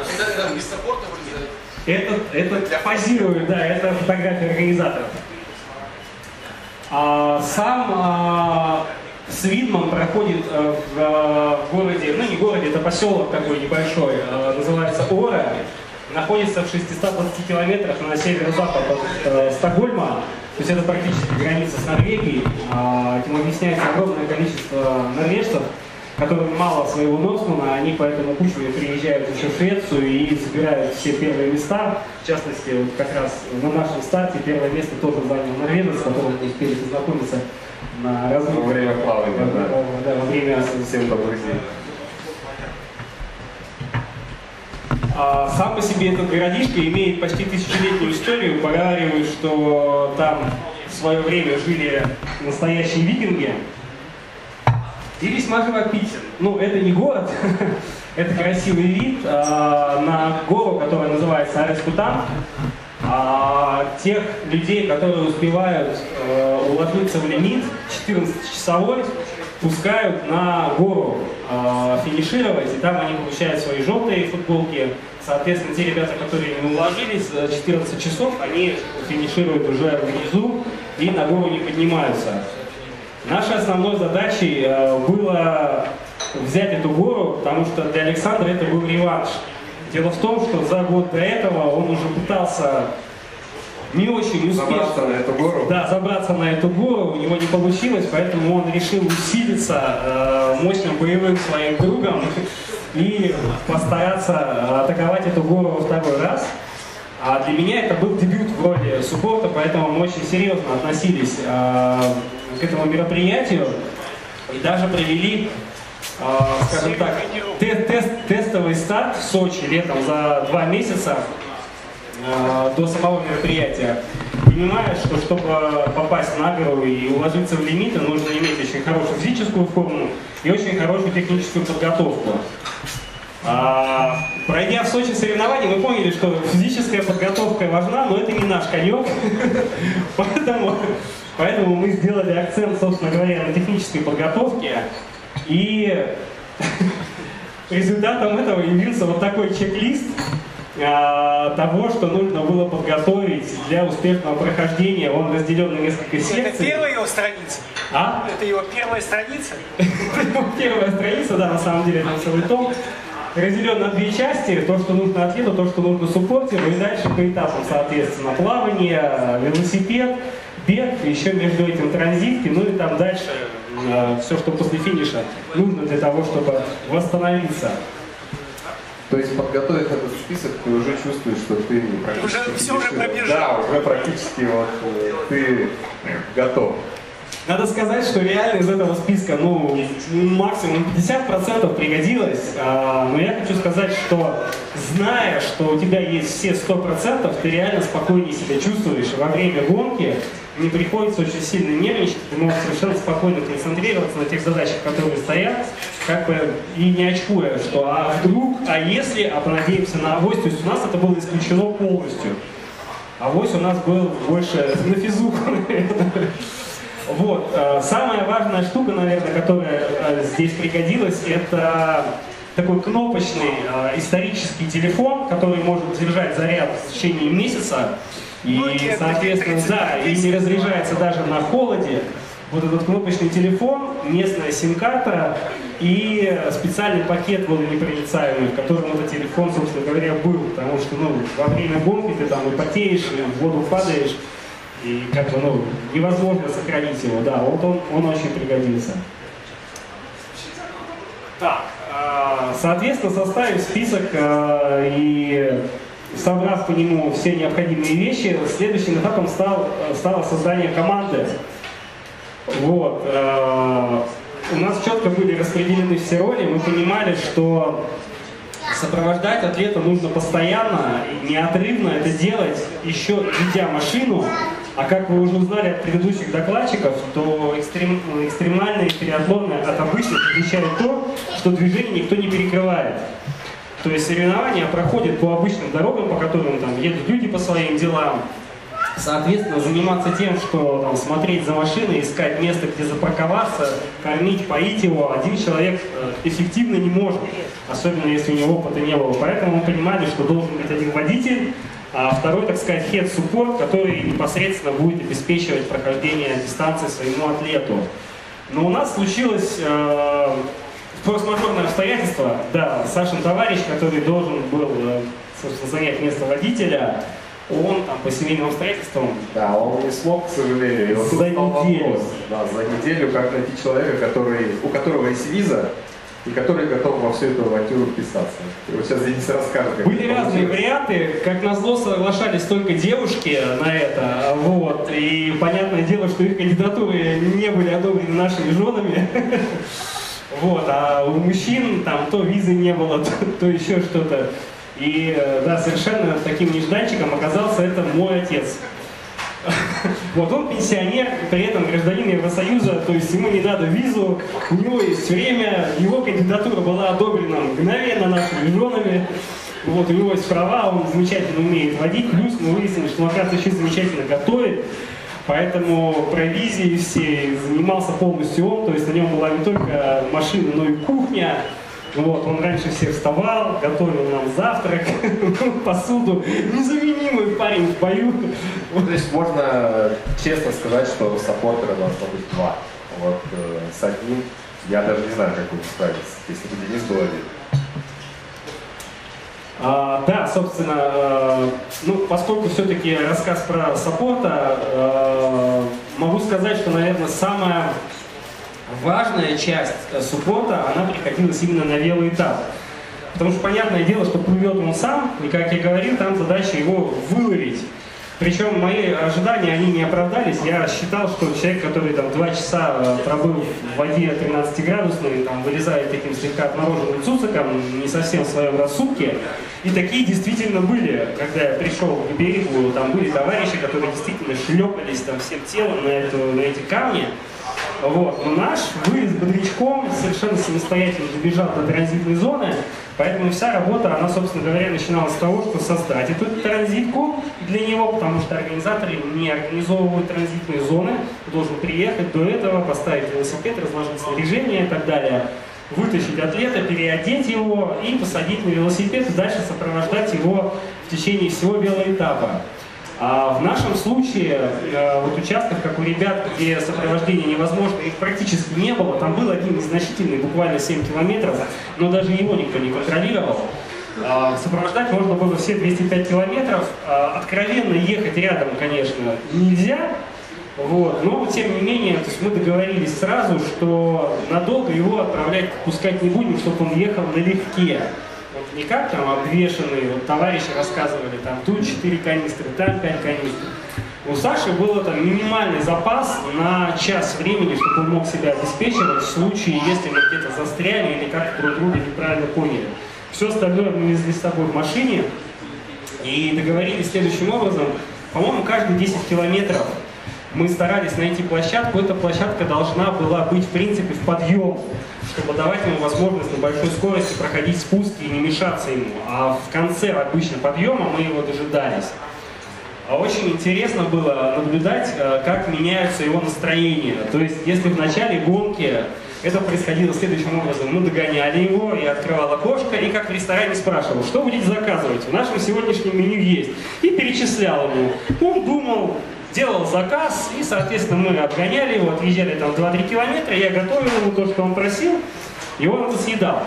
Это, это позирует, да, это фотография организаторов. А, сам а, Свидман проходит а, в, а, в городе, ну не городе, это поселок такой небольшой, а, называется Ора. Находится в шестистах двадцати километрах на северо-запад от а, Стокгольма. То есть это практически граница с Норвегией. А, этим объясняется огромное количество норвежцев, которым мало своего Норсмана, они по этому почве приезжают еще в Швецию и забирают все первые места. В частности, вот как раз на нашем старте первое место тоже занял норвежец, с которым мы успели познакомиться на разных... Во время плавания, да. Да, да, во время... Всем добрый день. А сам по себе этот городишко имеет почти тысячелетнюю историю. Поговаривают, что там в свое время жили настоящие викинги. И весьма живописен. Ну, это не город, это красивый вид а, на гору, которая называется Арескутан. А, тех людей, которые успевают а, уложиться в лимит четырнадцатичасовой, пускают на гору э, финишировать, и там они получают свои желтые футболки. Соответственно, те ребята, которые не уложились за четырнадцать часов, они финишируют уже внизу и на гору не поднимаются. Нашей основной задачей э, было взять эту гору, потому что для Александра это был реванш. Дело в том, что за год до этого он уже пытался не очень успешно забраться на эту гору. Да, забраться на эту гору, у него не получилось, поэтому он решил усилиться э, мощным боевым своим другом и постараться атаковать эту гору во второй раз. А для меня это был дебют в роли суппорта, поэтому мы очень серьезно относились э, к этому мероприятию и даже провели, э, скажем так, тест, тест, тестовый старт в Сочи летом за два месяца э, до самого мероприятия. Понимая, что чтобы попасть на гору и уложиться в лимиты, нужно иметь очень хорошую физическую форму и очень хорошую техническую подготовку. А, пройдя в Сочи соревнования, мы поняли, что физическая подготовка важна, но это не наш конек. Поэтому, поэтому мы сделали акцент, собственно говоря, на технической подготовке. И результатом этого явился вот такой чек-лист а, того, что нужно было подготовить для успешного прохождения. Он разделен на несколько секций. Это первая его страница? А? Это его первая страница? Первая страница, да, на самом деле, это целый том. Разделен на две части, то, что нужно атлету, то, что нужно суппортеру, и дальше по этапам, соответственно, плавание, велосипед, бег, еще между этим транзитки, ну и там дальше э, все, что после финиша нужно для того, чтобы восстановиться. То есть, подготовив этот список, ты уже чувствуешь, что ты практически... Уже все уже пробежал. Да, уже практически вот ты готов. Надо сказать, что реально из этого списка, ну, максимум пятьдесят процентов пригодилось, а, но я хочу сказать, что зная, что у тебя есть все сто процентов, ты реально спокойнее себя чувствуешь, и во время гонки не приходится очень сильно нервничать, ты можешь совершенно спокойно концентрироваться на тех задачах, которые стоят, как бы и не очкуя, что а вдруг, а если, а понадеемся на авось, то есть у нас это было исключено полностью. Авось у нас был больше на физуху, наверное. Вот. Самая важная штука, наверное, которая здесь пригодилась, это такой кнопочный исторический телефон, который может держать заряд в течение месяца и, соответственно, да, и не разряжается даже на холоде. Вот этот кнопочный телефон, местная сим-карта и специальный пакет водонепроницаемый, в котором этот телефон, собственно говоря, был, потому что ну, во время гонки ты там и потеешь, и в воду падаешь. И как бы, ну, невозможно сохранить его, да, вот он, он очень пригодился. Так, соответственно, составив список и собрав по нему все необходимые вещи, следующим этапом стал, стало создание команды. Вот. У нас четко были распределены все роли, мы понимали, что сопровождать атлета нужно постоянно и неотрывно это делать, еще ведя машину. А как вы уже узнали от предыдущих докладчиков, то экстрем, экстремальные триатлоны от обычных отличают то, что движение никто не перекрывает. То есть соревнования проходят по обычным дорогам, по которым там едут люди по своим делам. Соответственно, заниматься тем, что там, смотреть за машиной, искать место, где запарковаться, кормить, поить его, один человек эффективно не может, особенно если у него опыта не было. Поэтому мы понимали, что должен быть один водитель, а второй, так сказать, head-support, который непосредственно будет обеспечивать прохождение дистанции своему атлету. Но у нас случилось э, форс-мажорное обстоятельство. Да, Сашин товарищ, который должен был э, собственно, занять место водителя, он там по семейным обстоятельствам... Да, он не смог, к сожалению. И вот за неделю. Да, за неделю как найти человека, который, у которого есть виза, и который готов во всю эту авантюру вписаться. И вот сейчас Денис расскажет, как Были разные варианты. Как назло, соглашались только девушки на это. Вот. И понятное дело, что их кандидатуры не были одобрены нашими женами. Вот. А у мужчин там то визы не было, то, то еще что-то. И да, совершенно таким нежданчиком оказался это мой отец. Вот он пенсионер, при этом гражданин Евросоюза, то есть ему не надо визу, у него есть время, его кандидатура была одобрена мгновенно нашими женами, вот у него есть права, он замечательно умеет водить, плюс мы выяснили, что он, оказывается, еще замечательно готовит. Поэтому провизией всей занимался полностью он, то есть на нем была не только машина, но и кухня. Вот, он раньше всех вставал, готовил нам завтрак, посуду. Незаменимый парень в бою. То есть можно честно сказать, что саппортера должно быть два. Вот э, с одним я даже не знаю, как будет справиться, если бы Денис был один. А, да, собственно, э, ну, поскольку все-таки рассказ про саппорта, э, могу сказать, что, наверное, самая важная часть суппорта, она приходилась именно на велоэтап. Потому что, понятное дело, что плывет он сам, и, как я говорил, там задача его выловить. Причем мои ожидания, они не оправдались. Я считал, что человек, который там два часа пробыл в воде тринадцатиградусной, там вылезает таким слегка отмороженным цуциком, не совсем в своем рассудке. И такие действительно были, когда я пришел к берегу, там были товарищи, которые действительно шлепались там всем телом на, эту, на эти камни. Вот. Но наш вылез бодрячком, совершенно самостоятельно добежал до транзитной зоны, поэтому вся работа, она, собственно говоря, начиналась с того, что создать эту транзитку для него, потому что организаторы не организовывают транзитные зоны, ты должен приехать до этого, поставить велосипед, разложить снаряжение и так далее, вытащить атлета, переодеть его и посадить на велосипед и дальше сопровождать его в течение всего велоэтапа. А в нашем случае, вот участков, как у ребят, где сопровождение невозможно, их практически не было. Там был один незначительный, буквально семь километров, но даже его никто не контролировал. Сопровождать можно было все двести пять километров. Откровенно ехать рядом, конечно, нельзя. Вот. Но, тем не менее, то есть мы договорились сразу, что надолго его отправлять, пускать не будем, чтобы он ехал налегке. Вот не как там обвешанные, вот товарищи рассказывали, там тут четыре канистры, там пять канистр. У Саши был там минимальный запас на час времени, чтобы он мог себя обеспечивать в случае, если мы где-то застряли или как-то друг друга неправильно поняли. Все остальное мы везли с собой в машине и договорились следующим образом. По-моему, каждые десять километров мы старались найти площадку. Эта площадка должна была быть, в принципе, в подъем, чтобы давать ему возможность на большой скорости проходить спуски и не мешаться ему. А в конце обычно подъема мы его дожидались. Очень интересно было наблюдать, как меняются его настроения. То есть, если в начале гонки это происходило следующим образом. Мы догоняли его, я открывал окошко и как в ресторане спрашивал, что будете заказывать, в нашем сегодняшнем меню есть. И перечислял ему. Он думал, делал заказ, и, соответственно, мы обгоняли его, отъезжали там два-три километра, я готовил ему то, что он просил, и он это съедал.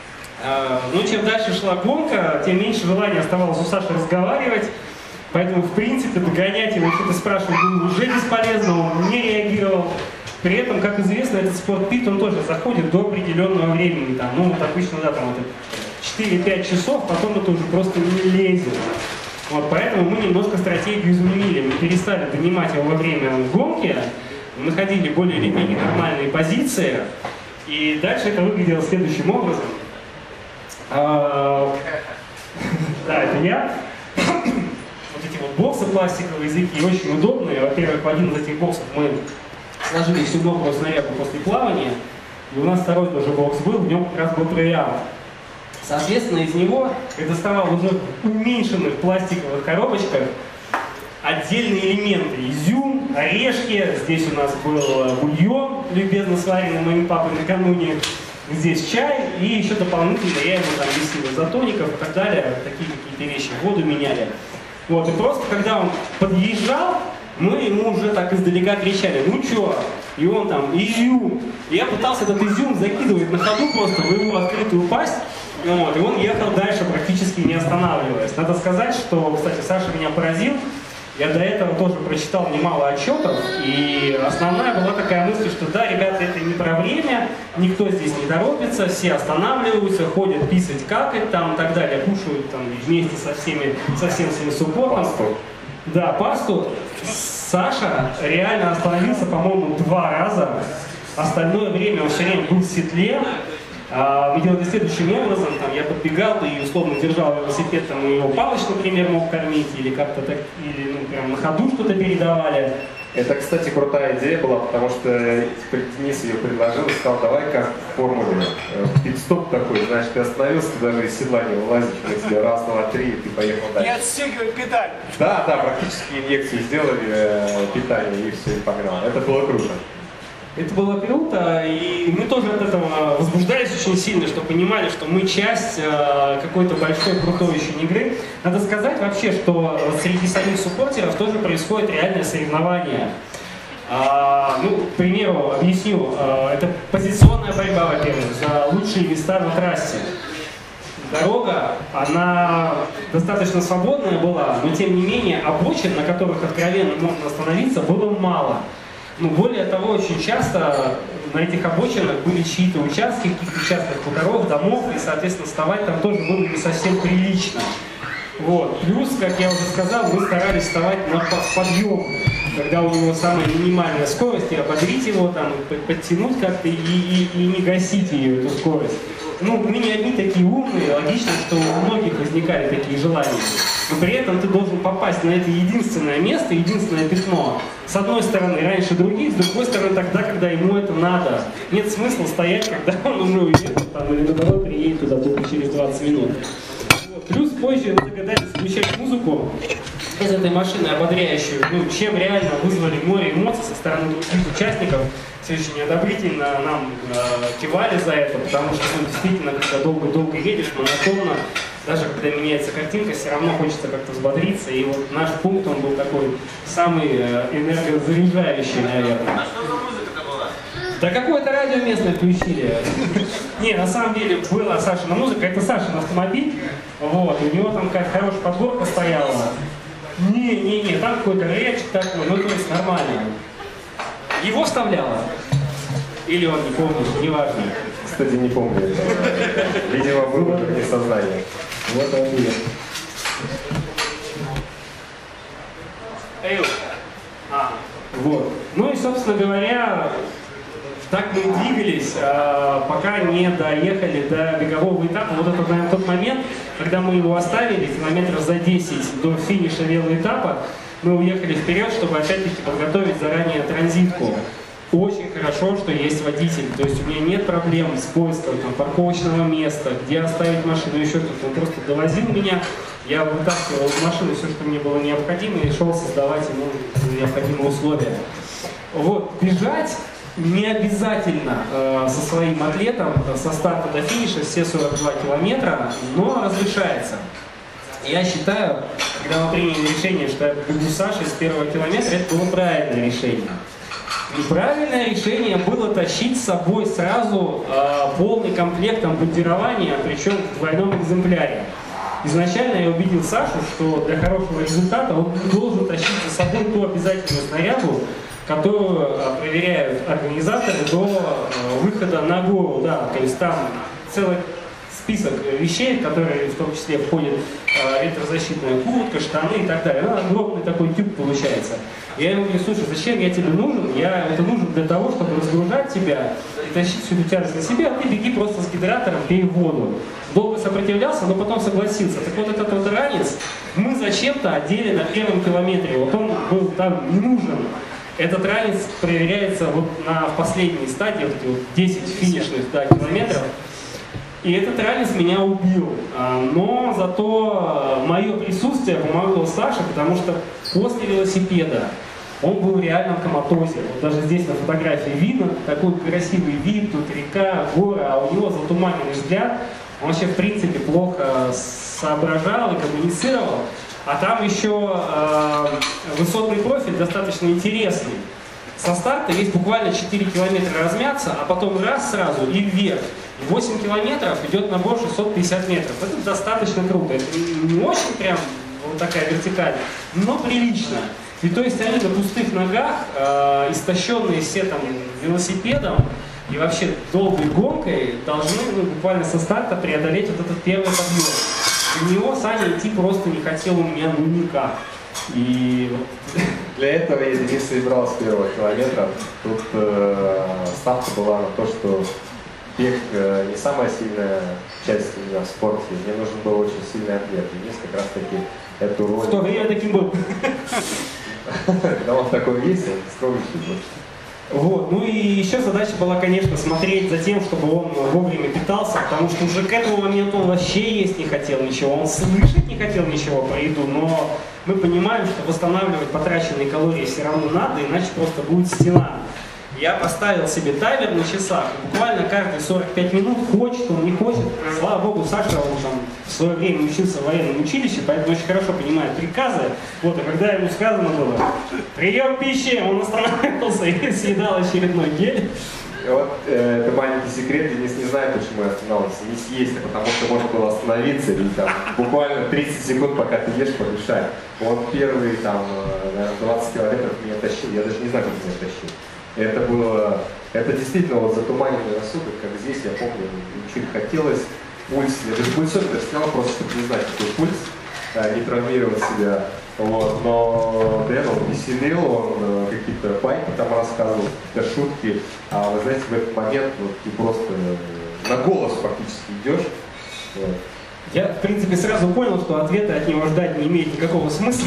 Ну, чем дальше шла гонка, тем меньше желания оставалось у Саши разговаривать, поэтому, в принципе, догонять его, что-то спрашивать было уже бесполезно, он не реагировал. При этом, как известно, этот спортпит, он тоже заходит до определенного времени, там, ну, вот обычно, да, там, четыре-пять часов, потом это уже просто не лезет. Вот, поэтому мы немножко стратегию изменили. Мы перестали донимать его во время гонки, находили более или менее нормальные позиции. И дальше это выглядело следующим образом. Да, это я. Вот эти вот боксы пластиковые, языки очень удобные. Во-первых, в один из этих боксов мы сложили всю новую снарягу после плавания. И у нас второй тоже бокс был, в нем как раз был провиант. Соответственно, из него я доставал уже в уменьшенных пластиковых коробочках отдельные элементы. Изюм, орешки, здесь у нас был бульон, любезно сваренный моим папой накануне, здесь чай, и еще дополнительно я ему там весил изотоников и так далее, такие какие-то вещи, воду меняли. Вот, и просто когда он подъезжал, мы ему уже так издалека кричали, ну чё? И он там, изюм. И я пытался этот изюм закидывать на ходу просто в его открытую пасть. Вот, и он ехал дальше, практически не останавливаясь. Надо сказать, что, кстати, Саша меня поразил. Я до этого тоже прочитал немало отчетов. И основная была такая мысль, что да, ребята, это не про время, никто здесь не торопится, все останавливаются, ходят писать, какать там и так далее, кушают там вместе со всеми, со всем своим суппортом. Да, пасту. Саша реально остановился, по-моему, два раза. Остальное время он все время был в седле. А, мы делали следующим образом. Там, я подбегал и условно держал велосипед, там, и его палыч, например, мог кормить, или как-то так, или ну, прям на ходу что-то передавали. Это, кстати, крутая идея была, потому что Денис ее предложил и сказал, давай-ка в формуле. Пит-стоп такой, знаешь, ты остановился, ты даже из седла не вылазишь, мы тебе раз, два, три, и ты поехал дальше. И отстегивай педаль. Да, да, практически инъекцию сделали, э, питание, и все, и погнал. Это было круто. Это было круто, и мы тоже от этого возбуждались очень сильно, что понимали, что мы часть э, какой-то большой крутой очень игры. Надо сказать вообще, что среди самих суппортеров тоже происходит реальное соревнование. А, ну, к примеру, объясню, а, это позиционная борьба, во-первых, за лучшие места на трассе. Дорога, она достаточно свободная была, но тем не менее обочин, на которых откровенно можно остановиться, было мало. Ну, более того, очень часто на этих обочинах были чьи-то участки, каких-то частных хуторов, домов, и, соответственно, вставать там тоже было не совсем прилично. Вот. Плюс, как я уже сказал, мы старались вставать на подъем, когда у него самая минимальная скорость, и ободрить его, там, подтянуть как-то и, и, и не гасить ее, эту скорость. Ну, мы не одни такие умные, логично, что у многих возникали такие желания. Но при этом ты должен попасть на это единственное место, единственное пятно. С одной стороны раньше других, с другой стороны тогда, когда ему это надо. Нет смысла стоять, когда он уже уедет, там, или наоборот приедет туда только через двадцать минут. Вот. Плюс позже мы догадались включать музыку из этой машины ободряющую, ну, чем реально вызвали море эмоций со стороны других участников. Все очень неодобрительно нам э, кивали за это, потому что, ну, действительно, когда долго-долго едешь, монотонно, даже когда меняется картинка, все равно хочется как-то взбодриться. И вот наш пункт, он был такой самый э, энергозаряжающий, наверное. А что за музыка-то была? Да какое-то радио местное включили. Не, на самом деле была Сашина музыка, это Сашин автомобиль, вот, у него там какая-то хорошая подборка стояла. Не-не-не, там какой-то рэпчик такой, ну то есть нормально. Его вставляла? Или он не помнит, неважно. Кстати, не помню. Видимо, было не сознание. Вот он и Эй, а, вот. Ну и, собственно говоря, так мы двигались, пока не доехали до бегового этапа. Вот это, наверное, тот момент, когда мы его оставили, километров за десять до финиша велоэтапа, мы уехали вперед, чтобы опять-таки подготовить заранее транзитку. Очень хорошо, что есть водитель, то есть у меня нет проблем с поиском там, парковочного места, где оставить машину, еще что-то. Он просто довозил меня, я вытаскивал из машины все, что мне было необходимо, и шел создавать ему необходимые условия. Вот, бежать не обязательно э, со своим атлетом со старта до финиша все сорок два километра, но разрешается. Я считаю, когда мы приняли решение, что я бегу с Сашей с первого километра, это было правильное решение. И правильное решение было тащить с собой сразу э, полный комплект бандирования, причем в двойном экземпляре. Изначально я убедил Сашу, что для хорошего результата он должен тащить за собой ту обязательную снарягу, которую э, проверяют организаторы до э, выхода на гору. Да, то есть там целый список вещей, в которые в том числе входит э, ветрозащитная куртка, штаны и так далее. Ну, огромный такой тюб получается. Я ему говорю, слушай, зачем я тебе нужен? Я, это нужен для того, чтобы разгружать тебя и тащить всю эту тяжесть на себя, а ты беги просто с гидратором, пей воду. Долго сопротивлялся, но потом согласился. Так вот этот вот ранец мы зачем-то одели на первом километре. Вот он был там не нужен. Этот ранец проверяется вот на в последней стадии, вот эти вот десять финишных да, километров. И этот ранец меня убил. Но зато мое присутствие помогло Саше, потому что после велосипеда он был в реальном коматозе. Вот даже здесь на фотографии видно такой красивый вид, тут река, горы, а у него затуманенный взгляд. Он вообще в принципе плохо соображал и коммуницировал. А там еще э, высотный профиль достаточно интересный. Со старта есть буквально четыре километра размяться, а потом раз сразу и вверх. восемь километров идет набор шестьсот пятьдесят метров. Это достаточно круто. Это не очень прям вот такая вертикаль, но прилично. И то есть они на пустых ногах, э, истощенные все там велосипедом и вообще долгой гонкой, должны ну, буквально со старта преодолеть вот этот первый подъем. Для него Саня идти просто не хотел у меня ну никак. И для этого я Денис и брал с первого километра. Тут э, ставка была на то, что бег э, не самая сильная часть у меня в спорте. Мне нужен был очень сильный атлет. Денис как раз таки эту роль... В то время таким был. Когда он такой есть, он строгий просто. Вот. Ну и еще задача была, конечно, смотреть за тем, чтобы он вовремя питался, потому что уже к этому моменту он вообще есть не хотел ничего, он слышать не хотел ничего про еду, но мы понимаем, что восстанавливать потраченные калории все равно надо, иначе просто будет стена. Я поставил себе таймер на часах, буквально каждые сорок пять минут, хочет он, не хочет. Слава богу, Саша, он там в свое время учился в военном училище, поэтому очень хорошо понимает приказы. Вот, и когда ему сказано было «прием пищи», он останавливался и съедал очередной гель. И вот э, это маленький секрет, я не, не знаю, почему я останавливался, не съесть, а потому что можно было остановиться и там буквально тридцать секунд, пока ты ешь, помешать. Он первые там, наверное, двадцать километров меня тащил, я даже не знаю, как меня тащил. Это было, это действительно вот затуманенный рассудок, как здесь, я помню, чуть хотелось, пульс, я даже пульсометр снял просто, чтобы не знать, какой пульс, а, не травмировать себя, вот, но Дэн, он веселил, он какие-то байки там рассказывал, какие-то шутки, а вы знаете, в этот момент вот, ты просто на голос практически идешь. Вот. Я, в принципе, сразу понял, что ответа от него ждать не имеет никакого смысла.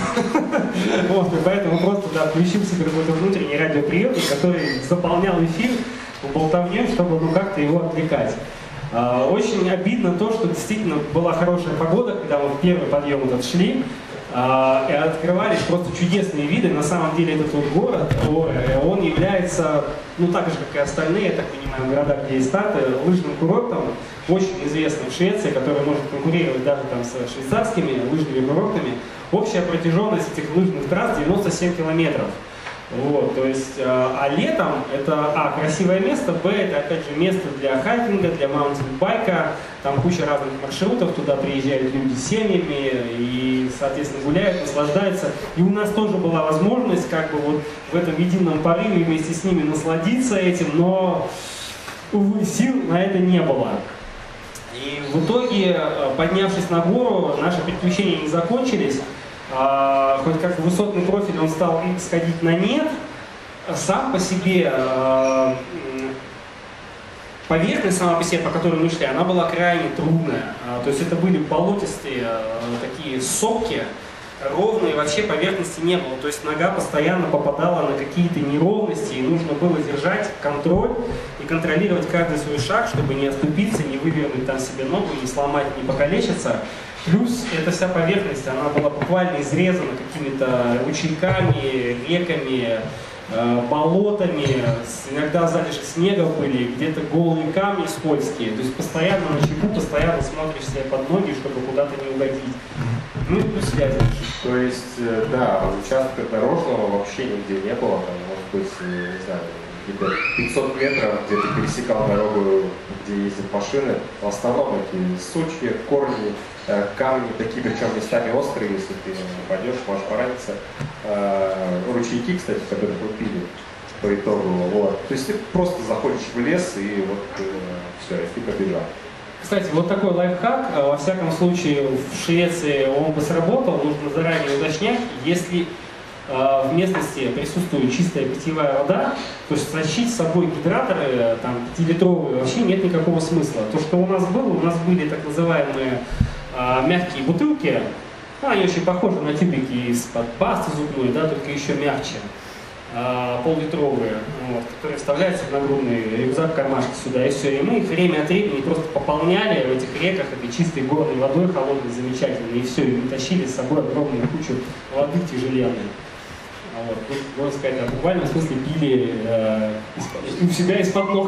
Вот, и поэтому просто да, включил себе какой-то внутренний радиоприемник, который заполнял эфир болтовней, чтобы ну, как-то его отвлекать. А, очень обидно то, что действительно была хорошая погода, когда мы в первый подъем этот шли, а, и открывались просто чудесные виды. На самом деле этот вот город, он является, ну так же, как и остальные, я так понимаю, города, где есть старты, лыжным курортом, очень известным в Швеции, который может конкурировать даже там с швейцарскими лыжными курортами. Общая протяженность этих лыжных трасс девяносто семь километров. Вот, то есть, а летом это, а, красивое место, б, это опять же место для хайкинга, для маунтинбайка, там куча разных маршрутов, туда приезжают люди с семьями и, соответственно, гуляют, наслаждаются. И у нас тоже была возможность как бы вот в этом едином порыве вместе с ними насладиться этим, но, увы, сил на это не было. И в итоге, поднявшись на гору, наши приключения не закончились. А, хоть как высотный профиль он стал сходить на нет, сам по себе а, поверхность сама по себе, по которой мы шли, она была крайне трудная. А, то есть это были болотистые а, такие сопки, ровной вообще поверхности не было. То есть нога постоянно попадала на какие-то неровности, и нужно было держать контроль и контролировать каждый свой шаг, чтобы не оступиться, не вывернуть там себе ногу, не сломать, не покалечиться. Плюс эта вся поверхность, она была буквально изрезана какими-то ручейками, реками, э, болотами, иногда залежи снега были, где-то голые камни скользкие. То есть постоянно на чеку, постоянно смотришь себе под ноги, чтобы куда-то не угодить. Ну и плюс связи. То есть, да, участка дорожного вообще нигде не было, там, может быть, не знаю, где-то пятьсот метров, где ты пересекал дорогу, где ездят машины, в основном эти сучья, корни, камни, такие, причем местами острые, если ты упадешь, можешь пораниться. Ручейки, кстати, которые мы пили по итогу. Вот. То есть ты просто заходишь в лес и вот все, и ты побежал. Кстати, вот такой лайфхак, во всяком случае в Швеции он бы сработал, нужно заранее уточнять, если в местности присутствует чистая питьевая вода, то есть тащить с собой гидраторы, там, пятилитровые, вообще нет никакого смысла. То, что у нас было, у нас были так называемые а, мягкие бутылки, ну, они очень похожи на тюбики из-под пасты зубной, да, только еще мягче, а, поллитровые, вот, которые вставляются в нагрудный рюкзак, кармашки сюда, и все. И мы их время от времени просто пополняли в этих реках этой чистой горной водой, холодной, замечательной, и все, и мы тащили с собой огромную кучу воды тяжеленной. Вот, тут, можно сказать, да, буквально в смысле пили э, у себя из-под ног.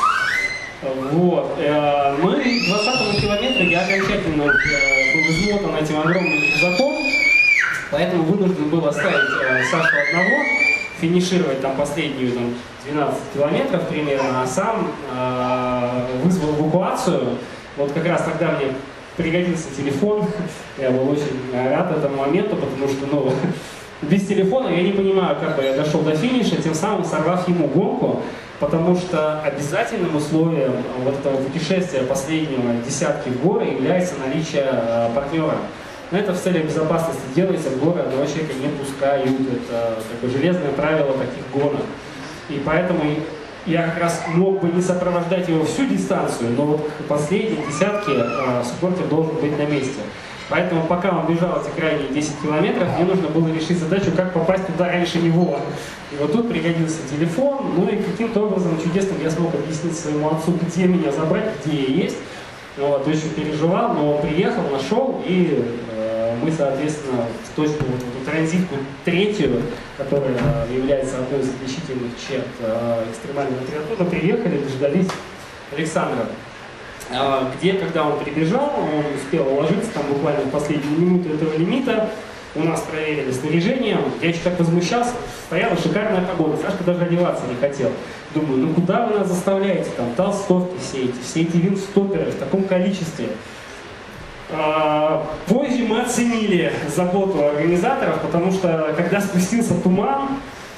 Вот. Э, ну и к двадцатому километру я окончательно э, был измотан этим огромным рюкзаком, поэтому вынужден был оставить э, Сашу одного, финишировать там последнюю там, двенадцать километров примерно, а сам э, вызвал эвакуацию. Вот как раз тогда мне пригодился телефон, я был очень рад этому моменту, потому что, ну, без телефона я не понимаю, как бы я дошел до финиша, тем самым сорвав ему гонку, потому что обязательным условием вот этого путешествия последнего десятки в горы является наличие э, партнера. Но это в целях безопасности делается, в горы одного человека не пускают, это как бы железное правило таких гонок. И поэтому я как раз мог бы не сопровождать его всю дистанцию, но вот последние десятки э, суппортер должен быть на месте. Поэтому пока он бежал эти крайние десять километров, мне нужно было решить задачу, как попасть туда раньше него. И вот тут пригодился телефон, ну и каким-то образом чудесным я смог объяснить своему отцу, где меня забрать, где я есть. Вот, очень переживал, но он приехал, нашел, и э, мы, соответственно, в точку, вот, эту транзитку третью, которая э, является одной из отличительных черт э, экстремального триатлона, приехали, дождались Александра. Э, где, когда он прибежал, он успел уложиться там буквально в последнюю минуту этого лимита. У нас проверили снаряжение, я еще так возмущался, стояла шикарная погода, Сашка даже одеваться не хотел. Думаю, ну куда вы нас заставляете, там толстовки все эти, все эти винстоперы в таком количестве. А, позже мы оценили заботу организаторов, потому что когда спустился туман,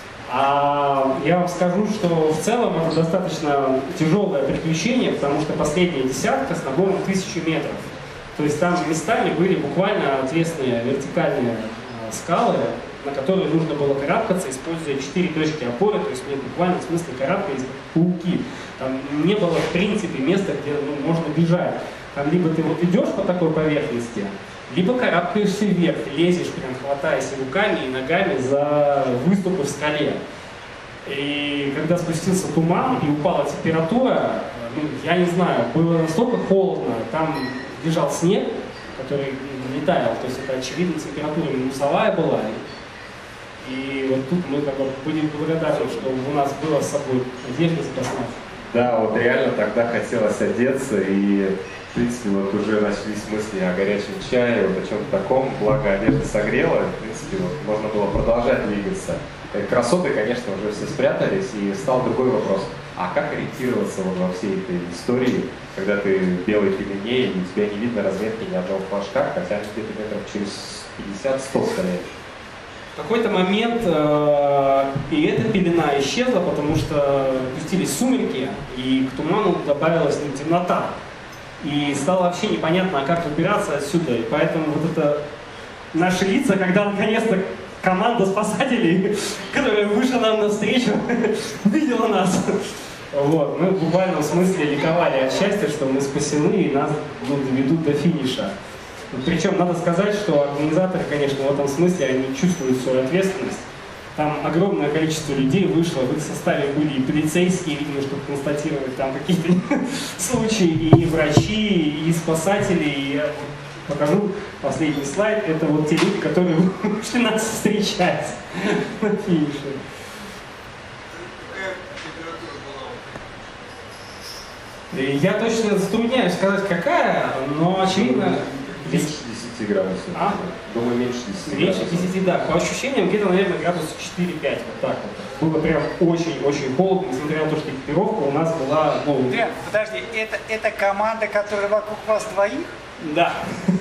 а, я вам скажу, что в целом это достаточно тяжелое приключение, потому что последняя десятка с набором тысячи метров. То есть там местами были буквально отвесные вертикальные э, скалы, на которые нужно было карабкаться, используя четыре точки опоры, то есть нет буквально в смысле карабкались как пауки. Там не было в принципе места, где ну, можно бежать. Там либо ты вот идешь по такой поверхности, либо карабкаешься вверх, лезешь, прям хватаясь руками и ногами за выступы в скале. И когда спустился туман и упала температура, ну, я не знаю, было настолько холодно, там лежал снег, который не таял, то есть это очевидно температура минусовая была. И вот тут мы как бы будем благодарны, что у нас было с собой одежда запасная. Да, вот реально тогда хотелось одеться, и в принципе вот уже начались мысли о горячем чае, вот о чем-то таком, благо одежда согрела, в принципе вот можно было продолжать двигаться. И красоты, конечно, уже все спрятались, и стал другой вопрос. А как ориентироваться вот во всей этой истории, когда ты в белой пелене, и у тебя не видно разметки ни одного флажка, хотя где-то метров через пятьдесят-сто скорее? В какой-то момент э, и эта пелена исчезла, потому что пустились сумерки, и к туману добавилась ну, темнота. И стало вообще непонятно, как выбираться отсюда. И поэтому вот это наши лица, когда наконец-то команда спасателей, которая вышла нам навстречу, увидела нас. Вот, мы в буквальном смысле ликовали от счастья, что мы спасены и нас ну, доведут до финиша. Причем надо сказать, что организаторы, конечно, в этом смысле они чувствуют свою ответственность. Там огромное количество людей вышло, в их составе были и полицейские, видимо, чтобы констатировать там какие-то случаи, и врачи, и спасатели. И я покажу последний слайд. Это вот те люди, которые вышли нас встречать на финише. И я точно затрудняюсь сказать, какая, но очевидно... Меньше десяти градусов. А? Думаю, меньше десяти Меньше градусов. десяти, да. По ощущениям, где-то, наверное, градусов четыре-пять. Вот так вот. Было прям очень-очень холодно, несмотря на то, что экипировка у нас была... Ну... Дэн, подожди, это, это команда, которая вокруг вас двоих? Да.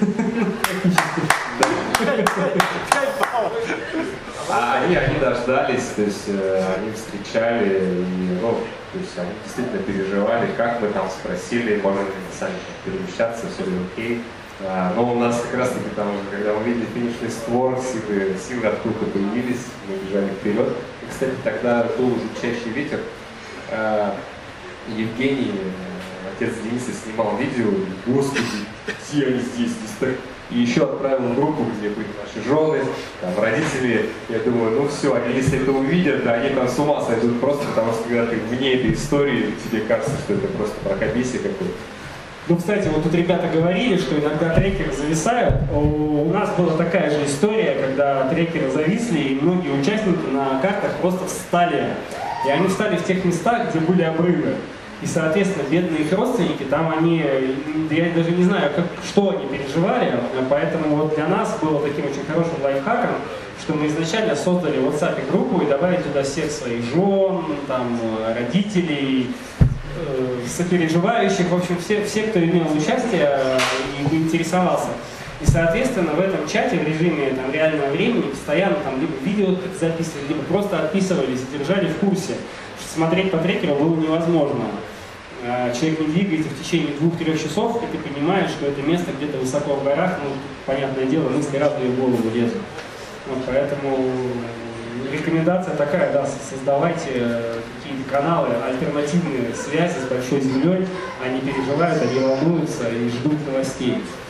А они, они дождались, то есть э, они встречали, и, ну, то есть они действительно переживали, как мы там спросили, можем ли мы сами перемещаться, все ли окей. А, но у нас как раз таки там уже, когда мы видели финишный створ, силы, силы откуда появились, мы бежали вперед. И, кстати, тогда был жутчайший ветер. А, Евгений, отец Дениса, снимал видео, и, господи, все они здесь, здесь так. И еще отправил в группу, где были наши жены, там, родители. Я думаю, ну все, они если это увидят, да, они там с ума сойдут просто, потому что когда ты вне этой истории, тебе кажется, что это просто прокобесие какое-то. Ну, кстати, вот тут ребята говорили, что иногда трекеры зависают. У нас была такая же история, когда трекеры зависли, и многие участники на картах просто встали. И они встали в тех местах, где были обрывы. И, соответственно, бедные их родственники, там они, я даже не знаю, как, что они переживали, поэтому вот для нас было таким очень хорошим лайфхаком, что мы изначально создали в WhatsApp группу и добавили туда всех своих жен, там, родителей, э, сопереживающих, в общем, все, все, кто имел участие и интересовался. И, соответственно, в этом чате в режиме там, реального времени постоянно там, либо видео записывали, либо просто отписывались и держали в курсе. Смотреть по трекеру было невозможно. Человек не двигается в течение двух-трех часов, и ты понимаешь, что это место где-то высоко в горах, ну, понятное дело, мысли разные в голову лезут. Вот, поэтому рекомендация такая, да, создавайте какие-то каналы, альтернативные связи с большой землей, они переживают, они волнуются и ждут новостей.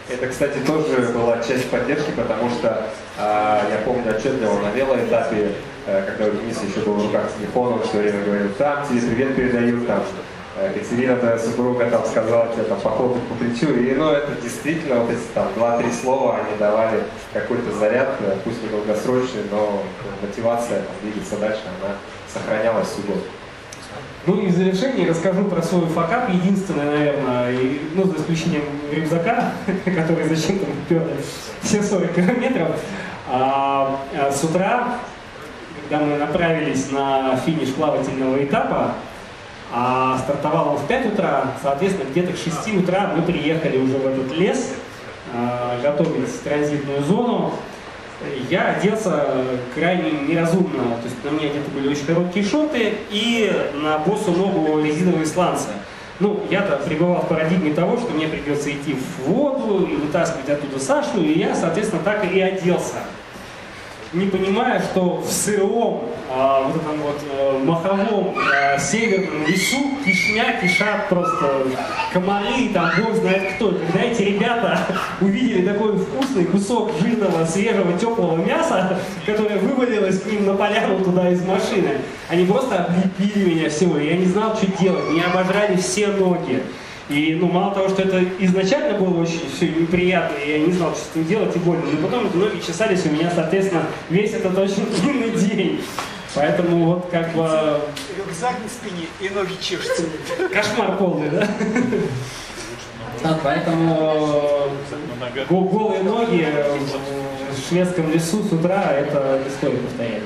Это, кстати, тоже была часть поддержки, потому что э, я помню отчетливо на велоэтапе, э, когда у Дениса еще был в руках телефон, он все время говорил, там тебе привет передают, там э, Катерина, твоя супруга, там сказала тебе там похлопать по плечу. И ну, это действительно вот эти там два-три слова, они давали какой-то заряд, пусть не долгосрочный, но мотивация там, двигаться дальше, она сохранялась всю год. Ну и в завершении расскажу про свой факап, единственное, наверное, и, ну, за исключением рюкзака, который зачем-то упер все сорок километров. А, а с утра, когда мы направились на финиш плавательного этапа, а стартовал он в пять утра, соответственно, где-то к шести утра мы приехали уже в этот лес, а, готовить транзитную зону. Я оделся крайне неразумно, то есть на мне где-то были очень короткие шорты и на босу ногу резиновые сланцы. Ну, я-то пребывал в парадигме того, что мне придется идти в воду и вытаскивать оттуда Сашу, и я, соответственно, так и оделся. Не понимая, что в сыром, а, вот этом вот а, маховом а, северном лесу кишня кишат просто комары, там бог знает кто. Когда эти ребята увидели такой вкусный кусок жирного, свежего, теплого мяса, которое вывалилось к ним на поляну туда из машины, они просто облепили меня всего. Я не знал, что делать. Меня обожрали все ноги. И, ну, мало того, что это изначально было очень все неприятно, и я не знал, что с этим делать, и больно, но потом эти ноги чесались у меня, соответственно, весь этот очень длинный день. Поэтому вот как бы... Рюкзак на спине и ноги чешутся. Кошмар полный, да? Да, поэтому голые ноги в шведском лесу с утра, это не стоит повторять.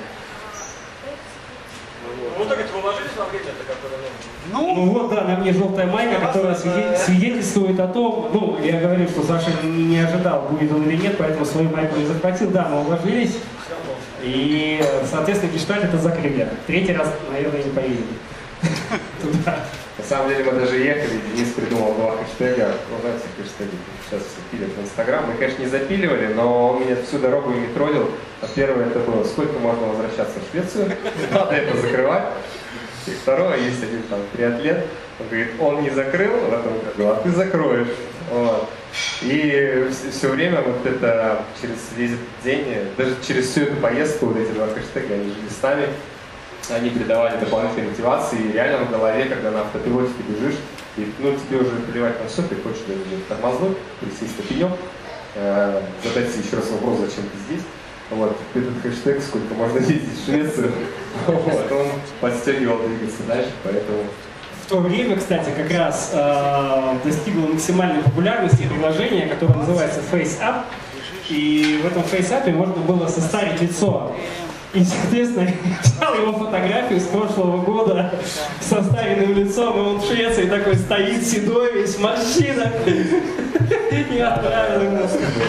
Ну так это вы ложитесь на где-то, который... Ну, ну вот, да, на мне желтая майка, которая свидетельствует о том, ну, я говорю, что Саша не, не ожидал, будет он или нет, поэтому свою майку не захватил, да, мы уложились, и, соответственно, гештальт это закрыли. Третий раз, наверное, не поедем туда. На самом деле мы даже ехали, Денис придумал два хэштега, ну, знаете, хэштеги сейчас все пилят в Инстаграм. Мы, конечно, не запиливали, но он меня всю дорогу ими троллил. А первое это было, сколько можно возвращаться в Швецию, надо это закрывать. И второе, есть один там триатлет, он говорит, он не закрыл, а потом говорю, а ты закроешь. Вот. И все время вот это через весь день, даже через всю эту поездку, вот эти два хэштега, они жили с нами. Они придавали дополнительной мотивации, и реально в голове, когда на автопилоте ты бежишь, и, ну, тебе уже плевать на все, ты хочешь даже тормознуть, присесть на пенек, э, задать себе еще раз вопрос, зачем ты здесь. Вот, этот хэштег, сколько можно ездить в Швецию, вот, он подстегивал двигаться дальше, поэтому... В то время, кстати, как раз э, достигло максимальной популярности приложение, которое называется FaceApp, и в этом FaceApp можно было состарить лицо. И, соответственно, взял его фотографию с прошлого года с состаренным лицом, и он в Швеции такой стоит, седой, весь в морщинах. И отправил ему.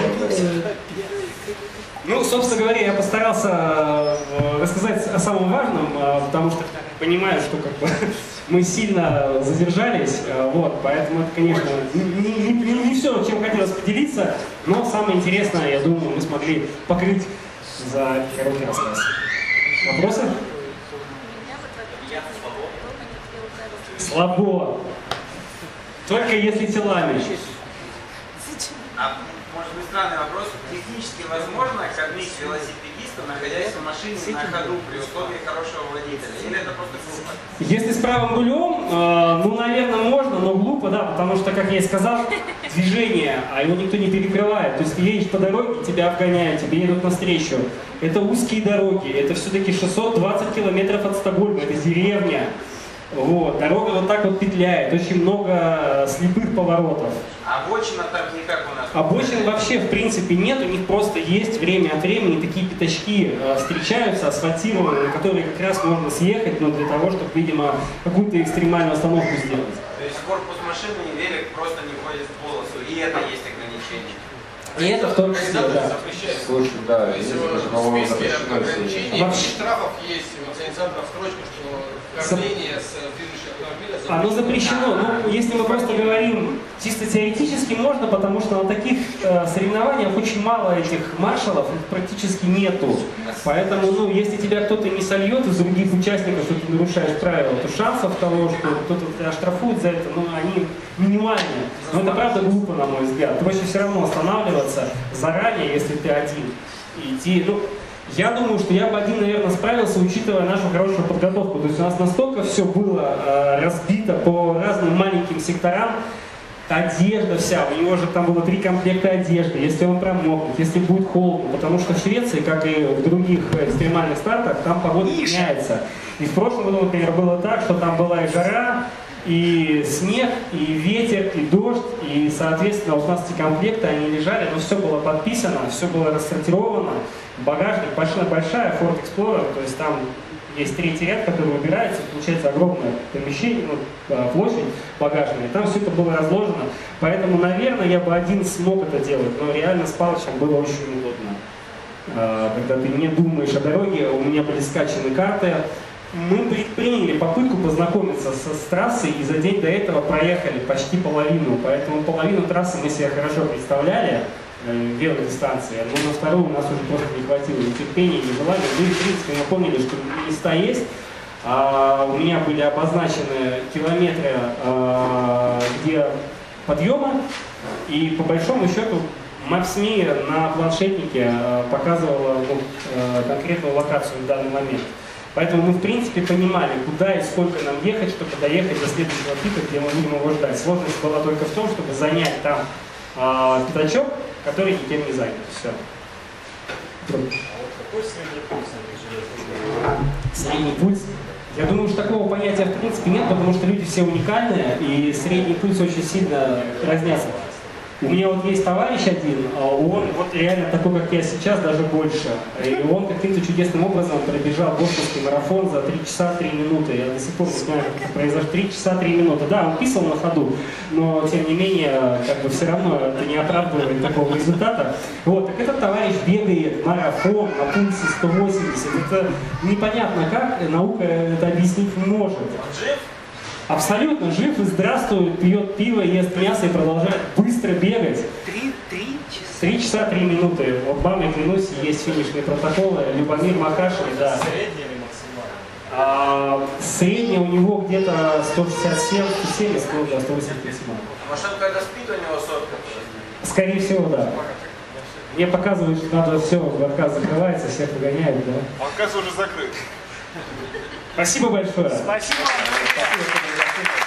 Ну, собственно говоря, я постарался рассказать о самом важном, потому что понимаю, что как бы мы сильно задержались, вот, поэтому это, конечно, не, не, не, не все, чем хотелось поделиться, но самое интересное, я думаю, мы смогли покрыть за короткий рассказ. Вопросы? Слабо. Только если телами. А может быть странный вопрос. Технически возможно кормить велосипедиста, находясь в машине на ходу при условии хорошего водителя? Или это просто глупо? Если с правым рулем, э, ну, наверное, можно, но глупо, да, потому что, как я и сказал, движение, а его никто не перекрывает. То есть ты едешь по дороге, тебя обгоняют, тебе едут навстречу. Это узкие дороги, это все-таки шестьсот двадцать километров от Стокгольма, это деревня. Вот, дорога вот так вот петляет, очень много слепых поворотов. Обочина там не как у нас. Обочин вообще в принципе нет, у них просто есть время от времени такие пятачки э, встречаются, асфальтированные, на которые как раз можно съехать, но для того, чтобы, видимо, какую-то экстремальную остановку сделать. То есть корпус машины и велик просто не входит в полосу, и это есть ограничение. И это в том числе, да. Слушай, да, то есть есть в даже, по-моему, списке запрещено ограничений Вообще. штрафов есть инициаторная строчка, что кормление с движущего автомобиля с Оно запрещено. Ну, если мы просто говорим чисто теоретически, можно, потому что на таких э, соревнованиях очень мало этих маршалов, их практически нету. Поэтому, ну, если тебя кто-то не сольет из других участников, что ты нарушаешь правила, то шансов того, что кто-то тебя оштрафует за это, ну, они минимальные. Но это правда глупо, на мой взгляд. Проще все равно останавливаться заранее, если ты один. И идти, ну, я думаю, что я бы один, наверное, справился, учитывая нашу хорошую подготовку. То есть у нас настолько все было э, разбито по разным маленьким секторам, одежда вся, у него же там было три комплекта одежды, если он промокнет, если будет холодно, потому что в Швеции, как и в других экстремальных стартах, там погода меняется. И в прошлом году, например, было так, что там была и жара, и снег, и ветер, и дождь, и, соответственно, у нас эти комплекты, они лежали, но все было подписано, все было рассортировано. Багажник большая, большая, Ford Explorer, то есть там есть третий ряд, который выбирается, получается огромное помещение, ну, площадь багажная, и там все это было разложено. Поэтому, наверное, я бы один смог это делать, но реально с Палычем было очень удобно. Когда ты не думаешь о дороге, у меня были скачаны карты. Мы предприняли попытку познакомиться со, с трассой, и за день до этого проехали почти половину. Поэтому половину трассы мы себе хорошо представляли, велодистанции, но на вторую у нас уже просто не хватило ни терпения, ни желания. Мы, в принципе, мы поняли, что места есть. А, у меня были обозначены километры, а, где подъемы, и по большому счету Maps.me на планшетнике а, показывала ну, а, конкретную локацию в данный момент. Поэтому мы, в принципе, понимали, куда и сколько нам ехать, чтобы доехать до следующего пика, где мы будем его ждать. Сложность была только в том, чтобы занять там а, пятачок, который никем не занят. Все. Средний пульс? Я думаю, что такого понятия в принципе нет, потому что люди все уникальные, и средний пульс очень сильно разнятся. У меня вот есть товарищ один, он вот реально такой, как я сейчас, даже больше. И он каким-то чудесным образом пробежал бостонский марафон за три часа три минуты. Я до сих пор не знаю, как это произошло. три часа три минуты. Да, он писал на ходу, но тем не менее, как бы все равно это не оправдывает такого результата. Вот, так этот товарищ бегает марафон на пульсе сто восемьдесят. Это непонятно как, наука это объяснить не может. Абсолютно жив и здравствует, пьет пиво, ест мясо и продолжает быстро бегать. Три, три часа. Три часа, три минуты. Вот вам, клянусь, есть финишные протоколы. Любомир Макашин, да. Средний или максимальный? А, средний у него где-то сто шестьдесят семь, сто семьдесят, да, сто восемьдесят максимально. Может, он когда спит, у него сотка? Скорее всего, да. Мне показывают, что надо все, отказ закрывается, всех выгоняют, да. Отказ уже закрыт. Спасибо большое. Спасибо. Спасибо.